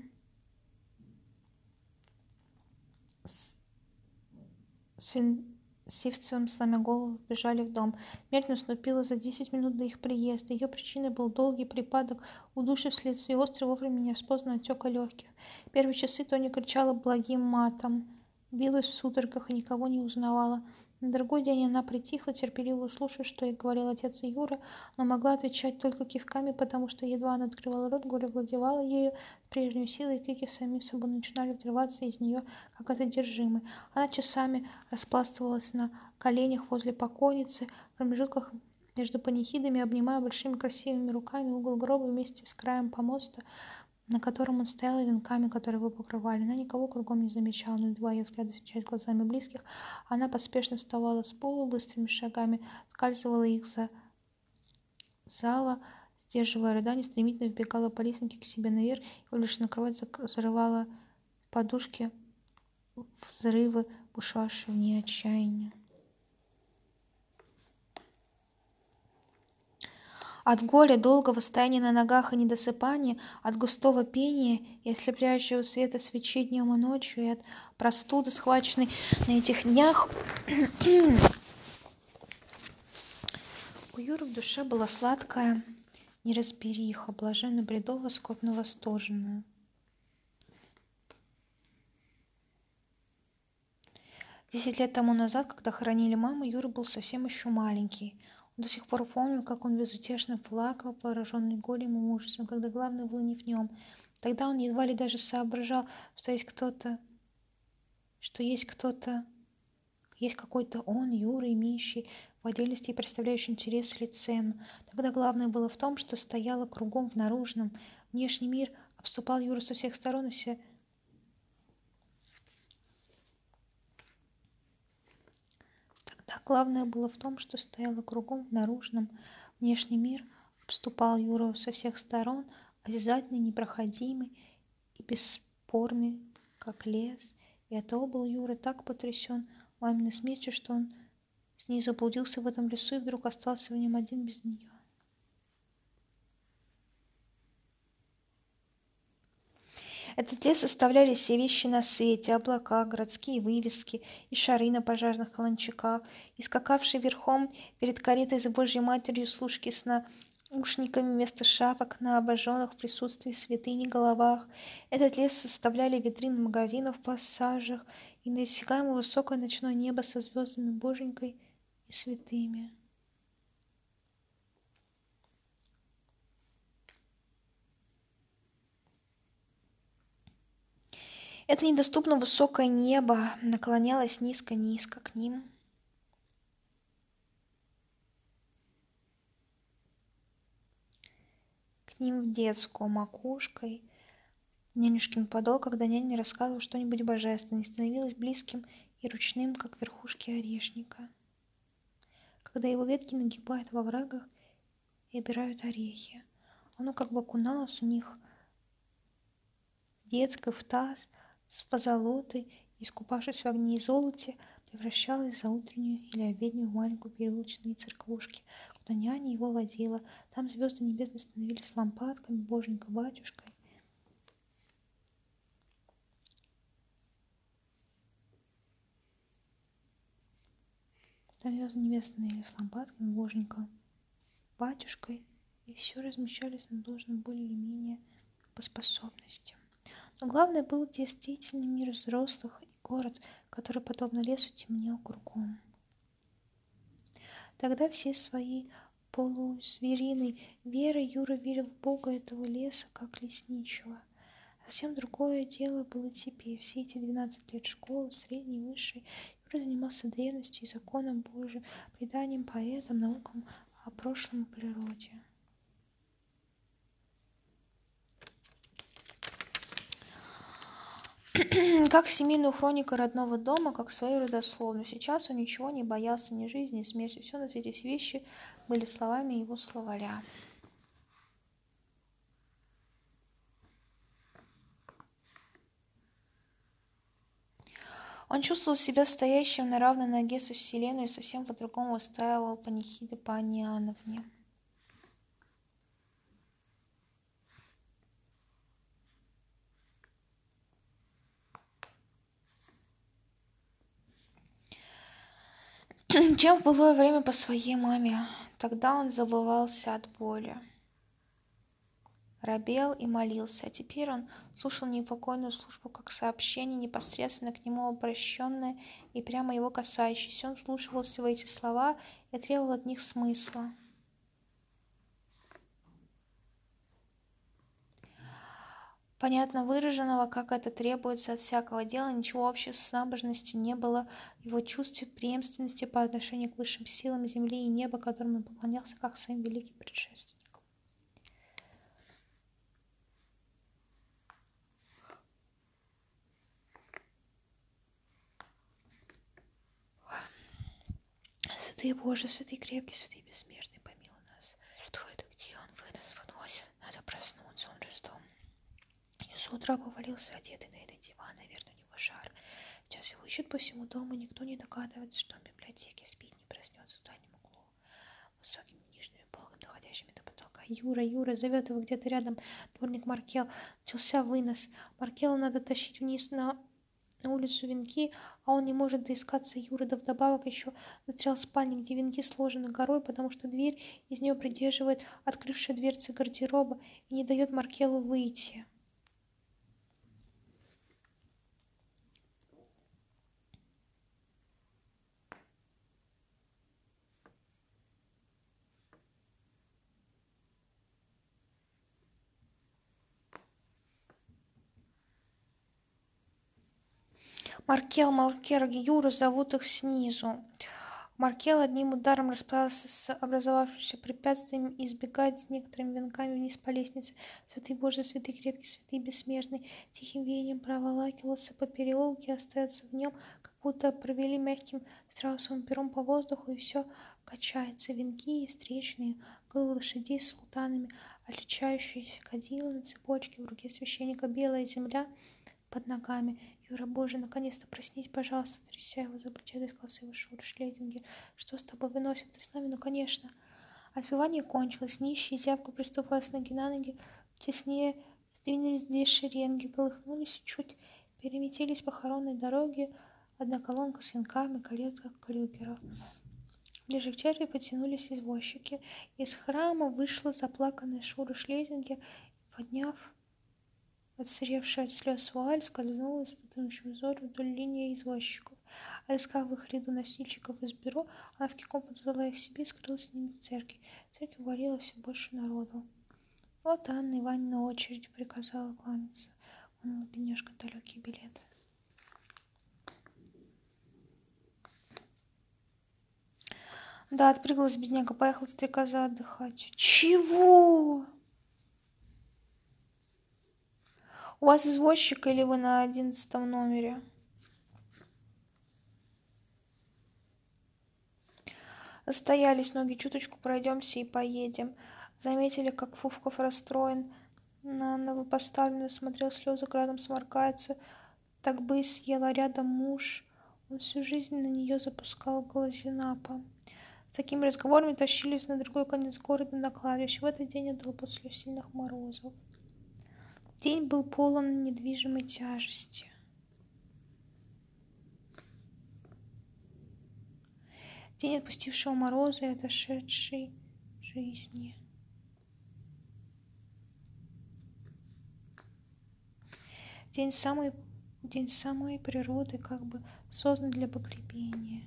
Speaker 1: с, с Вин... Сивцевым, сломя голову, бежали в дом. Смерть наступила за десять минут до их приезда. Ее причиной был долгий припадок удушья вследствие острого вовремя нераспознанного отека легких. В первые часы Тоня кричала благим матом, билась в судорогах и никого не узнавала. На другой день она притихла, терпеливо слушая, что ей говорил отец Юра, но могла отвечать только кивками, потому что едва она открывала рот, горе владевало ею с прежней силой, и крики сами собой начинали вырываться из нее, как от одержимой. Она часами распластывалась на коленях возле покойницы, в промежутках между панихидами, обнимая большими красивыми руками угол гроба вместе с краем помоста, на котором он стоял, и венками, которые его покрывали. Она никого кругом не замечала, но едва ее взгляды встречались глазами близких, она поспешно вставала с пола, быстрыми шагами скальзывала их за зала, сдерживая рыдание, стремительно вбегала по лестнице к себе наверх и, лишь на кровать, зарывала подушки, взрывы, бушевавшие в ней отчаяния. От горя, долгого стояния на ногах и недосыпания, от густого пения и ослепляющего света свечей днем и ночью, и от простуды, схваченной на этих днях, у Юры в душе была сладкая неразбериха, блаженно-бредово, скотно-восторженная. Десять лет тому назад, когда хоронили маму, Юра был совсем еще маленький. Он до сих пор помнил, как он безутешно плакал, пораженный горем и ужасом, когда главное было не в нем. Тогда он едва ли даже соображал, что есть кто-то, что есть кто-то, есть какой-то он, Юра, имеющий в отдельности и представляющий интерес или цену. Тогда главное было в том, что стояло кругом в наружном. Внешний мир обступал Юру со всех сторон, и все... Тогда главное было в том, что стояло кругом в наружном. Внешний мир обступал Юру со всех сторон, осязательный, непроходимый и бесспорный, как лес. И оттого был Юра так потрясен маминой смертью, что он с ней заблудился в этом лесу и вдруг остался в нем один без нее. Этот лес составляли все вещи на свете: облака, городские вывески и шары на пожарных каланчаках, и скакавшие верхом перед каретой за Божьей Матерью служки с наушниками вместо шапок на обожженных в присутствии святыни головах. Этот лес составляли витрины магазинов в пассажах и неиссякаемо высокое ночное небо со звездами Боженькой и святыми. Это недоступно высокое небо наклонялось низко-низко к ним. К ним в детскую макушкой, нянюшкин подол, когда няня рассказывала что-нибудь божественное, и становилось близким и ручным, как верхушки орешника. Когда его ветки нагибают во врагах и обирают орехи, оно как бы окуналось у них детской в таз с позолотой и, искупавшись в огне и золоте, превращалась за утреннюю или обеднюю в маленькую переулочную церквушки, куда няня его водила. Там звезды небесные становились лампадками, Боженька-батюшкой. Там звезды небесные становились лампадками, Боженька-батюшкой, и все размещались на должном более или менее по способностям. Но главное был действительный мир взрослых и город, который, подобно лесу, темнел кругом. Тогда все своей полузвериной верой Юра верил в Бога этого леса, как лесничего. Совсем другое дело было теперь. Все эти двенадцать лет школы, средней, высшей, Юра занимался древностью и законом Божьим, преданием поэтам, наукам о прошлом и природе. Как семейную хронику родного дома, как свою родословную. Сейчас он ничего не боялся, ни жизни, ни смерти. Все на свете, все вещи были словами его словаря. Он чувствовал себя стоящим на равной ноге со Вселенной и совсем по-другому выстраивал панихиды по Анне Иоанновне. Чем в былое время по своей маме. Тогда он забывался от боли. робел и молился, а теперь он слушал неупокойную службу как сообщение, непосредственно к нему обращенное и прямо его касающееся. Он вслушивался в эти слова и требовал от них смысла. Понятно выраженного, как это требуется от всякого дела, ничего общего с набожностью не было в его чувстве преемственности по отношению к высшим силам земли и неба, которым он поклонялся как своим великим предшественникам. Святый Боже, святый крепкий, святый бессмертный, помилуй нас. Твой это где он выносит? Надо проснуться, он же с дом. И с утра повалился одетый на этот диван, наверное, у него жар. Сейчас его ищут по всему дому, никто не догадывается, что он в библиотеке спит, не проснется в дальнем углу, высокими нижними полками, доходящими до потолка. Юра, Юра, зовет его где-то рядом дворник Маркел. Начался вынос. Маркелу надо тащить вниз на, на улицу венки, а он не может доискаться Юры, да вдобавок еще застрял в спальне, где венки сложены горой, потому что дверь из нее придерживает открывшая дверцы гардероба и не дает Маркелу выйти. Маркел, Маркер, Юра зовут их снизу. Маркел одним ударом расправился с образовавшимся препятствием и избегает с некоторыми венками вниз по лестнице. Святый Боже, святый крепкий, святый бессмертный, тихим веянием проволакивался по переулке, остается в нем, как будто провели мягким страусовым пером по воздуху, и все качается. Венки и встречные, головы лошадей с султанами, отличающиеся кадила на цепочке, в руке священника белая земля под ногами. Юра, Боже, наконец-то проснись, пожалуйста, тряся его за плечо, доискался его Шура Шлейдингер. Что с тобой выносит? Ты с нами? Ну, конечно. Отпевание кончилось. Нищие, зябко приступая с ноги на ноги, теснее сдвинулись две шеренги, колыхнулись чуть, переметились похоронной дороги, одна колонка с венками, калетка клюкеров. Ближе к черви потянулись извозчики. Из храма вышла заплаканная Шура Шлейдингер и, подняв отсыревшая от слез вуаль, скользнула испытывающим взором вдоль линии извозчиков. Отыскав в их ряду носильщиков из бюро, она в киком подозвала их себе и скрылась с ними в церкви. В церкви варило все больше народу. Вот Анна Ивановна очередь приказала кланяться. Унула бедняжка далекий билет. Да, отпрыгалась бедняга, поехала стрекоза отдыхать. Чего? У вас извозчик или вы на одиннадцатом номере? Стоялись ноги, чуточку пройдемся и поедем. Заметили, как Фуфков расстроен. На новопоставленную смотрел, слезы градом сморкаются. Так бы и съела рядом муж. Он всю жизнь на нее запускал глазинапа. С такими разговорами тащились на другой конец города на кладбище. В этот день отдал после сильных морозов. День был полон недвижимой тяжести. День отпустившего мороза и отошедшей жизни. День самой, день самой природы, как бы создан для погребения.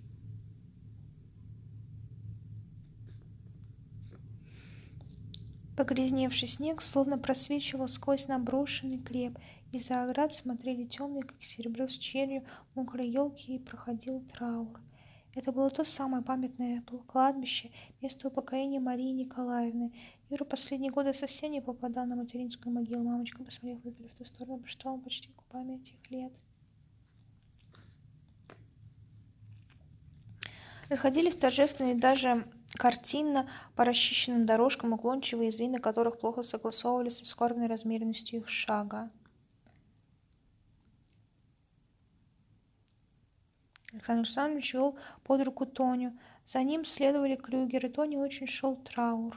Speaker 1: Погрязневший снег словно просвечивал сквозь наброшенный креп. Из-за оград смотрели темные, как серебро с черью, мокрые елки, и проходил траур. Это было то самое памятное кладбище, место упокоения Марии Николаевны. Юра последние годы совсем не попадал на материнскую могилу. Мамочка, посмотрев издали в ту сторону, прошептала почти губами этих лет. Расходились торжественно и даже картинно по расчищенным дорожкам, уклончивые извины которых плохо согласовывались со скорбной размеренностью их шага. Александр Александрович вел под руку Тоню. За ним следовали Крюгер, и Тоне очень шел траур.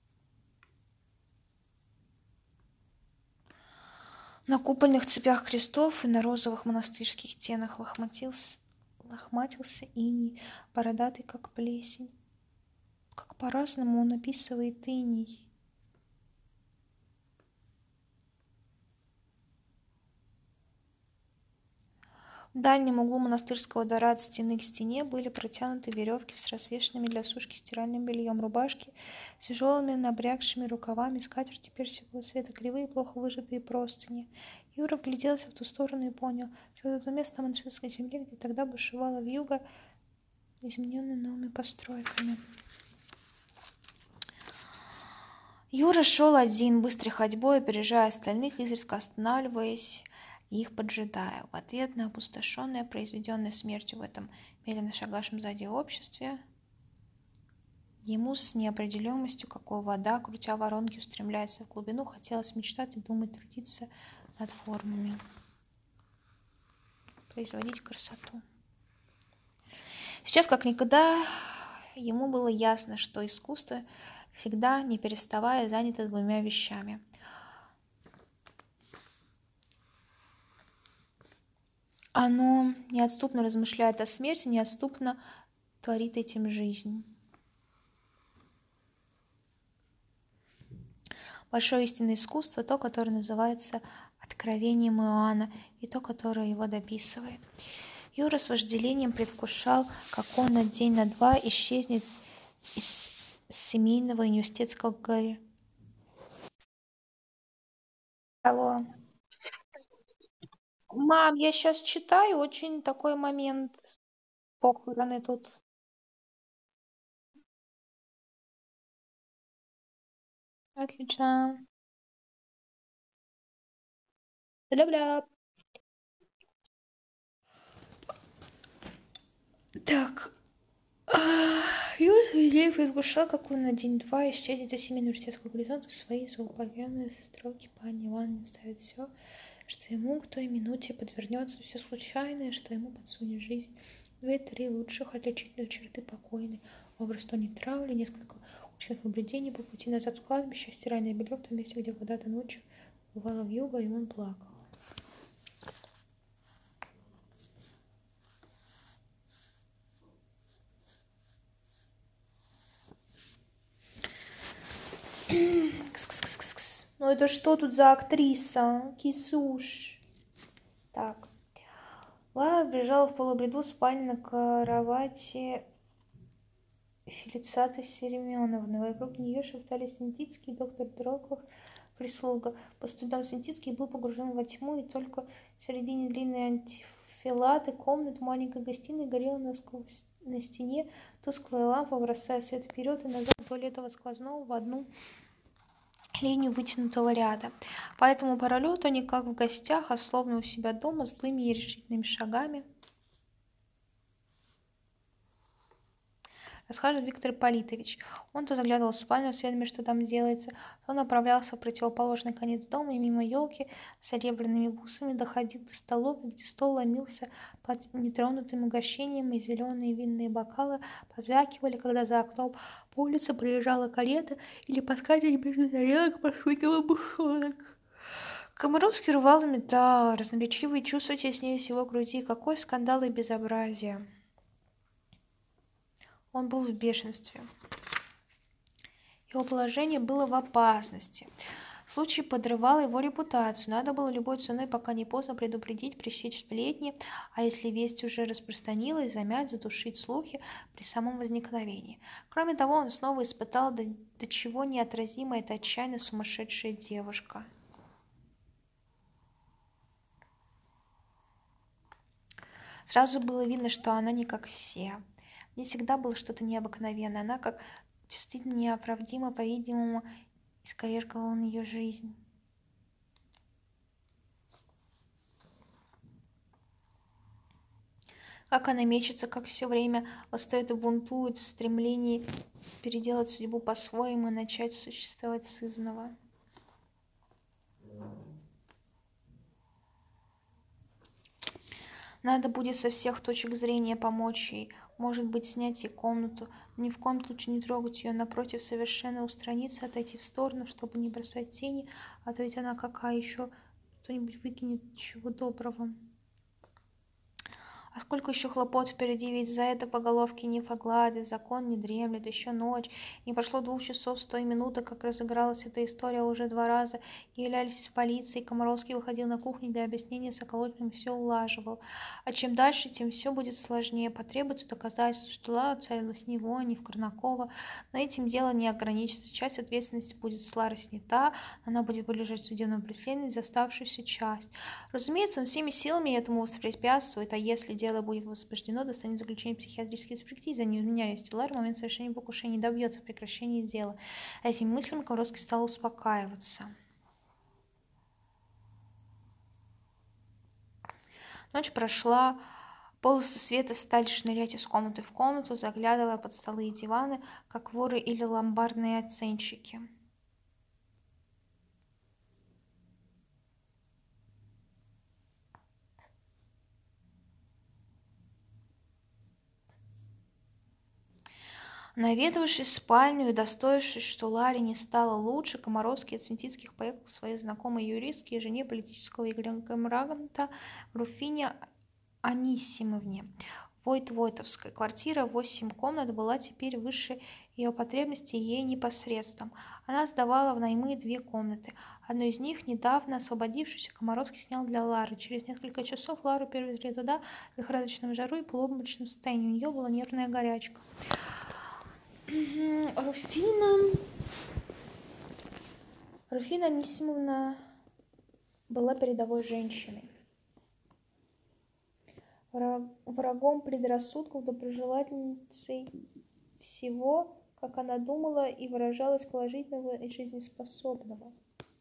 Speaker 1: На купольных цепях крестов и на розовых монастырских стенах лохматился, лохматился иней, бородатый, как плесень. Как по-разному он описывает иней. В дальнем углу монастырского двора от стены к стене были протянуты веревки с развешенными для сушки стиральным бельем, рубашки с тяжелыми набрякшими рукавами, скатерти персикового цвета, кривые, плохо выжатые простыни. Юра вгляделся в ту сторону и понял, что это то место на монастырской земле, где тогда бушевала вьюга, измененная новыми постройками. Юра шел один, быстрой ходьбой, опережая остальных, изредка останавливаясь и их поджидая. В ответ на опустошенное, произведенное смертью в этом медленно шагавшем сзади обществе, ему с неопределенностью, какой вода, крутя воронки, устремляется в глубину, хотелось мечтать и думать, трудиться над формами, производить красоту. Сейчас, как никогда, ему было ясно, что искусство всегда, не переставая, занято двумя вещами. Оно неотступно размышляет о смерти, неотступно творит этим жизнь. Большое истинное искусство, то, которое называется откровением Иоанна, и то, которое его дописывает. Юра с вожделением предвкушал, как он на день, на два исчезнет из семейного и университетского горя. Алло. Мам, я сейчас читаю, очень такой момент. Похороны тут. Отлично. Бля-бля. Так. Юрий предвкушал, как он на день-два исчезнет из семейного университетского горизонта, свои заупокоенные строки пани Ивановне ставит все, что ему к той минуте подвернется, все случайное, что ему подсунет жизнь. Две-три лучших отличительных черты покойной, образ Тони травли, несколько учных наблюдений по пути назад с кладбища, стиральное белье в том месте, где когда-то ночью бывало вьюга, и он плакал. Кс-кс-кс-кс. Ну это что тут за актриса? Кисуш. Так. Лара бежала в полубреду в спальне на кровати Фелицаты Семеновны. Вокруг нее шептались Синтицкий, доктор Дроглов, прислуга. По студам Синтицкий был погружен во тьму, и только в середине длинной антифилаты комнат маленькой гостиной горела насквозь на стене тусклая лампа, бросая свет вперед и назад вдоль этого сквозного в одну линию вытянутого ряда. По этому паралету, не как в гостях, а словно у себя дома, злыми и решительными шагами расхаживал Виктор Политович. Он то заглядывал в спальню, осведомляя, что там делается, то направлялся в противоположный конец дома и мимо елки с серебряными бусами доходил до столовой, где стол ломился под нетронутым угощением, и зеленые винные бокалы позвякивали, когда за окном по улице проезжала карета или подскакивали между тарелок пошукивал бушонок. Комаровский рвал и металл, разноречивые чувства теснились в его груди. Какой скандал и безобразие! Он был в бешенстве. Его положение было в опасности. Случай подрывал его репутацию. Надо было любой ценой, пока не поздно, предупредить, пресечь сплетни, а если весть уже распространилась, замять, задушить слухи при самом возникновении. Кроме того, он снова испытал до, до чего неотразимо эта отчаянно сумасшедшая девушка. Сразу было видно, что она не как все. В ней всегда было что-то необыкновенное. Она, как действительно неоправдимо, по-видимому, исковеркала он ее жизнь. Как она мечется, как все время восстает и бунтует в стремлении переделать судьбу по-своему и начать существовать сызнова. Надо будет со всех точек зрения помочь ей, может быть, снять ей комнату, но ни в коем случае не трогать ее, напротив, совершенно устраниться, отойти в сторону, чтобы не бросать тени, а то ведь она какая еще кто-нибудь выкинет, чего доброго. А сколько еще хлопот впереди, ведь за это по головке не погладят, закон не дремлет, еще ночь. Не прошло двух часов с той минуты, как разыгралась эта история уже два раза, являлись из полиции, Комаровский выходил на кухню для объяснения, Соколотин все улаживал. А чем дальше, тем все будет сложнее. Потребуется доказательство, что Лара целилась не в него, не в Корнакова, но этим дело не ограничится. Часть ответственности будет с Лары снята, она будет подлежать судебному преследованию за оставшуюся часть. Разумеется, он всеми силами этому воспрепятствует, а если дело будет возбуждено, достанет заключение психиатрической экспертизы о невменяемости Лары в момент совершения покушения, добьется прекращения дела. А этими мыслями Комаровский стал успокаиваться. Ночь прошла, полосы света стали шнырять из комнаты в комнату, заглядывая под столы и диваны, как воры или ломбардные оценщики. Наведавшись в спальню и удостоившись, что Ларе не стало лучше, Комаровский от Свинтицких поехал к своей знакомой юристке и жене политического игрока Руфине Анисимовне. Войт-Войтовская квартира, восемь комнат, была теперь выше ее потребностей ей непосредством. Она сдавала в наймы две комнаты. Одну из них, недавно освободившуюся, Комаровский снял для Лары. Через несколько часов Лару перевезли туда в лихорадочном жару и полуобморочном состоянии. У нее была нервная горячка. Руфина... Руфина Анисимовна была передовой женщиной. Врагом предрассудков, доброжелательницей всего, как она думала и выражалась, положительного и жизнеспособного.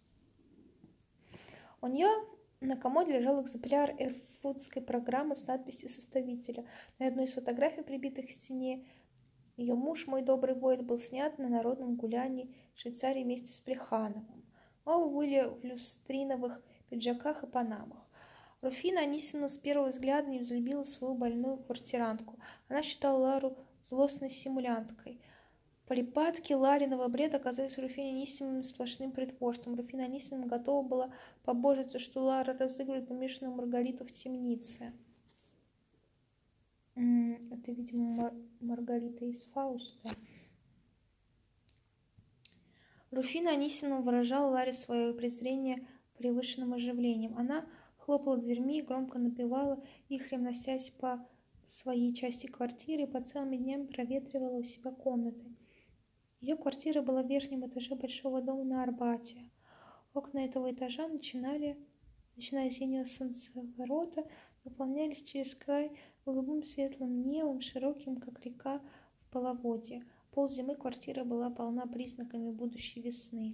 Speaker 1: У нее на комоде лежал экземпляр эрфуртской программы с надписью составителя. На одной из фотографий, прибитых к стене, ее муж, мой добрый Войт, был снят на народном гулянии в Швейцарии вместе с Плехановым. Оба были в люстриновых пиджаках и панамах. Руфина Анисимовна с первого взгляда не взлюбила свою больную квартирантку. Она считала Лару злостной симулянткой. Припадки Лариного бреда оказались Руфине Анисимовне сплошным притворством. Руфина Анисимовна готова была побожиться, что Лара разыгрывает помешанную Маргариту в темнице. Это, видимо, Мар- Маргарита из Фауста. Руфина Анисимовна выражала Ларе свое презрение превышенным оживлением. Она хлопала дверьми и громко напевала, вихрем носясь по своей части квартиры, и по целыми днями проветривала у себя комнаты. Ее квартира была в верхнем этаже большого дома на Арбате. Окна этого этажа начинали, начиная с синего солнцеворота, наполнялись через край голубым светлым небом, широким, как река в половодье. Ползимы квартира была полна признаками будущей весны.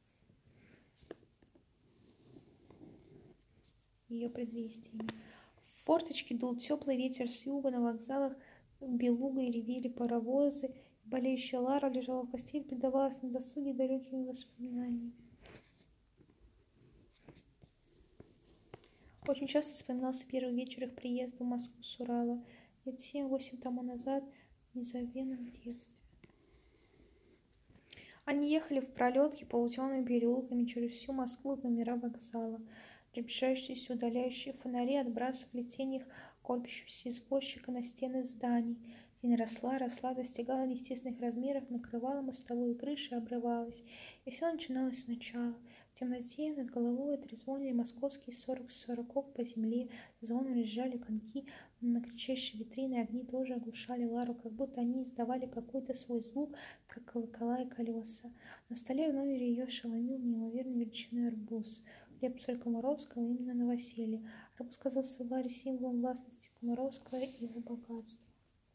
Speaker 1: Ее предвестиями. В форточке дул теплый ветер с юга, на вокзалах белугой ревели паровозы, болеющая Лара лежала в постели, предавалась на досуге далекими воспоминаниями. Очень часто вспоминался первый вечер их приезда в Москву с Урала, лет семь-восемь тому назад, в незабвенном детстве. Они ехали в пролетке полутемными переулками через всю Москву в номера вокзала. Приближающиеся удаляющие фонари отбрасывали тень их колбящегося извозчика на стены зданий. Тень росла, росла, достигала неестественных размеров, накрывала мостовую крышу и обрывалась. И все начиналось сначала. В темноте над головой трезвонили московские сорок сороков по земле, звоном лежали коньки, на кричащие витрины огни тоже оглушали Лару, как будто они издавали какой-то свой звук, как колокола и колеса. На столе в номере ее ошеломил неимоверной величиной арбуз. Хлеб соль Комаровского именно на новоселье. Арбуз казался Ларе символом властности Комаровского и его богатства.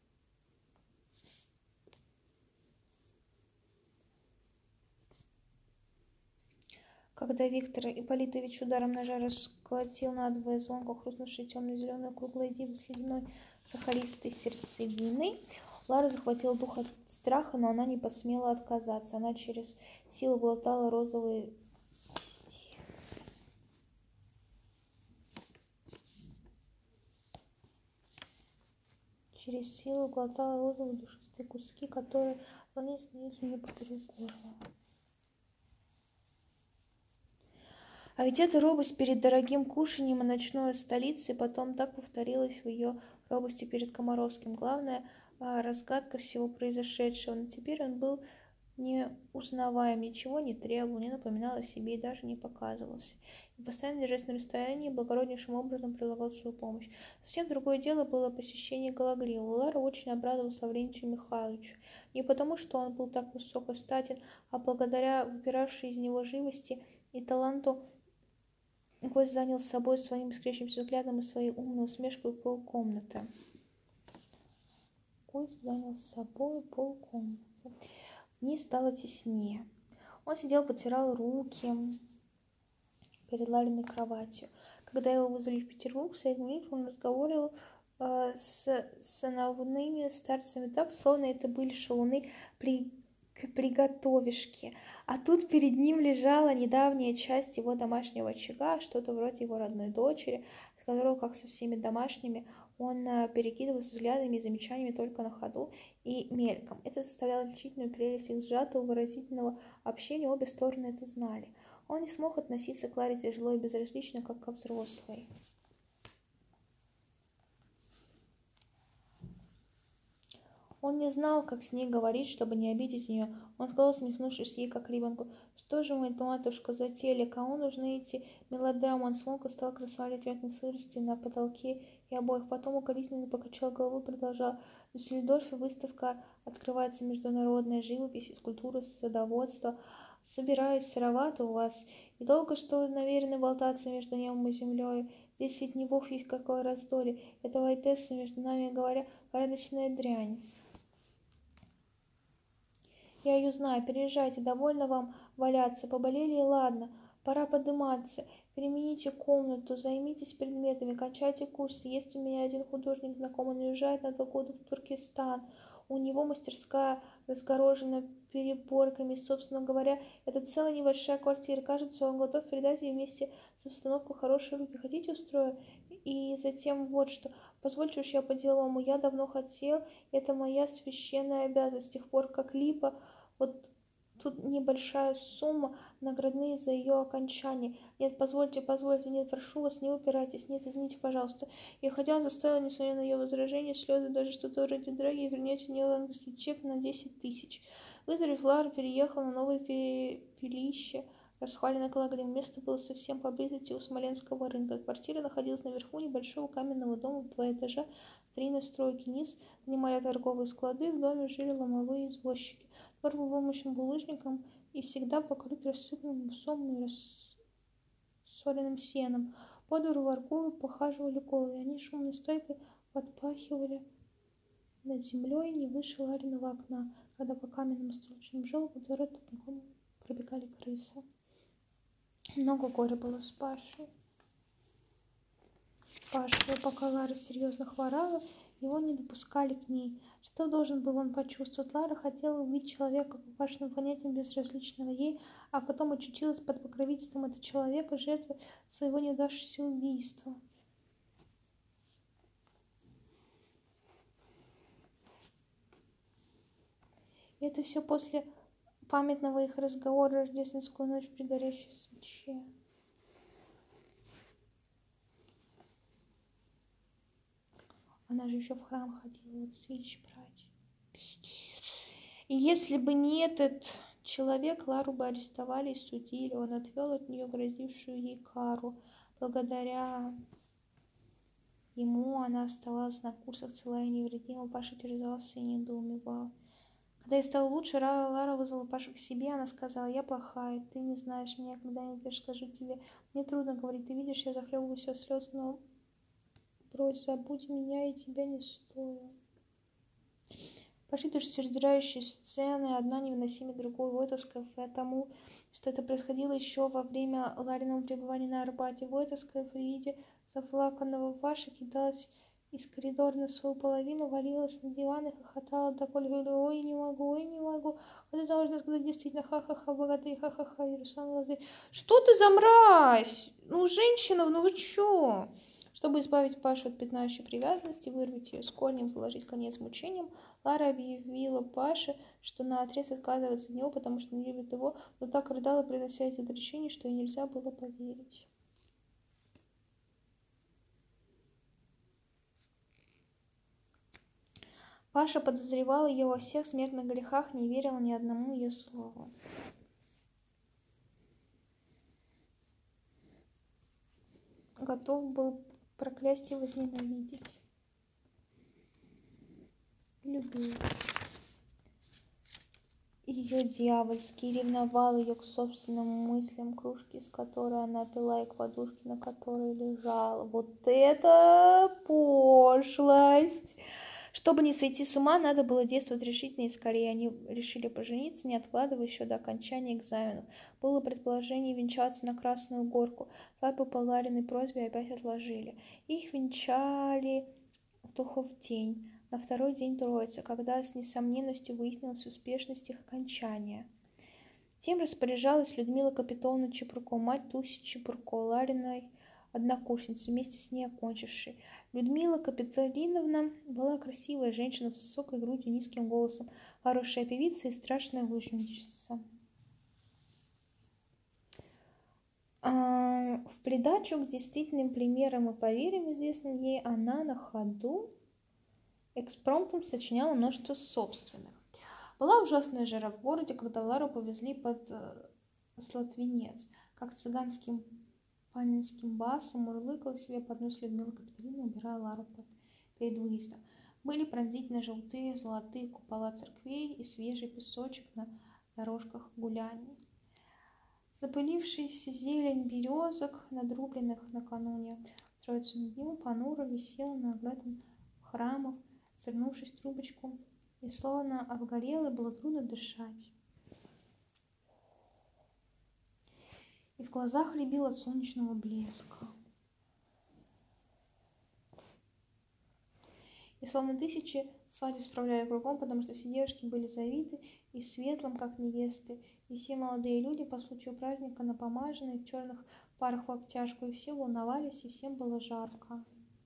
Speaker 1: Когда Виктор Ипполитович ударом ножа расколотил надвое звонко хрустнувшее темно-зеленое круглое диво с ледяной сахаристой сердцевиной, Лара захватила дух от страха, но она не посмела отказаться. Она через силу глотала розовые... Через силу глотала розовые душистые куски, которые они снизу не поперек горла. А ведь эта робость перед дорогим кушаньем и ночной столицей потом так повторилась в ее робости перед Комаровским. Главная а, разгадка всего произошедшего. Но теперь он был не узнаваем, ничего не требовал, не напоминал о себе и даже не показывался. И постоянно держась на расстоянии, благороднейшим образом предлагал свою помощь. Совсем другое дело было посещение Галагрила. Лара очень обрадовалась Лаврентию Михайловичу. Не потому, что он был так высоко статен, а благодаря выпиравшей из него живости и таланту. Гость занял с собой своим искрящимся взглядом и своей умной усмешкой полкомнаты. Гость занял с собой полкомнаты. Вниз стало теснее. Он сидел, потирал руки перед Лариной кроватью. Когда его вызвали в Петербург, в среднем вечер он разговаривал э, с сановными старцами так, словно это были шалуны при приготовишки. А тут перед ним лежала недавняя часть его домашнего очага, что-то вроде его родной дочери, с которой, как со всеми домашними, он перекидывался взглядами и замечаниями только на ходу и мельком. Это составляло отличительную прелесть их сжатого выразительного общения, обе стороны это знали. Он не смог относиться к Ларе тяжело и безразлично, как ко взрослой. Он не знал, как с ней говорить, чтобы не обидеть ее. Он сказал, смехнувшись ей, как ребенку: «Что же мы, матушка, затеяли? Кому нужны эти мелодрамы?» Он смолк и стал красовать ответной сырости на потолке и обоих. Потом укоризненно покачал головой, продолжал: «В Дюссельдорфе выставка открывается, международная живопись, скульптура, садоводство. Собираюсь, сыровато у вас. И долго что вы намерены болтаться между небом и землей? Здесь ведь не бог есть какое раздолье. Это Вайтесса, между нами говоря, порядочная дрянь. Я ее знаю, переезжайте, довольно вам валяться, поболели и ладно, пора подыматься, перемените комнату, займитесь предметами, кончайте курсы. Есть у меня один художник знакомый, он уезжает на два года в Туркестан, у него мастерская разгорожена переборками, собственно говоря, это целая небольшая квартира, кажется, он готов передать ее вместе с обстановкой в хорошие руки. Хотите, устрою? И затем вот что, позвольте уж я по-деловому, я давно хотел, это моя священная обязанность, с тех пор, как Липа. Вот тут небольшая сумма, наградные за ее окончание. Нет, позвольте, позвольте, нет, прошу вас, не упирайтесь, нет, извините, пожалуйста». И хотя он заставил, несмотря на ее возражения, слезы, даже что-то вроде драги, вернете мне лондонский чек на десять тысяч. Выздоровев, Лара переехал на новое пепелище, расхваленное Галагрилом. Место было совсем поблизости у Смоленского рынка. Квартира находилась наверху небольшого каменного дома в два этажа старинной стройки. Низ занимали торговые склады, в доме жили ломовые извозчики. Двор был вымощен булыжником и всегда покрыт рассыпанным псом и рассоленным сеном. По двору воркую похаживали колы, и они шумной стойкой подпахивали над землей не выше Лариного окна, когда по каменному столичному желобу двора тупиком пробегали крысы. Много горя было с Пашей. Паша, пока Лара серьезно хворала, его не допускали к ней. Что должен был он почувствовать? Лара хотела убить человека, по Пашиным понятиям безразличного ей, а потом очутилась под покровительством этого человека, жертвой своего неудавшегося убийства. И это все после памятного их разговора рождественскую ночь при горящей свече. Она же еще в храм ходила, вот свечи брать. И если бы не этот человек, Лару бы арестовали и судили. Он отвел от нее грозившую ей кару. Благодаря ему она оставалась на курсах целая и невредима. Паша терзался и недоумевал. Когда ей стало лучше, Лара вызвала Пашу к себе. Она сказала: «Я плохая, ты не знаешь меня, когда-нибудь я скажу тебе. Мне трудно говорить, ты видишь, я захлебываюсь от слез, но брось, забудь меня, и тебя не стою». Пошли душераздирающие сцены, одна невыносимее другой, Войтовская, потому что это происходило еще во время Лариного пребывания на Арбате. Войтовская при виде заплаканного Паши кидалась из коридора на свою половину, валилась на диван и хохотала, доколе говорила: «Ой, не могу, ой, не могу». Вот это можно сказать действительно ха-ха-ха, богатый, ха-ха-ха, и Руслан Лазарь. «Что ты за мразь? Ну, женщина, ну вы чё?» Чтобы избавить Пашу от пятнающей привязанности, вырвать ее с корнем, положить конец мучениям, Лара объявила Паше, что наотрез отказывается от него, потому что не любит его, но так рыдала, принося эти отречения, что ей нельзя было поверить. Паша подозревал ее во всех смертных грехах, не верил ни одному ее слову. Готов был проклясть и возненавидеть. Любил ее дьявольски, ревновал ее к собственным мыслям, кружке, с которой она пила, и к подушке, на которой лежала. Вот это пошлость! Чтобы не сойти с ума, надо было действовать решительно и скорее. Они решили пожениться, не откладывая еще до окончания экзаменов. Было предположение венчаться на Красную Горку. Свадьбу по Лариной просьбе опять отложили. Их венчали в Духов день, на второй день Троицы, когда с несомненностью выяснилась успешность их окончания. Тем распоряжалась Людмила Капитоновна Чепурко, мать Туси Чепурко, Лариной однокурсницы, вместе с ней окончившей. Людмила Капитолиновна была красивая женщина с высокой грудью, низким голосом, хорошая певица и страшная лучница. А, в придачу к действительным примерам и поверьям, известным ей, она на ходу экспромтом сочиняла множество собственных. Была ужасная жара в городе, когда Лару повезли под э, Слотвинец, как цыганским панинским басом мурлыкала себе под нос Людмила Капитолина, убирая Лару под, перед выездом. Были пронзительно желтые, золотые купола церквей и свежий песочек на дорожках гуляний. Запылившаяся зелень березок, надрубленных накануне Троицыну дню, понуро висела на оградах храмов, свернувшись в трубочку, и словно обгорело, было трудно дышать. И в глазах рябил от солнечного блеска. И словно тысячи свадеб справляли кругом, потому что все девушки были завиты и в светлом, как невесты, и все молодые люди по случаю праздника напомаженные в черных парах в обтяжку, и все волновались, и всем было жарко.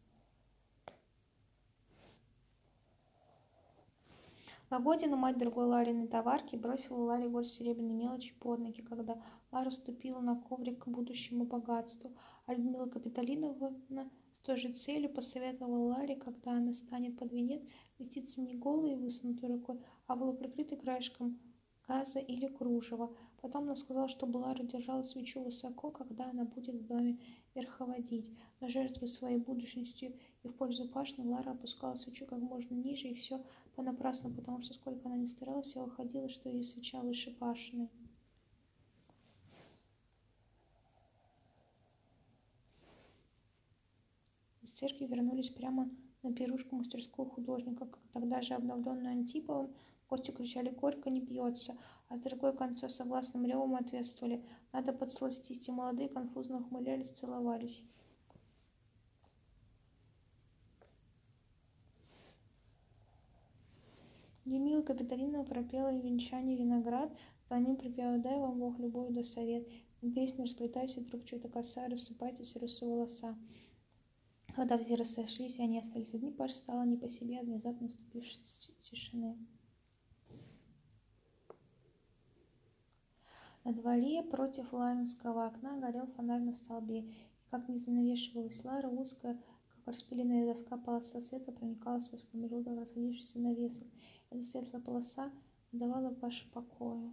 Speaker 1: Лагодина, мать другой Лариной товарки, бросила Ларе горсть серебряной мелочи под ноги, когда Лара ступила на коврик к будущему богатству, а Людмила Капитолиновна с той же целью посоветовала Ларе, когда она станет под венец, креститься не голой и высунутой рукой, а полуприкрытой краешком газа или кружева. Потом она сказала, чтобы Лара держала свечу высоко, когда она будет в доме верховодить. Но жертвой своей будущностью и в пользу Пашны Лара опускала свечу как можно ниже, и все понапрасну, потому что сколько она ни старалась, все выходило, что ее свеча выше Пашины. Из церкви вернулись прямо на пирушку мастерскую художника, тогда же обновленную Антиповым. Гости кричали: «Горько не пьется», а с другой конца согласным ревом ответствовали: «Надо подсластить», и молодые конфузно ухмылялись, целовались. Людмила Капитолина пропела венчание «Виноград», за ним припела: «Дай вам Бог любовь да совет». Песню «Расплетайся, вдруг чья-то коса, рассыпайтесь русые волоса». Когда все рассошлись, и они остались одни, Паша стала не по себе от внезапно наступившей тишины. На дворе против ларинского окна горел фонарь на столбе, и как не занавешивалась Лара, узкая, как распиленная доска, полоса света проникала сквозь промежуток расходившихся навесов. Эта светлая полоса не давала Паше покоя.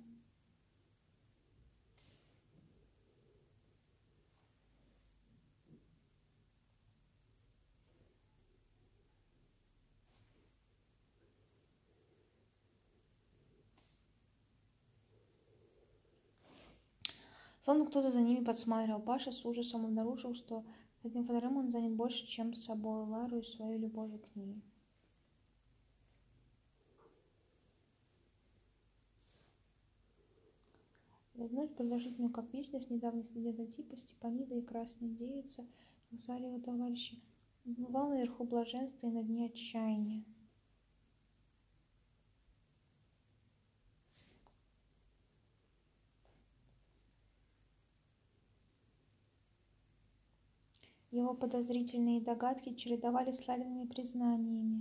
Speaker 1: Словно кто-то за ними подсматривал. Паша с ужасом обнаружил, что этим фонарем он занят больше, чем с собой, Лару и своей любовью к ней. Эту ночь, продолжительную как вечность, недавно студента типа Степанида и Красная Девица, назвали его товарищи, бывал наверху блаженства и на дне отчаяния. Его подозрительные догадки чередовались с Лариными признаниями.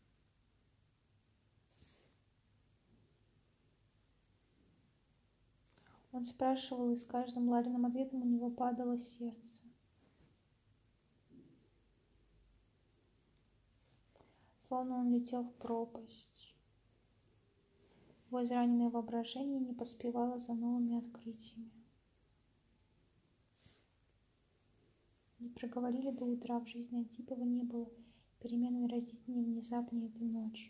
Speaker 1: Он спрашивал, и с каждым Лариным ответом у него падало сердце.
Speaker 2: словно он летел в пропасть. Его израненное воображение не поспевало за новыми открытиями. Не проговорили до утра, в жизни Антипова не было перемен выразительнее внезапнее этой ночью.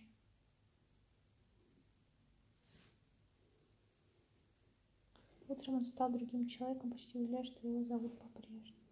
Speaker 2: Утром он стал другим человеком, почти удивляясь, что его зовут по-прежнему.